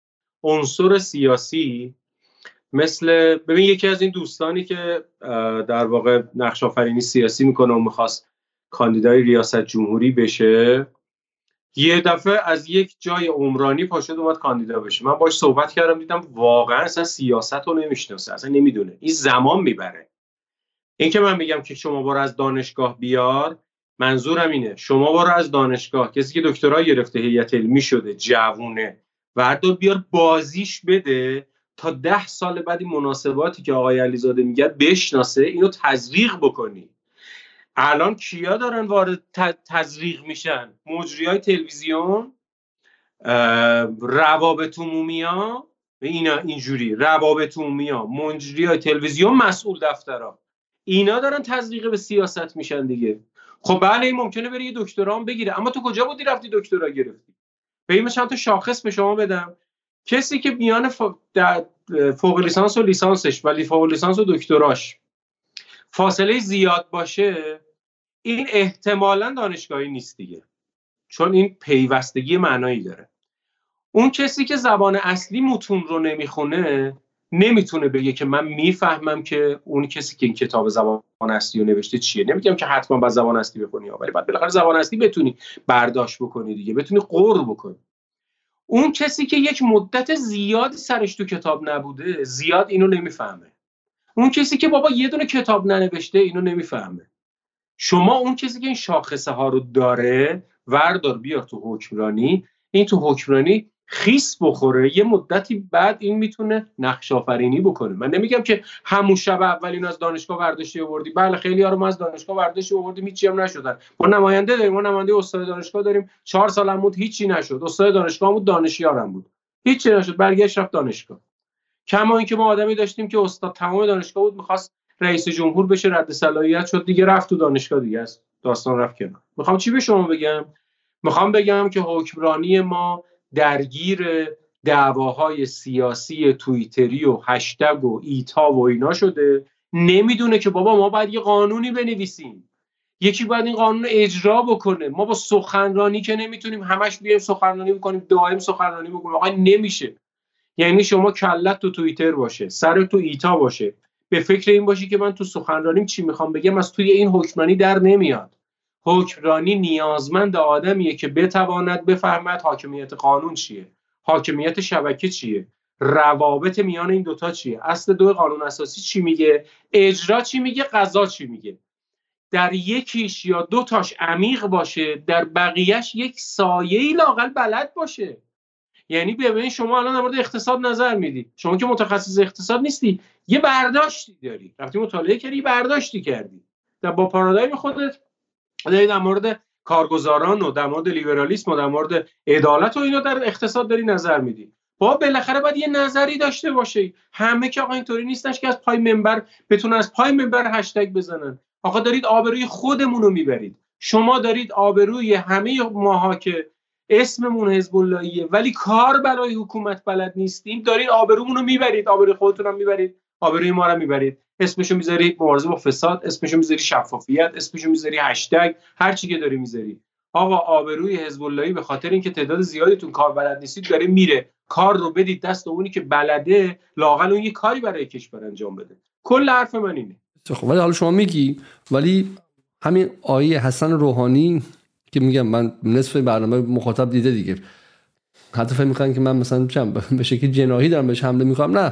عنصر سیاسی. مثل ببین یکی از این دوستانی که در واقع نقش آفرینی سیاسی میکنه و میخواست کاندیدای ریاست جمهوری بشه، یه دفعه از یک جای عمرانی پاشد اومد کاندیدا بشه. من باهاش صحبت کردم، دیدم واقعا اصلا سیاست رو نمیشناسه، اصلا نمیدونه، این زمان میبره. این که من میگم که شما برو از دانشگاه بیار، منظورم اینه شما برو از دانشگاه، کسی که دکترا گرفته، هیئت علمی شده، جوونه، وردار بیار بازیش بده تا 10 سال بعد این مناسباتی که آقای علیزاده میگه بشناسه، اینو تزریق بکنی. الان کیا دارن وارد تزریق میشن؟ مجریای تلویزیون، روابط عمومی‌ها، اینا اینجوری روابط عمومی‌ها، مجریای تلویزیون، مسئول دفترها، اینا دارن تزریق به سیاست میشن دیگه. خب بله این ممکنه بری یه دکترا هم بگیره، اما تو کجا بودی رفتی دکترا گرفتی؟ ببین چند تا شاخص به شما بدم. کسی که میان فوق لیسانس و لیسانسش ولی فوق لیسانس و دکتراش فاصله زیاد باشه، این احتمالاً دانشگاهی نیست دیگه، چون این پیوستگی معنایی داره. اون کسی که زبان اصلی متون رو نمیخونه نمیتونه بگه که من میفهمم که اون کسی که این کتاب زبان اصلی رو نوشته چیه. نمیگم که حتما باید زبان اصلی بخونی، ولی بعد بالاخره زبان اصلی بتونی برداشت بکنی دیگه، بتونی قور بکنی. اون کسی که یک مدت زیادی سرش تو کتاب نبوده زیاد اینو نمیفهمه. اون کسی که بابا یه دونه کتاب ننوشته اینو نمیفهمه. شما اون کسی که این شاخصه ها رو داره وردار بیار تو حکمرانی، این تو حکمرانی خیس بخوره، یه مدتی بعد این میتونه نقش آفرینی بکنه. من نمیگم که همون شب اول اینو از دانشگاه برداشتی آوردی، بله خیلی ها رو ما از دانشگاه برداشتی آوردیم هیچی هم نشدن. ما نماینده داریم، ما نماینده استاد دانشگاه داریم، 4 سال هم بود هیچی نشد، استاد دانشگاه بود دانشیارم بود، هیچی نشد، برگشت رفت دانشگاه. کما اینکه ما آدمی داشتیم که استاد تمام دانشگاه بود، می‌خواست رئیس جمهور بشه، رد صلاحیت شد دیگه، رفت تو دانشگاه دیگه، است داستان رفت کنار. میخوام چی به شما بگم؟ میخوام بگم که حکمرانی ما درگیر دعواهای سیاسی توییتری و هشتگ و ایتا و اینا شده، نمیدونه که بابا ما باید یه قانونی بنویسیم، یکی باید این قانون اجرا بکنه. ما با سخنرانی که نمیتونیم همش بیایم سخنرانی بکنیم، دائم سخنرانی بکنیم. آقا نمیشه. یعنی شما کلت تو توییتر باشه، سر تو ایتا باشه، به فکر این باشی که من تو سخنرانیم چی میخوام بگم، از توی این حکمرانی در نمیاد. حکمرانی نیازمند آدمیه که بتواند بفهمد حاکمیت قانون چیه، حاکمیت شبکه چیه، روابط میان این دوتا چیه، اصل دو قانون اساسی چی میگه، اجرا چی میگه، قضا چی میگه. در یکیش یا دو تاش عمیق باشه، در بقیهش یک سایه‌ای لااقل بلد باشه. یعنی ببین شما الان در مورد اقتصاد نظر میدی، شما که متخصص اقتصاد نیستی، یه برداشتی داری، رفتی مطالعه کردی، یه برداشتی کردی، با پارادایم خودت داری در مورد کارگزاران و در مورد لیبرالیسم و در مورد عدالت و اینا در اقتصاد داری نظر میدی. با بالاخره باید یه نظری داشته باشه. همه که آقا اینطوری نیستش که از پای منبر بتونن از پای منبر هشتگ بزنن. آقا دارید آبروی خودمون رو میبرید. شما دارید آبروی همه ماها که اسممون حزب اللهیه ولی کار برای حکومت بلد نیستیم، دارید آبرومون رو میبرید، آبروی خودتون هم میبرید، آبروی ما رو میبرید. اسمشو میذاری مبارزه با فساد، اسمشو میذاری شفافیت، اسمشو میذاری هشتگ، هر چی که داری میذاری. آقا آبروی حزب اللهی به خاطر اینکه تعداد زیادیتون کار بلد نیستید داره میره. کار رو بدید دست اونی که بلده، لااقل اون یه کاری برای کشور انجام بده. کل حرف من اینه. خب ولی حالا شما میگی، ولی همین آیه حسن روحانی که میگم من نصف برنامه مخاطب دیده دیگه، حتی فکر میکنن که من مثلا به شکل جناحی دارم بهش حمله میکنم. نه،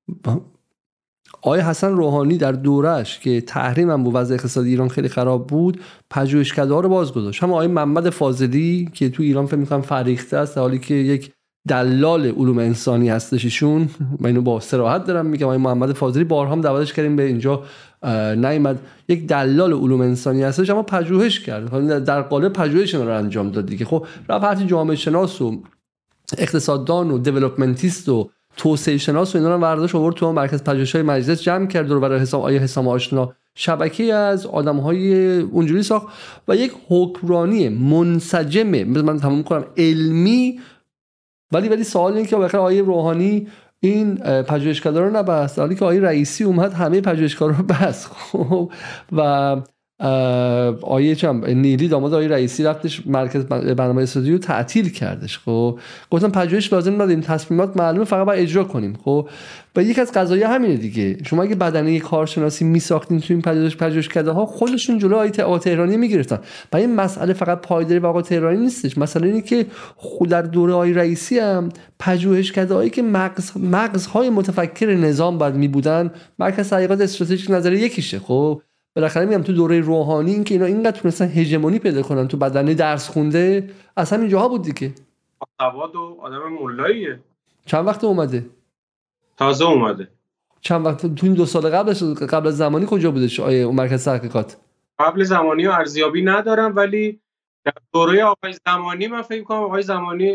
آیه حسن روحانی در دورش که تحریم هم بود، وضع اقتصادی ایران خیلی خراب بود، پژوهشکده‌ها رو باز گذاشت. هم آیه محمد فاضلی که تو ایران فکر میکنم فریخته است، حالی که یک دلال علوم انسانی هستش ایشون، من اینو با صراحت دارم میگم. آیه محمد فاضلی بارها هم دعوتش کردیم به اینجا نیامد، یک دلال علوم انسانی هستش اما پژوهش کرد، در قالب پژوهش رو انجام داد دیگه. خب رفت جامعه شناس و اقتصاددان و دیولپمنتیست و توسعه شناس و اینا رو برداشت آورد تو مرکز پژوهش‌های مجلس جمع کرد و برای حساب آیه حسام آشنا شبکه‌ای از آدم‌های اونجوری ساخت و یک حکمرانی منسجم، من تموم کنم، علمی. ولی سوال اینه که بالاخره آیه روحانی این پژوهشکارا رو نبست، حالی که آیه رئیسی اومد همه پژوهشکارا رو بست. خب و آیه نیلی داماد آیه رئیسی رفتش مرکز برنامه استودیو تعطیل کردش. خب گفتم پژوهش لازم نداریم، تصمیمات معلومه، فقط باید اجرا کنیم. خب و یک از قضایا همینه دیگه. شما اگه بدنه کارشناسی میساختین تو این پژوهشکده‌ها، خودشون جلوی آقای تهرانی میگرفتن. و این مسئله فقط پایداری به آقای تهرانی نیستش، مسئله اینه که خود در دوره آیه رئیسی هم پژوهشکده‌هایی که مغزهای متفکر نظام بعد میبودن، مرکز تحقیقات استراتژیک نظری یکیشه. خب بالاخره میگم تو دوره روحانی این که اینا اینقدر تونستن هژمونی پیدا کنن تو بدنه درس خونده، از همین جاها بود دیگه. سواد و آدم مولاییه. چند وقت اومده؟ تازه اومده. چند وقت تو این 2 سال قبل از زمانی کجا بودش اون مرکز تحقیقات؟ قبل زمانی و ارزیابی ندارم، ولی در دوره آقای زمانی من فکر کنم آقای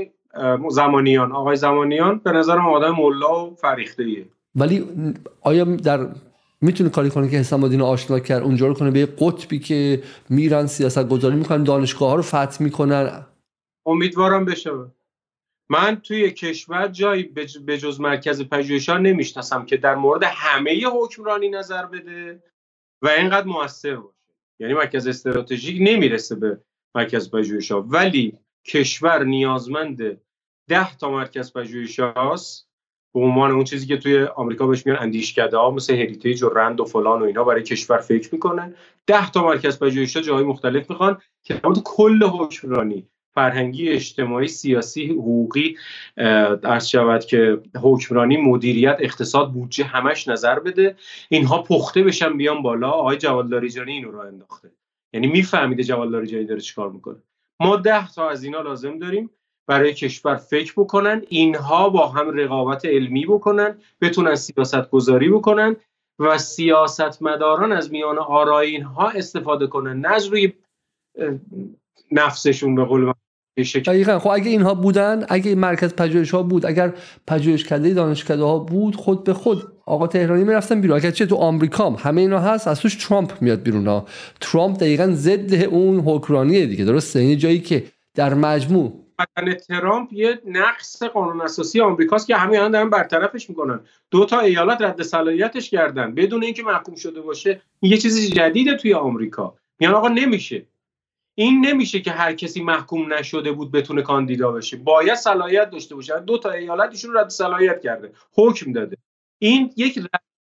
زمانیان به نظرم آدم مولا و فریخته‌ایه. ولی آیا میتونه کاری کنه که حسام الدین آشنا کرد اونجا رو کنه به قطبی که میرن سیاست گذاری میکنن، دانشگاه ها رو فتح میکنن؟ امیدوارم بشه. من توی کشور جایی به جز مرکز پژوهش‌ها نمیشناسم که در مورد همه حکمرانی نظر بده و اینقدر موثر باشه. یعنی مرکز استراتژیک نمیرسه به مرکز پژوهش‌ها، ولی کشور نیازمند 10 تا مرکز پژوهش‌هاست به عنوان اون چیزی که توی آمریکا بهش میگن اندیشکده‌ها، مثل هریتیج و رند و فلان و اینا، برای کشور فکر میکنن. 10 تا مرکز پژوهش‌ها جاهای مختلف میخوان که در مورد کل حکمرانی فرهنگی، اجتماعی، سیاسی، حقوقی، عرض شود که حکمرانی، مدیریت، اقتصاد، بودجه، همش نظر بده. اینها پخته بشن بیان بالا. آقای جواد لاریجانی اینو راه انداخته، یعنی میفهمیده جواد لاریجانی داره چیکار میکنه. ما 10 تا از اینا لازم داریم برای کشور فکر بکنن، اینها با هم رقابت علمی بکنن، بتونن سیاست گذاری بکنن و سیاستمداران از میان آرای اینها استفاده کنن، نه از روی نفسشون به قول من. دقیقاً. خب اگه اینها بودن، اگه مرکز پژوهش ها بود، اگر پژوهشکده دانشکده ها بود، خود به خود آقا تهرانی میرفتن بیرون. اگر چه تو آمریکا همه اینا هست، از توش ترامپ میاد بیرون ها. ترامپ دقیقاً ضد اون حکمرانیه دیگه، درسته؟ این جایی که در مجموع بدن ترامپ یه نقص قانون اساسی آمریکاست که همین الان دارن برطرفش میکنن. 2 تا ایالت رد صلاحیتش کردن بدون اینکه محکوم شده باشه. این یه چیز جدیده توی آمریکا. میگن آقا نمیشه، این نمیشه که هر کسی محکوم نشده بود بتونه کاندیدا بشه، باید صلاحیت داشته باشه. 2 تا ایالتشون رد صلاحیت کرده، حکم داده. این یک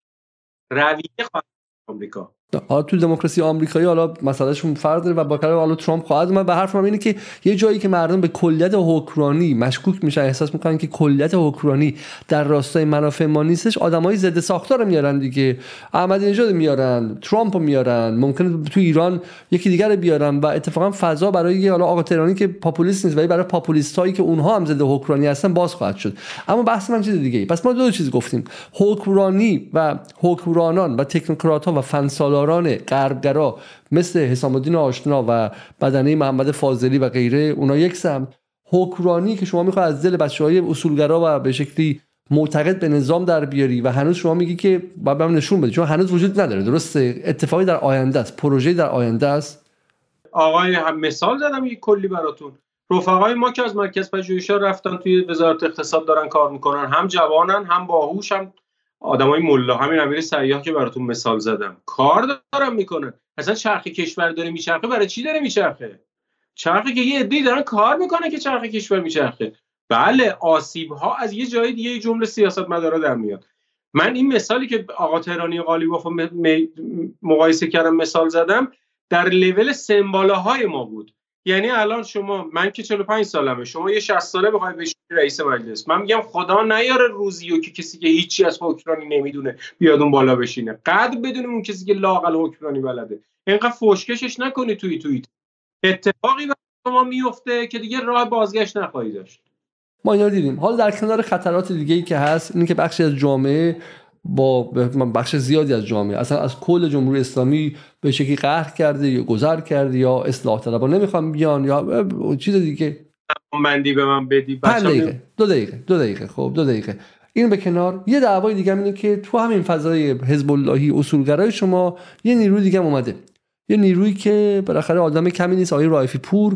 رویه خواهد آمریکا. حالا تو دموکراسی آمریکایی حالا مسئلهشون فرق داره و با کلام حالا ترامپ خواهد اومد. به حرف من اینه که یه جایی که مردم به کلیت حکمرانی مشکوک میشن، احساس میکنن که کلیت حکمرانی در راستای منافع ما نیستش، آدمای ضد ساختار میارن دیگه. احمدی نژاد میارن، ترامپ میارن، ممکنه تو ایران یکی دیگر رو بیارن و اتفاقا فضا برای حالا آقا تهرانی که پاپولیست نیست ولی برای پاپولیستایی که اونها هم ضد حکمرانی هستن باز خواهد شد. اما بحث من چیز دیگه ای. پس ما دو چیز گفتیم: حکمرانی و حکمرانان و تکنوکرات‌ها و فنسالاران غربگرا مثل حسام الدین آشنا و بدنه محمد فاضلی و غیره، اونا یک سمت. حکمرانی که شما میخوای از دل بچهای اصولگرا و به شکلی معتقد به نظام در بیاری و هنوز شما میگی که باید بهم نشون بدی چون هنوز وجود نداره. درسته؟ اتفاقی در آینده است، پروژه در آینده است. آقای هم مثال زدم یک کلی براتون. رفقای ما که از مرکز پژوهش‌ها رفتن توی وزارت اقتصاد دارن کار میکنن، هم جوانن، هم باهوش، هم آدمای ملا. همین امیر سیاح که براتون مثال زدم کار دارن میکنن. اصلا چرخ کشور داره میچرخه، برای چی داره میچرخه؟ چرخی که یه عده‌ای دارن کار میکنن که چرخ کشور میچرخه. بله، آسیب ها از یه جای دیگه جمله سیاستمدارا در میاد. من این مثالی که آقا تهرانی و قالیباف مقایسه کردم، مثال زدم، در لول سمبالاهای ما بود. یعنی الان شما، من که 45 سالمه، شما یه 60 ساله بخوای بشی رئیس مجلس، من میگم خدا نیاره روزیو که کسی که هیچی از حکمرانی نمیدونه بیاد اون بالا بشینه. قدر بدونیم اون کسی که لااقل حکمرانی بلده. اینقدر فوشکشش نکنی توییت. اتفاقی برای شما میفته که دیگه راه بازگشت نخواهی داشت. ما اینا دیدیم. حالا در کنار خطرات دیگه‌ای که هست، این که بخشی از جامعه، با بخش زیادی از جامعه اصلا از کل جمهوری اسلامی به شکلی قهر کرده یا گذر کرده یا اصلاح طلبا نمیخوام بیان یا چیز دیگه. بندی به من بدی 5 دقیقه 2 دقیقه خب 2 دقیقه این به کنار. یه دعوای دیگه اینه که تو همین فضای حزب اللهی اصولگرای شما یه نیروی دیگه اومده، یه نیرویی که بالاخره آدم کمی نیست، آقای رائفی پور،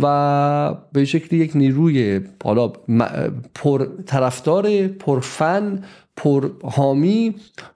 و به شکلی یک نیروی حالا پر طرفدار، پر فن، پر حامی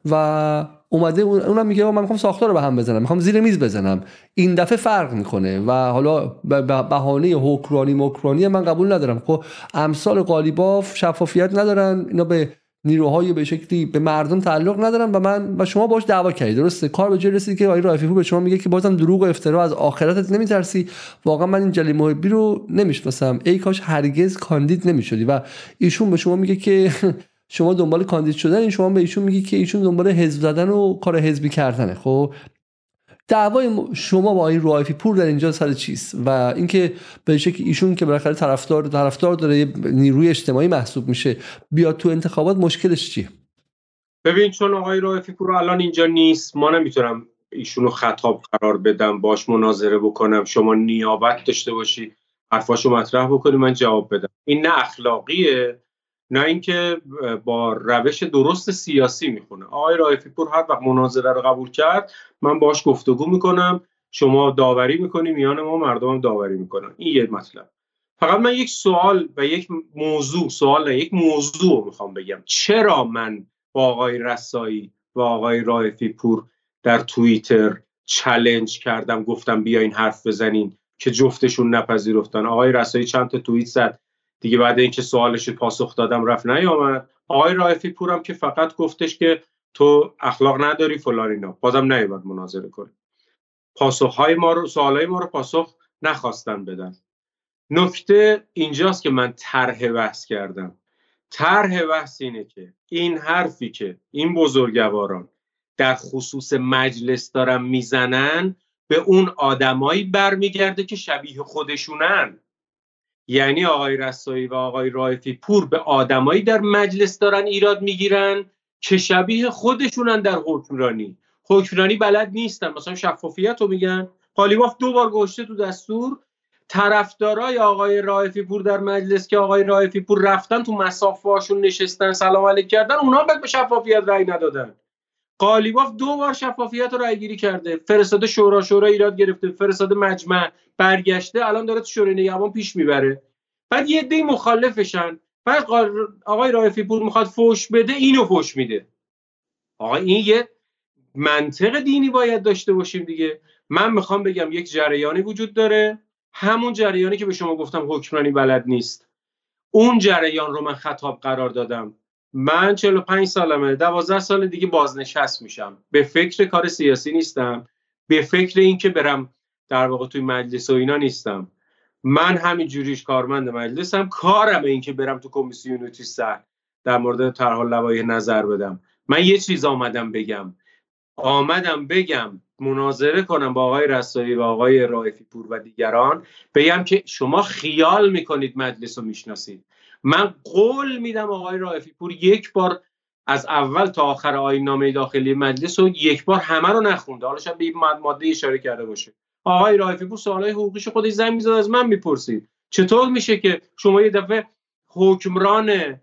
و اومده اونم میگه من میخوام ساختار رو به هم بزنم، میخوام زیر میز بزنم. این دفعه فرق میکنه و حالا بهانه حکمرانی من قبول ندارم. خب امثال قالیباف شفافیت ندارن، اینا به نیروهای به شکلی به مردم تعلق ندارن و من و شما باش دعوا کردید. درسته؟ کار به جای رسید که آقای رائفی پور به شما میگه که بازم دروغ و افترا، از آخرتت نمیترسی. واقعا من این جلی محبی رو نمیشناسم، ای کاش هرگز کاندید نمیشدی. و ایشون به شما میگه که شما دنبال کاندید شدن، این شما به ایشون میگی که ایشون دنبال حزب زدن و کار حزبی کردنه. خب دعوای شما با این رائفی پور در اینجا سر چیست؟ و اینکه به شکلی ایشون که بالاخره طرفدار داره، نیروی اجتماعی محسوب میشه، بیاد تو انتخابات، مشکلش چیه؟ ببین، چون آقای رائفی پور الان اینجا نیست، ما نمیتونم ایشونو خطاب قرار بدم، باش مناظره بکنم، شما نیابت داشته باشی حرفاشو مطرح بکنی من جواب بدم. این نه اخلاقیه، نه اینکه با روش درست سیاسی میخونه. آقای رائفی پور هر وقت مناظره رو قبول کرد، من باش گفتگو میکنم، شما داوری میکنی، میان ما مردم داوری میکنن. این یه مطلب. فقط من یک سوال و یک موضوع میخوام بگم. چرا من با آقای رسایی و آقای رائفی پور در توییتر چالش کردم، گفتم بیاین حرف بزنین، که جفتشون نپذیرفتن. آقای رسایی چند تا توییت زد دیگه، بعد اینکه سوالش پاسخ دادم رفت نیامد. آقای رائفی پورم که فقط گفتش که تو اخلاق نداری فلان اینا، بازم نیومد مناظره کنه. پاسخهای ما رو، سوالای ما رو پاسخ نخواستن بدن. نکته اینجاست که من طرح بحث کردم. طرح بحث اینه که این حرفی که این بزرگواران در خصوص مجلس دارن میزنن به اون آدمایی برمیگرده که شبیه خودشونن. یعنی آقای رسایی و آقای رائفی پور به آدمایی در مجلس دارن ایراد میگیرن که شبیه خودشونن در حکمرانی بلد نیستن. مثلا شفافیت رو میگن، قالیباف 2 بار گوشته تو دستور. طرفدارای آقای رائفی پور در مجلس که آقای رائفی پور رفتن تو مصافه‌هاشون نشستن سلام علیک کردن، اونا به شفافیت رأی ندادن. قالیباف 2 بار شفافیت رو رایگیری کرده، فرستاده شورا ایراد گرفته، فرستاده مجمع، برگشته، الان داره تو شورای نگهبان پیش میبره. بعد یه عده مخالفشن، بعد آقای رائفی پور میخواد فوش بده، اینو فوش میده. آقا این یه منطق دینی باید داشته باشیم دیگه. من میخوام بگم یک جریانی وجود داره، همون جریانی که به شما گفتم حکمرانی بلد نیست، اون جریان رو من خطاب قرار دادم. من 45 سالمه، 12 سال دیگه بازنشست میشم، به فکر کار سیاسی نیستم، به فکر این که برم در واقع توی مجلس و اینا نیستم. من همین جوریش کارمند مجلسم، کارم این که برم تو کمیسیون و توی سر در مورد طرح لوایح نظر بدم. من یه چیز آمدم بگم مناظره کنم با آقای رسایی و آقای رائفی پور و دیگران، بگم که شما خیال میکنید مجلس رو میشناسید. من قول میدم آقای رائفی پور یک بار از اول تا آخر آیین‌نامه داخلی مجلس رو یک بار همه رو نخونده، حالا شاید به این ماده اشاره کرده باشه. آقای رائفی پور سوالای حقوقیش خودش زنگ میزد، از من میپرسید چطور میشه که شما یه دفعه حکمران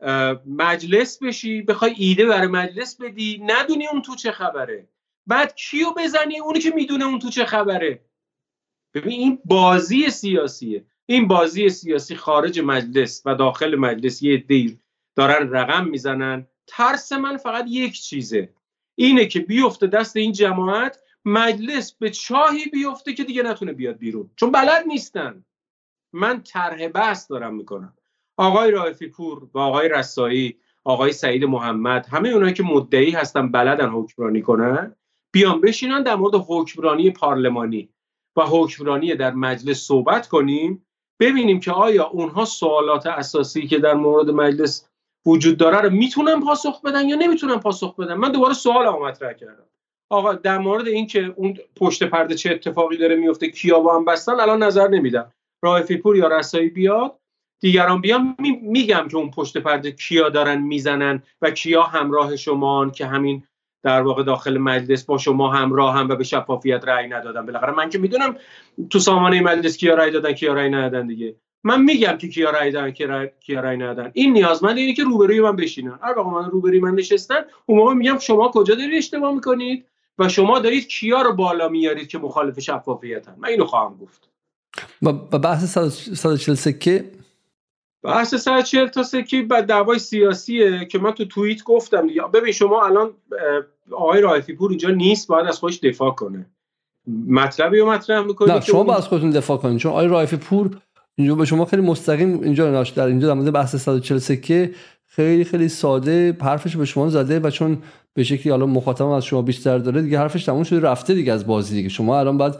مجلس بشی، بخوای ایده برای مجلس بدی، ندونی اون تو چه خبره، بعد کیو بزنی؟ اونی که میدونه اون تو چه خبره. ببین این بازی سیاسیه، این بازی سیاسی خارج مجلس و داخل مجلس یه عده‌ای دارن رقم میزنن. ترس من فقط یک چیزه، اینه که بیفته دست این جماعت، مجلس به چاهی بیفته که دیگه نتونه بیاد بیرون، چون بلد نیستن. من طرح بحث دارم میکنم. آقای رائفی پور و آقای رسایی، آقای سعید محمد، همه اونایی که مدعی هستن بلدن حکمرانی کنن، بیان بشینن در مورد حکمرانی پارلمانی و حکمرانی در مجلس صحبت کنیم، ببینیم که آیا اونها سوالات اساسی که در مورد مجلس وجود داره رو میتونن پاسخ بدن یا نمیتونن پاسخ بدن. من دوباره سوالمو مطرح کردم، آقا در مورد این که اون پشت پرده چه اتفاقی داره میفته، کیا با هم بستن، الان نظر نمیدم. رائفی پور یا رسایی بیاد، دیگران بیان، میگم که اون پشت پرده کیا دارن میزنن و کیا همراه شما که همین در واقع داخل مجلس با شما همراه هم و به شفافیت رأی ندادن. بالاخره من که میدونم تو سامانه مجلس کیا رأی دادن کیا رأی ندادن دیگه. من میگم که کیا رأی دادن کیا رأی ندادن. این نیازمند اینه که روبروی من بشینن. هر وقت من روبروی من نشستن، اون موقع میگم شما کجا دارید اشتباه میکنید و شما دارید کیا رو بالا میارید که مخالف شفافیتن. من اینو خواهم گفت. و بحث 140 سکه، بحث 140 تا سکه بعد دعوای سیاسیه که من تو توییت گفتم دیگه. ببین شما الان آقای رائفی پور اینجا نیست، باید از خودش دفاع کنه. مطلبی رو مطرح میکنید نه شما باید از خودتون دفاع کنید، چون آقای رائفی پور اینجا به شما خیلی مستقیم اینجا در اینجا در مورد بحث 140 سکه خیلی ساده حرفش به شما زده و چون به شکلی الان مخاطب از شما بیشتر داره دیگه، حرفش تموم شده رفته دیگه از بازی دیگه. شما الان باید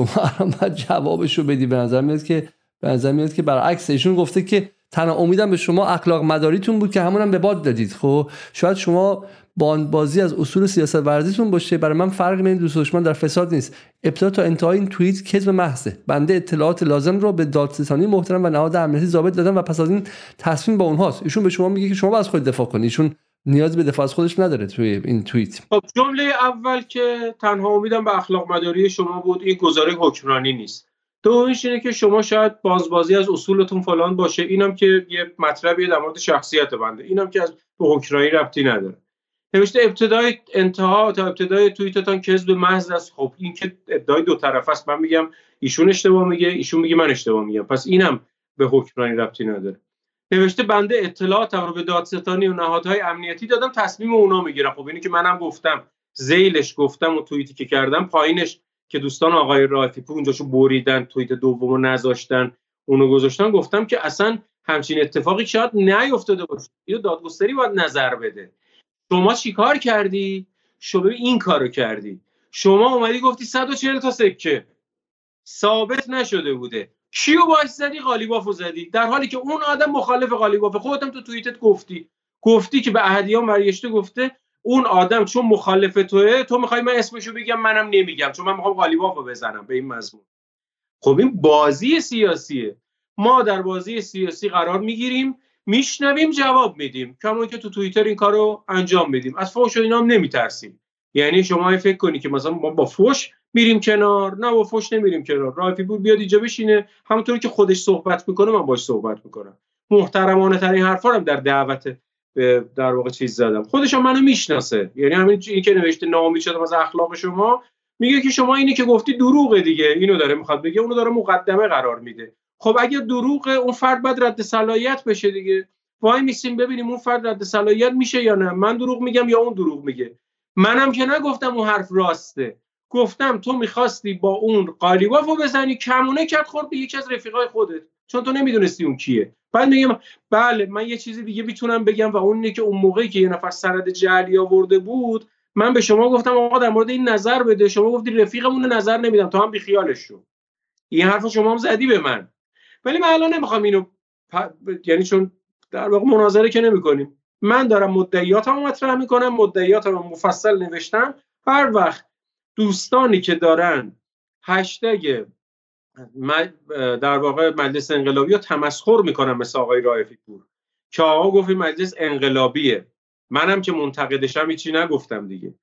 جوابش رو بدی. به نظر میاد که برعکس ایشون گفته که تنها امیدم به شما اخلاق مداریتون بود که همون هم به باد دادید. خب شاید شما بازی از اصول سیاست ورزیتون باشه. برای من فرق بین دوست دشمن در فساد نیست. ابتدا تا انتهای این توییت کذب محضه. بنده اطلاعات لازم رو به دادستانی محترم و نهاد امنیتی ضابط دادم و پس از این تصمیم با اونهاست. ایشون به شما میگه که شما باید از خود دفاع کنید. ایشون نیاز به دفاع از خودش نداره توی این توییت. خب جمله اول که تنها امیدم به اخلاق مداری شما بود، این گزاره حکمرانی نیست. دومیش اینه که شما شاید بازی از اصولتون فلان باشه، اینم که یه مطلبیه در مورد شخصیت بنده، اینم که از به حکمرانی ربطی نداره. نوشته ابتدای انتها تا ابتدای توییتتان کذب محض است. خب این که ادعای دو طرف است. من میگم ایشون اشتباه میگه، ایشون میگه من اشتباه میگم، پس اینم به حکمرانی ربطی نداره. نوشته بنده اطلاعاتم رو به دادستانی و نهادهای امنیتی دادم، تصمیم اونا میگیرم. خب اینی که منم گفتم، ذیلش گفتم و توییتی که کردم پایینش که دوستان آقای رائفی پور اونجاشو بریدن، توییت دومو نذاشتن، اونو گذاشتن، گفتم که اصلا همچین اتفاقی شاید نیافتاده باشه، اینو دادگستری باید نظر بده. شما چی کار کردی؟ شما این کارو کردی. شما اومدی گفتی 140 تا سکه ثابت نشده بوده. کیو باش زدی؟ قالیبافو زدی، در حالی که اون آدم مخالف قالیبافه. خودت هم تو توییتت گفتی که به احدیان برگشته گفته اون آدم چون مخالف توئه، تو میخوای من اسمشو بگم، منم نمیگم چون من میخوام قالیبافو بزنم به این مضمون. خب این بازی سیاسیه. ما در بازی سیاسی قرار میگیریم، میشنویم، جواب میدیم، کما که تو توییتر این کارو انجام بدیم. از فحش و اینا هم نمیترسیم. یعنی شما فکر کنی که مثلا ما با فحش میریم کنار، نه با فحش نمیریم کنار. رائفی پور بیاد اینجا بشینه، همونطوری که خودش صحبت میکنه من باش صحبت میکنم. محترمانه ترین حرفا هم در دعوت در واقع چیز زدم. خودش هم منو میشناسه، یعنی همین این که نوشته ناامید شدم از اخلاق شما، میگه که شما اینی که گفتی دروغه دیگه، اینو داره میخواد بگه، اونو داره مقدمه قرار میده. خب اگه دروغه اون فرد باید رد صلاحیت بشه دیگه. وای میسیم ببینیم اون فرد رد صلاحیت میشه یا نه، من دروغ میگم یا اون دروغ میگه. منم که نگفتم اون حرف راسته، گفتم تو میخواستی با اون قالیبافو بزنی، کمونه کرد خورد به یکی از رفیقای خودت، چون تو نمیدونستی اون کیه. بعد میگم بله من یه چیزی دیگه میتونم بگم و اون اینه که اون موقعی که یه نفر سند جعلی آورده بود، من به شما گفتم آقا در مورد این نظر بده، شما گفتی رفیقمون نظر نمیدم، تو هم بیخیالش شو. این حرفو شما هم زدی به من. ولی من الان نمیخوام اینو یعنی چون در واقع مناظره که نمی‌کنیم، من دارم مدعیاتمو مطرح میکنم، مدعیاتمو مفصل نوشتم. هر وقت دوستانی که دارن هشتگ در واقع مجلس انقلابی رو تمسخر میکنن مثل آقای رائفی پور که آقا گفت مجلس انقلابیه، منم که منتقدشم هیچی نگفتم دیگه،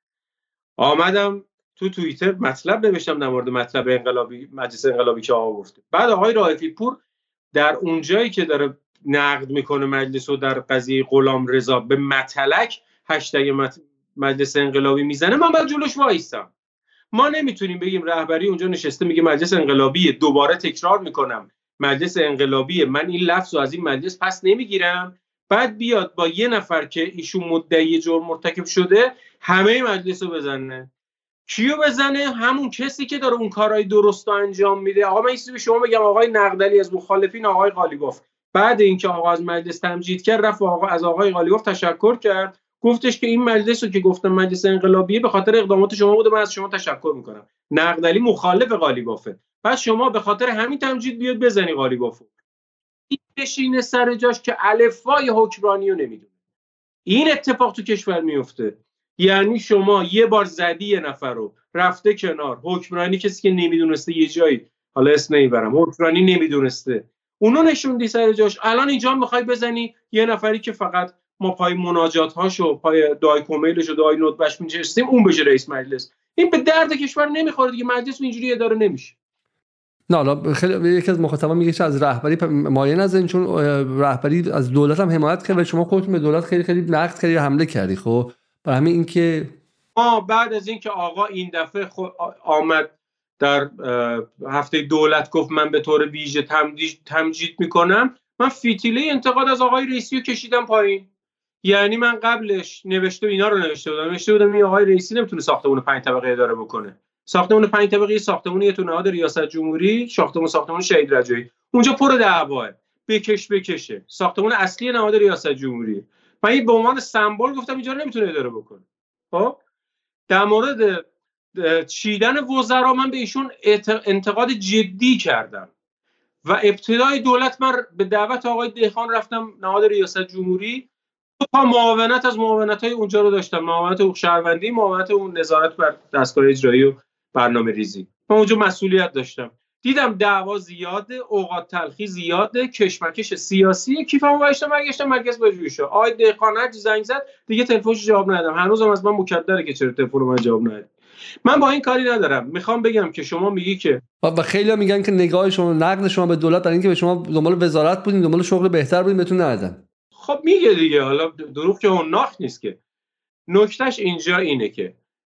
آمدم تو توییتر مطلب نوشتم در مورد مطلب انقلابی مجلس انقلابی که آقا گفته. بعد آقای رائفی پور در اون جایی که داره نقد میکنه مجلس رو در قضیه غلامرضا به مطلق هشتگ مجلس انقلابی میزنه، من باید جلوش وایسم. ما نمیتونیم بگیم رهبری اونجا نشسته میگه مجلس انقلابیه، دوباره تکرار میکنم مجلس انقلابیه، من این لفظ رو از این مجلس پس نمیگیرم، بعد بیاد با یه نفر که ایشون مدعی جرم مرتکب شده همه مجلس رو بزنه. کیو بزنه؟ همون کسی که داره اون کارهای درست رو انجام میده. آقا من به شما بگم آقای نقدلی از مخالفین آقای قالیباف بعد اینکه آقا از مجلس تمجید کرد رفت از آقای قالیباف تشکر کرد، گفتش که این مجلس رو که گفتم مجلس انقلابیه به خاطر اقدامات شما بوده، من از شما تشکر میکنم. نقدلی مخالف قالیبافه، بعد شما به خاطر همین تمجید بیاد بزنی قالیبافو. این بشینه سر جاش که الفبای حکمرانی رو نمیدونه. این اتفاق تو کشور میفته. یعنی شما یه بار زدی یه نفر رو رفته کنار، حکمرانی کسی که نمیدونسته یه جایی، حالا اسم نمیبرم، حکمرانی نمیدونسته، اونو نشوندی سر جاش. الان اینجا میخوای بزنی یه نفری که فقط ما پای مناجات هاشو پای دعای کمیلش و دعای ندبش می‌نشستیم اون بشه رئیس مجلس. این به درد کشور نمیخوره دیگه، مجلس اینجوری اداره نمیشه. نه حالا خیلی یکی از مخاطبان میگه که از رهبری مایه نزن، چون رهبری از دولت هم حمایت کرد و شما خودتون به دولت خیلی خیلی نقد کردید، حمله کردی. خب برای همین این که بعد از اینکه آقا این دفعه آمد در هفته دولت گفت من به طور ویژه تمجید میکنم، من فتیله انتقاد از آقای رئیسی رو کشیدم پایین. یعنی من قبلش اینا رو نوشته بودم این آقای رئیسی نمیتونه ساختمون 5 طبقه اداره بکنه. ساختمون 5 طبقه ساختمون یه تو نهاد ریاست جمهوری، ساختمون شهید رجایی اونجا پر دعواه، بکشه. ساختمون اصلی نهاد ریاست جمهوری، من این به عنوان سمبل گفتم اینجا رو نمیتونه اداره بکنه. خب در مورد چیدن وزرا من به ایشون انتقاد جدی کردم و ابتدای دولت من به دعوت آقای دهقان رفتم نهاد ریاست جمهوری، تا معاونت از معاونت‌های اونجا رو داشتم، معاونت حقوق شهروندی، معاونت اون نظارت بر دستگاه اجرایی و برنامه‌ریزی، من اونجا مسئولیت داشتم. دیدم دعوا زیاده، اوقات تلخی زیاده، کشمکش سیاسی، کیفمو برگشتم مرکز بجویشو. آقای دهقان زنگ زد دیگه تلفنش جواب ندادم، هنوزم از من مکدره که چرا تلفن من جواب نداد. من با این کاری ندارم. میخوام بگم که شما میگی که و خیلی‌ها میگن که نگاه شما، نقد شما به دولت برای اینکه به شما دنبال وزارت بودین، دنبال شغل بهتر بودین، بهتون ندادن. خب میگه دیگه، حالا دروغ که اوناخ نیست که. نکتهش اینجا اینه که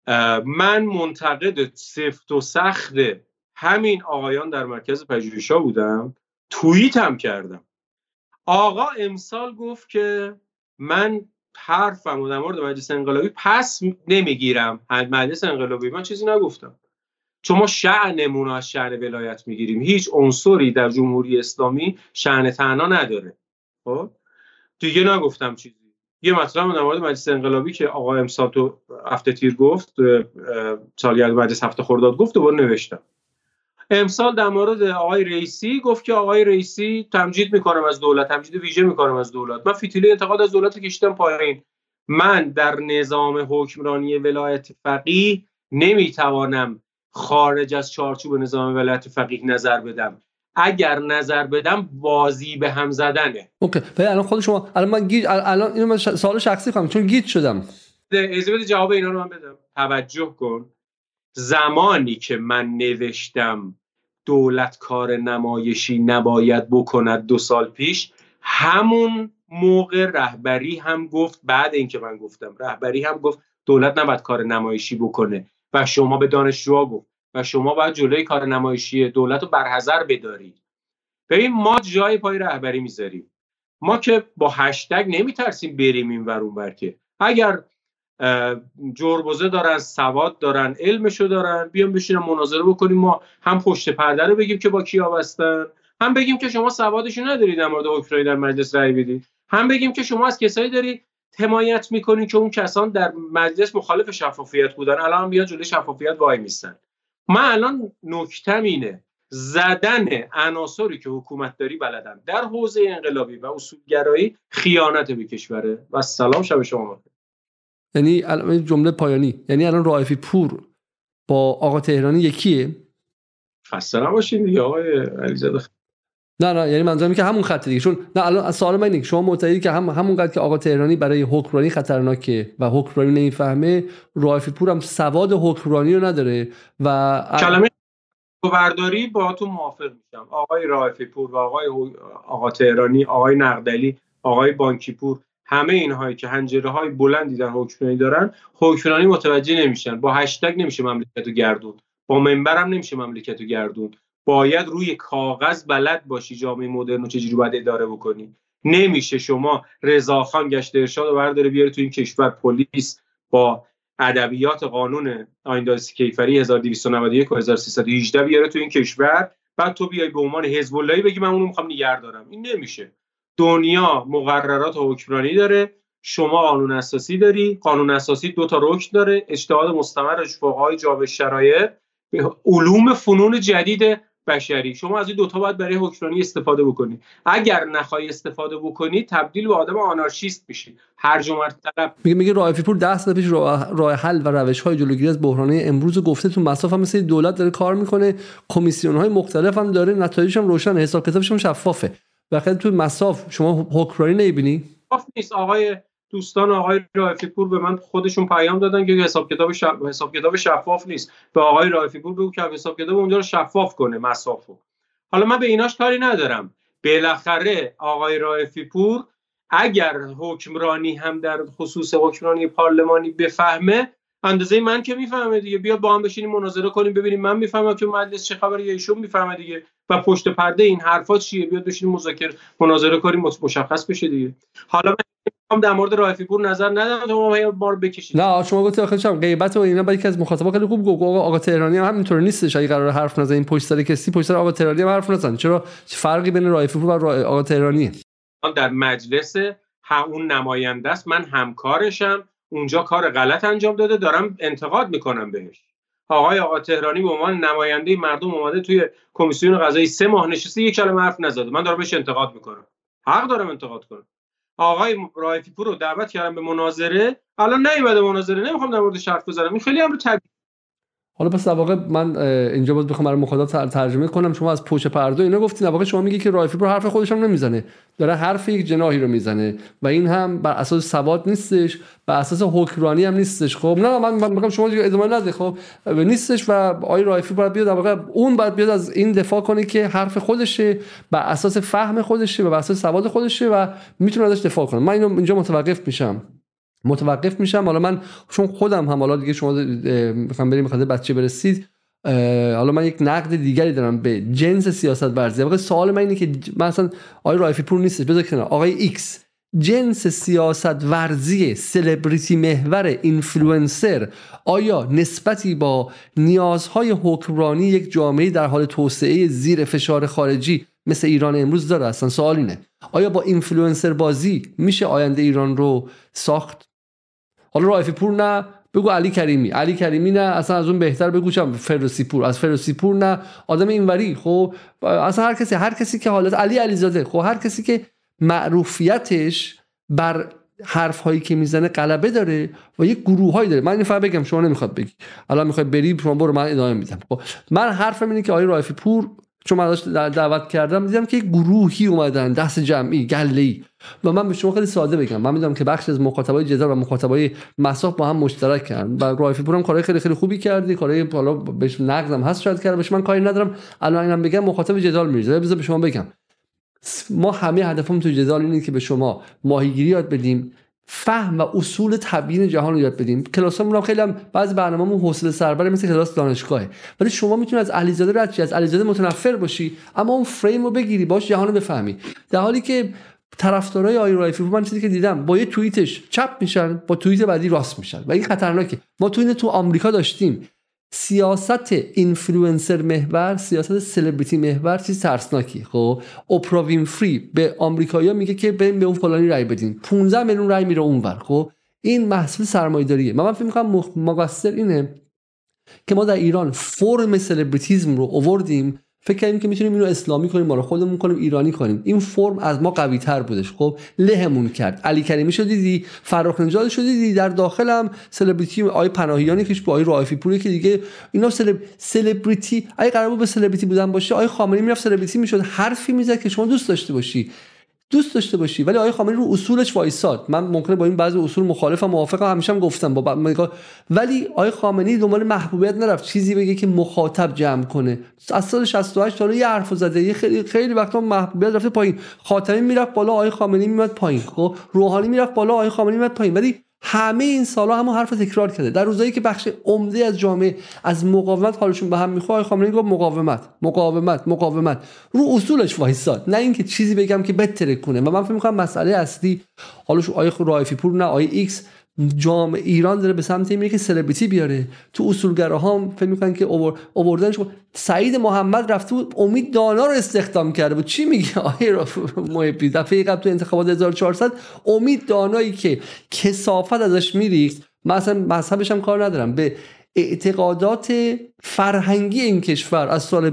من منتقد سفت و سخت همین آقایان در مرکز پژوهش‌ها بودم، توییت هم کردم. آقا امسال گفت که من حرفم در مورد مجلس انقلابی پس نمیگیرم. مجلس انقلابی من چیزی نگفتم، چون ما شأنمون از شأن ولایت میگیریم، هیچ عنصری در جمهوری اسلامی شأن تنها نداره. خب دیگه نگفتم چیزی. یه مطلب در مورد مجلس انقلابی که آقا امسال تو هفته تیر گفت، سالگرد مجلس هفته خرداد گفت، دوباره نوشتم. امسال در مورد آقای رئیسی گفت که آقای رئیسی تمجید میکنم از دولت، تمجید ویژه میکنم از دولت. من فتیله انتقاد از دولت کشیدم پایین. من در نظام حکمرانی ولایت فقیه نمیتوانم خارج از چارچوب نظام ولایت فقیه نظر بدم. اگر نظر بدم بازی به هم زدنه. اوکی. ولی الان خود شما الان اینو من سوال شخصی کنم چون گیج شدم. اجازه بده جواب اینا رو من بدم. توجه کن. زمانی که من نوشتم دولت کار نمایشی نباید بکند 2 سال پیش، همون موقع رهبری هم گفت، بعد اینکه من گفتم رهبری هم گفت دولت نباید کار نمایشی بکنه و شما به دانشجوها گفت و شما باید جلوی کار نمایشی دولت رو برحذر بدارید. ببین ما جای پای رهبری میذاریم، ما که با هشتگ نمیترسیم بریم این ور اون ور، که اگر جربوزه دارن، سواد دارن، علمشو دارن، بیان بشینن مناظره بکنیم، ما هم پشت پرده رو بگیم که با کیا بستن، هم بگیم که شما سوادشو ندارید در مورد حکمرانی در مجلس رأی بدید، هم بگیم که شما از کسایی دارید حمایت میکنین که اون کسان در مجلس مخالف شفافیت بودن، الان هم بیان جلوی شفافیت وای میستن. من الان نکتم اینه، زدن عناصری که حکومت داری بلدن در حوزه انقلابی و اصولگرایی خیانت به کشوره. و سلام، شب شما بخیر. یعنی الان جمله پایانی، یعنی الان رائفی پور با آقا تهرانی یکیه؟ خسته نباشین دیگه آقای علیزاده. نه یعنی منظورم که همون خط دیگه، چون نه الان سوال من اینه که شما معتقدید که همونقدر که آقا تهرانی برای حکمرانی خطرناکه و حکمرانی نمیفهمه، رائفی پور هم سواد حکمرانی رو نداره و کلمه برداری با تو موافق میشم. آقای رائفی پور و آقا تهرانی، آقای نقدلی، آقای بانکی پور، همه اینهایی که حنجره های بلندی در حکمرانی دارن، حکمرانی متوجه نمیشن. با هشتگ نمیشه مملکت رو گردون، با منبرم نمیشه مملکت رو گردون. باید روی کاغذ بلد باشی جامعه مدرن رو چجوری باید اداره بکنی. نمیشه شما رضاخان گشت ارشاد رو برداره بیاره تو این کشور، پلیس با ادبیات قانون آیین-دادرسی کیفری 1291 و 1318 بیاره تو این کشور، بعد تو بیای به عنوان حزب اللهی بگی من اونو میخوام نگه دارم. این نمیشه. دنیا مقررات حکمرانی داره، شما قانون اساسی داری. قانون اساسی 2 تا رکن داره: اجتهاد مستمر، فقهای جامع شرایع، علوم فنون جدید بشری. شما از این 2 تا باید برای حکمرانی استفاده بکنی. اگر نخوای استفاده بکنی تبدیل به آدم آنارشیست میشی، هرج و مرج طلب. میگه رائفی پور 10 سال پیش راه حل و روش‌های جلوگیری از بحران‌های امروز گفته، تو مصاف هم مثل دولت داره کار میکنه، کمیسیون‌های مختلف هم داره، نتایجش هم روشن، حساب کتابش هم شفافه. واقعا تو مصاف شما حکمرانی نمیبینی؟ نیست. دوستان آقای رائفی پور به من خودشون پیام دادن که حساب کتاب شفاف نیست. به آقای رائفی پور بگو که حساب کتاب اونجا رو شفاف کنه، مصافو. حالا من به ایناش کاری ندارم. بالاخره آقای رائفی پور اگر حکمرانی هم در خصوص حکمرانی پارلمانی بفهمه، اندازه من که میفهمه دیگه، بیا با هم بشینیم مناظره کنیم ببینیم من میفهمم که مجلس چه خبره، ایشون میفهمه دیگه، و پشت پرده این حرفا چیه، بیاد بشینیم مناظره کنیم مشخص بشه دیگه. حالا من در مورد رائفی پور نظر ندارم، شما بار بکشید. نه شما گفتی آخه شب غیبت و اینا، با یکی از مخاطبا خیلی خوب گفت آقا تهرانی هم همینطور نیستش، اگه قرار حرف نزنیم پشت سر کسی، پشت سر آقا تهرانی هم حرف نزن. چرا چه فرقی بین رائفی پور و آقا تهرانیه؟ در مجلس اون نماینده است، من همکارشم، اونجا کار غلط انجام داده، دارم انتقاد میکنم بهش. آقا تهرانی به عنوان نماینده مردم اومده توی کمیسیون قضایی 3 ماه نشسته، یک کلمه حرف نزده، من دارم بهش انتقاد میکنم، حق دارم انتقاد کنم. آقای رائفی پور رو دعوت کردم به مناظره، الان نیومده مناظره، نمیخوام در موردش حرف بزنم. این خیلی امر طبیعیه. حالا پس در واقع من اینجا باز بخوام برای مخاطب ترجمه کنم، شما از پشت پرده اینا گفتین، در واقع شما میگی که رائفی پور حرف خودش هم نمیزنه، داره حرف یک جناحی رو میزنه و این هم بر اساس سواد نیستش، بر اساس حکمرانی هم نیستش. خب نه من میگم شما دیگه ادامه نده، خب نیستش و آقای رائفی باید بیاد در واقع اون باید بیاد از این دفاع کنه که حرف خودشه، بر اساس فهم خودشه و بر اساس سواد خودشه و میتونه ازش دفاع کنه. من اینجا متوقف میشم. حالا من چون خودم هم حالا دیگه شما میخوام بریم بخاطر بچه برسید، حالا من یک نقد دیگری دارم به جنس سیاست ورزی. واقعا سوال من اینه که مثلا آقای رائفی پور نیستش، بذار کنار آقای ایکس، جنس سیاست ورزی سلبریتی محور اینفلوئنسر آیا نسبتی با نیازهای حکمرانی یک جامعه در حال توسعه زیر فشار خارجی مثل ایران امروز داره؟ اصلا سوال اینه، آیا با اینفلوئنسر بازی میشه آینده ایران رو ساخت؟ حالا رائفی پور نه، بگو علی کریمی نه، اصلا از اون بهتر بگو چم فردوسی پور، از فردوسی پور نه، آدم اینوری. خب اصلا هر کسی که حالت علیزاده، خب هر کسی که معروفیتش بر حرف هایی که میزنه غلبه داره و یک گروهایی داره. من این فقط بگم، شما نمیخواد بگی، الان میخوای بری، شما برو، من ادامه میدم. خب من حرفم اینه که آقای رائفی پور، چون من دعوت کردم دیدم که یک گروهی اومدن، دست جمعی، گله‌ای، و من به شما خیلی ساده بگم، من میدونم که بخش از مخاطبای جدال و مخاطبای مصاف با هم مشترکن و رائفی پور هم کارهای خیلی خیلی خوبی کردی، کارهای حالا بهش نقدم هست شاید کرد، بهش من کاری ندارم، الان اینم بگم مخاطب جدال میریزه. بذار به شما بگم ما همه هدفمون تو جدال اینه که به شما ماهیگیری یاد بدیم، فهم و اصول تبیین جهان رو یاد بدیم. کلاسامون هم خیلی هم بعضی برنامه‌مون حوصله سربره مثل کلاس دانشگاهه، ولی شما میتونی از علیزاده رد شی، از علیزاده متنفر باشی، اما اون فریم رو بگیری باش جهان رو بفهمی. در حالی که طرفدارای آقای رائفی پور من چیزی که دیدم با یه توییتش چپ میشن، با توییت بعدی راست میشن و این خطرناکه. ما تو آمریکا داشتیم سیاست اینفلوئنسر محور، سیاست سلبریتی محور، چیز ترسناکی. خب اوپرا وینفری به آمریکایی‌ها میگه که بریم به اون فلانی رای بدین، 15 میلیون رای میره اونور. خب این محصول سرمایه‌داریه. من فکر می‌کنم مقصر اینه که ما در ایران فرم سلبریتیسم رو آوردیم، فکر کردیم که میتونیم اینو اسلامی کنیم، ما رو خودمون کنیم، ایرانی کنیم. این فرم از ما قوی تر بودش. خب لهمون کرد. علی کریمی شو دیدی، فرخ نژاد شو دیدی، در داخل هم سلبریتی آقای پناهیانی که با آقای رائفی پوری که دیگه اینا سلبریتی، اگه قرار بود به سلبریتی بودن باشه آقای خامنه‌ای میرفت سلبریتی میشد، حرفی میزد که شما دوست داشته باشی. ولی آقای خامنه‌ای رو اصولش وایساد. من ممکنه با این بعضی اصول مخالفم، موافقم، همیشه هم گفتم ولی آقای خامنه‌ای دنبال محبوبیت نرفت، چیزی بگه که مخاطب جمع کنه. از سال 68 تا یه حرف زده، یه خیلی وقتا محبوبیت رفته پایین. خاتمی میرفت بالا، آقای خامنه‌ای میاد پایین. خب روحانی میرفت بالا، آقای خامنه‌ای میاد پایین. ولی همه این سالا همون حرف تکرار کرده. در روزایی که بخش عمده از جامعه از مقاومت حالشون به هم میخواد، آقای خامنه‌ای گفت مقاومت رو اصولش وایساد، نه اینکه چیزی بگم که بتره کنه. و من فکر می‌کنم مسئله اصلی حالش آقای رائفی پور نه آقای ایکس، جامعه ایران داره به سمت این میره که سلبریتی بیاره. تو اصولگراها فکر می‌کنن که آوردنش. سعید محمد رفته بود امید دانا رو استخدام کرده بود. چی میگه آقای محبی؟ دفعه قبل تو انتخابات 1400 امید دانایی که کثافت ازش میریخت، مثلا مذهبش هم کار ندارم، به اعتقادات فرهنگی این کشور از سال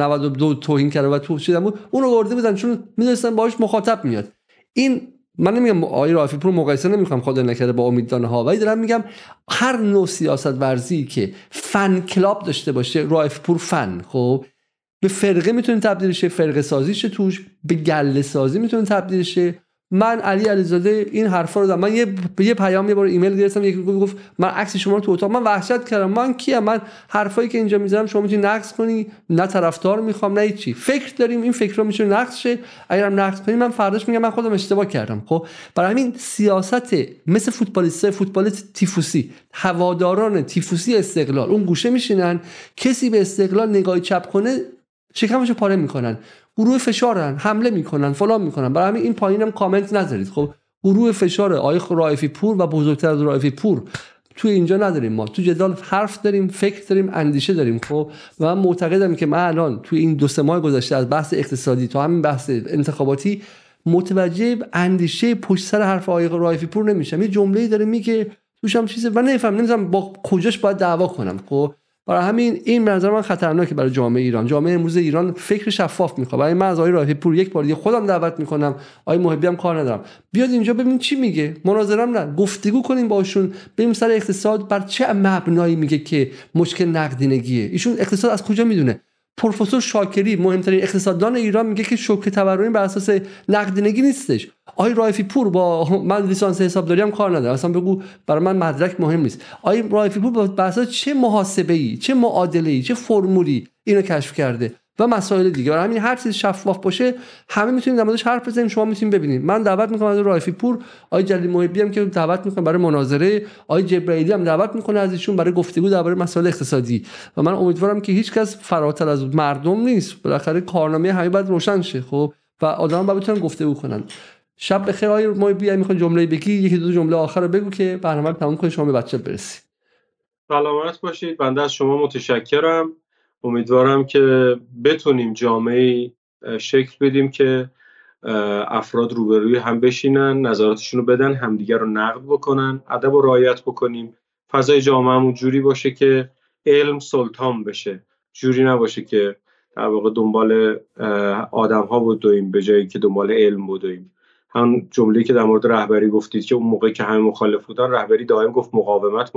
92 توهین کرده و تو چیزا بود، اون رو آورده بودن چون می‌دونستن باهاش مخاطب میاد. این من نمیگم آقای رائفی پور مقایسه نمی‌کنم خدا نکرده با امید دانها، ولی دارم میگم هر نوع سیاست ورزی که فن کلاب داشته باشه، رائفی پور فن، خب به فرقه میتونه تبدیل شه، فرقه سازی شه توش، به گله سازی میتونه تبدیل شه. من علیزاده این حرفا رو دارم. من یه پیام یه بار ایمیل گرفتم، یکی گفت من عکس شما رو تو اتاق، من وحشت کردم. من کیم؟ من حرفایی که اینجا میذارم شما میتونی نقض کنی، نه طرفدار میخوام نه چی. فکر داریم، این فکر رو میتونه نقض شه. اگرم نقض کنی من فرداش میگم من خودم اشتباه کردم. خب برای همین سیاست مثل فوتبال تیفوسی، هواداران تیفوسی استقلال اون گوشه میشینن، کسی به استقلال نگاهی چپ کنه شکمشو پاره میکنن، گروه فشارن، حمله میکنن، فلان میکنن. برای همین این پایینم کامنت نذارید. خب گروه فشار آقای رائفی پور و بزرگتر از رائفی پور توی اینجا نداریم. ما تو جدال حرف داریم، فکر داریم، اندیشه داریم. خب و من معتقدم که من الان توی این 2-3 ماه گذشته از بحث اقتصادی تا همین بحث انتخاباتی متوجه اندیشه پشت سر حرف آقای رائفی پور نمیشم. یه جمله‌ای داره میگه توش هم چیزی من نمیفهمم با کجاش باید دعوا کنم. خب برای همین این به نظر من خطرناکه برای جامعه ایران. جامعه امروز ایران فکر شفاف میخواد. برای من از آقای رائفی پور یک بار دیگه خودم دعوت میکنم، آقای محبی هم کار ندارم، بیاد اینجا ببین چی میگه. مناظره نه، گفتگو کنیم باشون، ببینیم سر اقتصاد بر چه مبنایی میگه که مشکل نقدینگیه. ایشون اقتصاد از کجا میدونه؟ پروفسور شاکری مهمترین اقتصاددان ایران میگه که شوک تورمی بر اساس نقدینگی نیستش. آقای رائفی پور با من لیسانس حسابداری هم کار ندارم، اصلا بگو برای من مدرک مهم نیست. آقای رائفی پور بر اساس چه محاسبه‌ای، چه معادله‌ای، چه فرمولی اینو کشف کرده و مسائل دیگه. برای همین هر چیز شفاف باشه همه میتونیم در موردش حرف بزنیم، شما میتونید ببینید. من دعوت میکنم از رائفی پور، آقای جلیل محبی هم که دعوت میکنه برای مناظره، آقای جبرائیلی هم دعوت میکنه از ایشون برای گفتگو درباره مسائل اقتصادی. و من امیدوارم که هیچ کس فراتر از مردم نیست، بالاخره کارنامه همه باید روشن شه. خب و آدم باید بتونن گفتگو کنن. شب بخیر آقای محبی، میخوام جمله بگی، یکی دو جمله آخر رو بگو که برنامه رو تموم کنیم شما به بچه برسی. سلامت باشید. بنده از شما متشکرم. امیدوارم که بتونیم جامعه شکل بدیم که افراد روبروی هم بشینن، نظراتشون رو بدن، همدیگر رو نقد بکنن، ادب و رعایت بکنیم. فضای جامعهمون جوری باشه که علم سلطان بشه، جوری نباشه که در واقع دنبال آدم‌ها بدویم به جایی که دنبال علم بدویم. هم جمله‌ای که در مورد رهبری گفتید که اون موقع که همه مخالف بودن، رهبری دائم گفت مقاومت.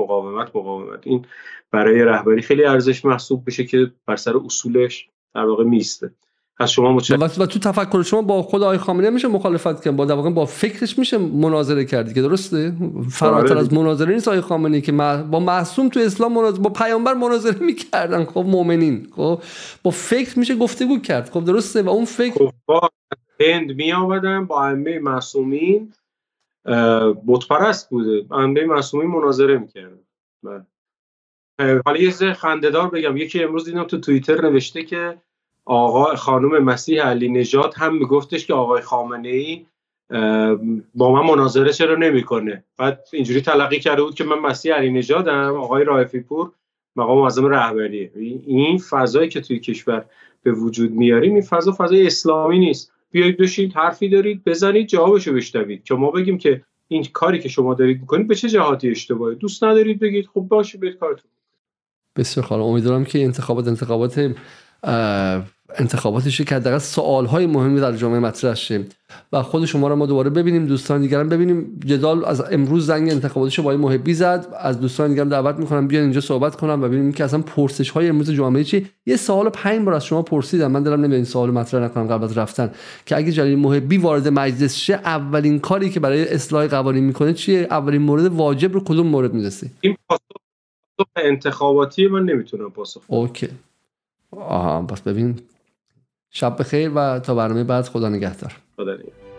این برای رهبری خیلی ارزش محسوب بشه که بر سر اصولش در واقع میسته. از شما متشکرم. و تو تفکر شما با خود آقای خامنه‌ای میشه مخالفت کرد، با در واقع با فکرش میشه مناظره کرد که درسته؟ فراتر از مناظره نیست آقای خامنه‌ای که با معصوم تو اسلام با پیامبر مناظره میکردن. خب مؤمنین، خب با فکر میشه گفتگو کرد. خب درسته؟ و اون فکر هند می آمدن با ائمه معصومین، بت پرست بوده، ائمه معصومین مناظره میکردن. حالا یه ذره خنده‌دار بگم، یکی امروز دیدم تو توییتر نوشته که آقا خانم مسیح علی نژاد هم میگفتش که آقای خامنه‌ای با من مناظره چرا نمیکنه، بعد اینجوری تلقی کرده بود که من مسیح علی نژادم، آقای رائفی پور مقام معظم رهبریه. این فضایی که توی کشور به وجود میاریم، این فضای اسلامی نیست. بیایید بشید حرفی دارید بزنید جوابشو بشنوید، که ما بگیم که این کاری که شما دارید میکنید به چه جهاتی اشتباهه. دوست ندارید بگید خب باشه برید کارتون. بسیار خوب. امیدوارم که انتخاباتش که حداقل سوال‌های مهمی در جامعه مطرح شه و خود شما رو ما دوباره ببینیم، دوستان دیگران ببینیم. جدال از امروز زنگ انتخاباتش با محبی زد. از دوستان دیگران دعوت می‌کنم بیان اینجا صحبت کنم و ببینیم که اصلا پرسش‌های امروز جامعه چی. یه سوال 5 بار از شما پرسیدم، من دلم نمیاد این سوالو مطرح نکنم قبل از رفتن، که اگه جلیل محبی وارد مجلس شه اولین کاری که برای اصلاح قوانین میکنه چیه؟ اولین مورد واجب رو کدوم مورد می‌رسی؟ این پاسخ انتخاباتی من نمیتونم پاسخ بدم. اوکی. پس ببین، شب بخیر و تا برنامه بعد خدا نگهدار. خدا نگهدار.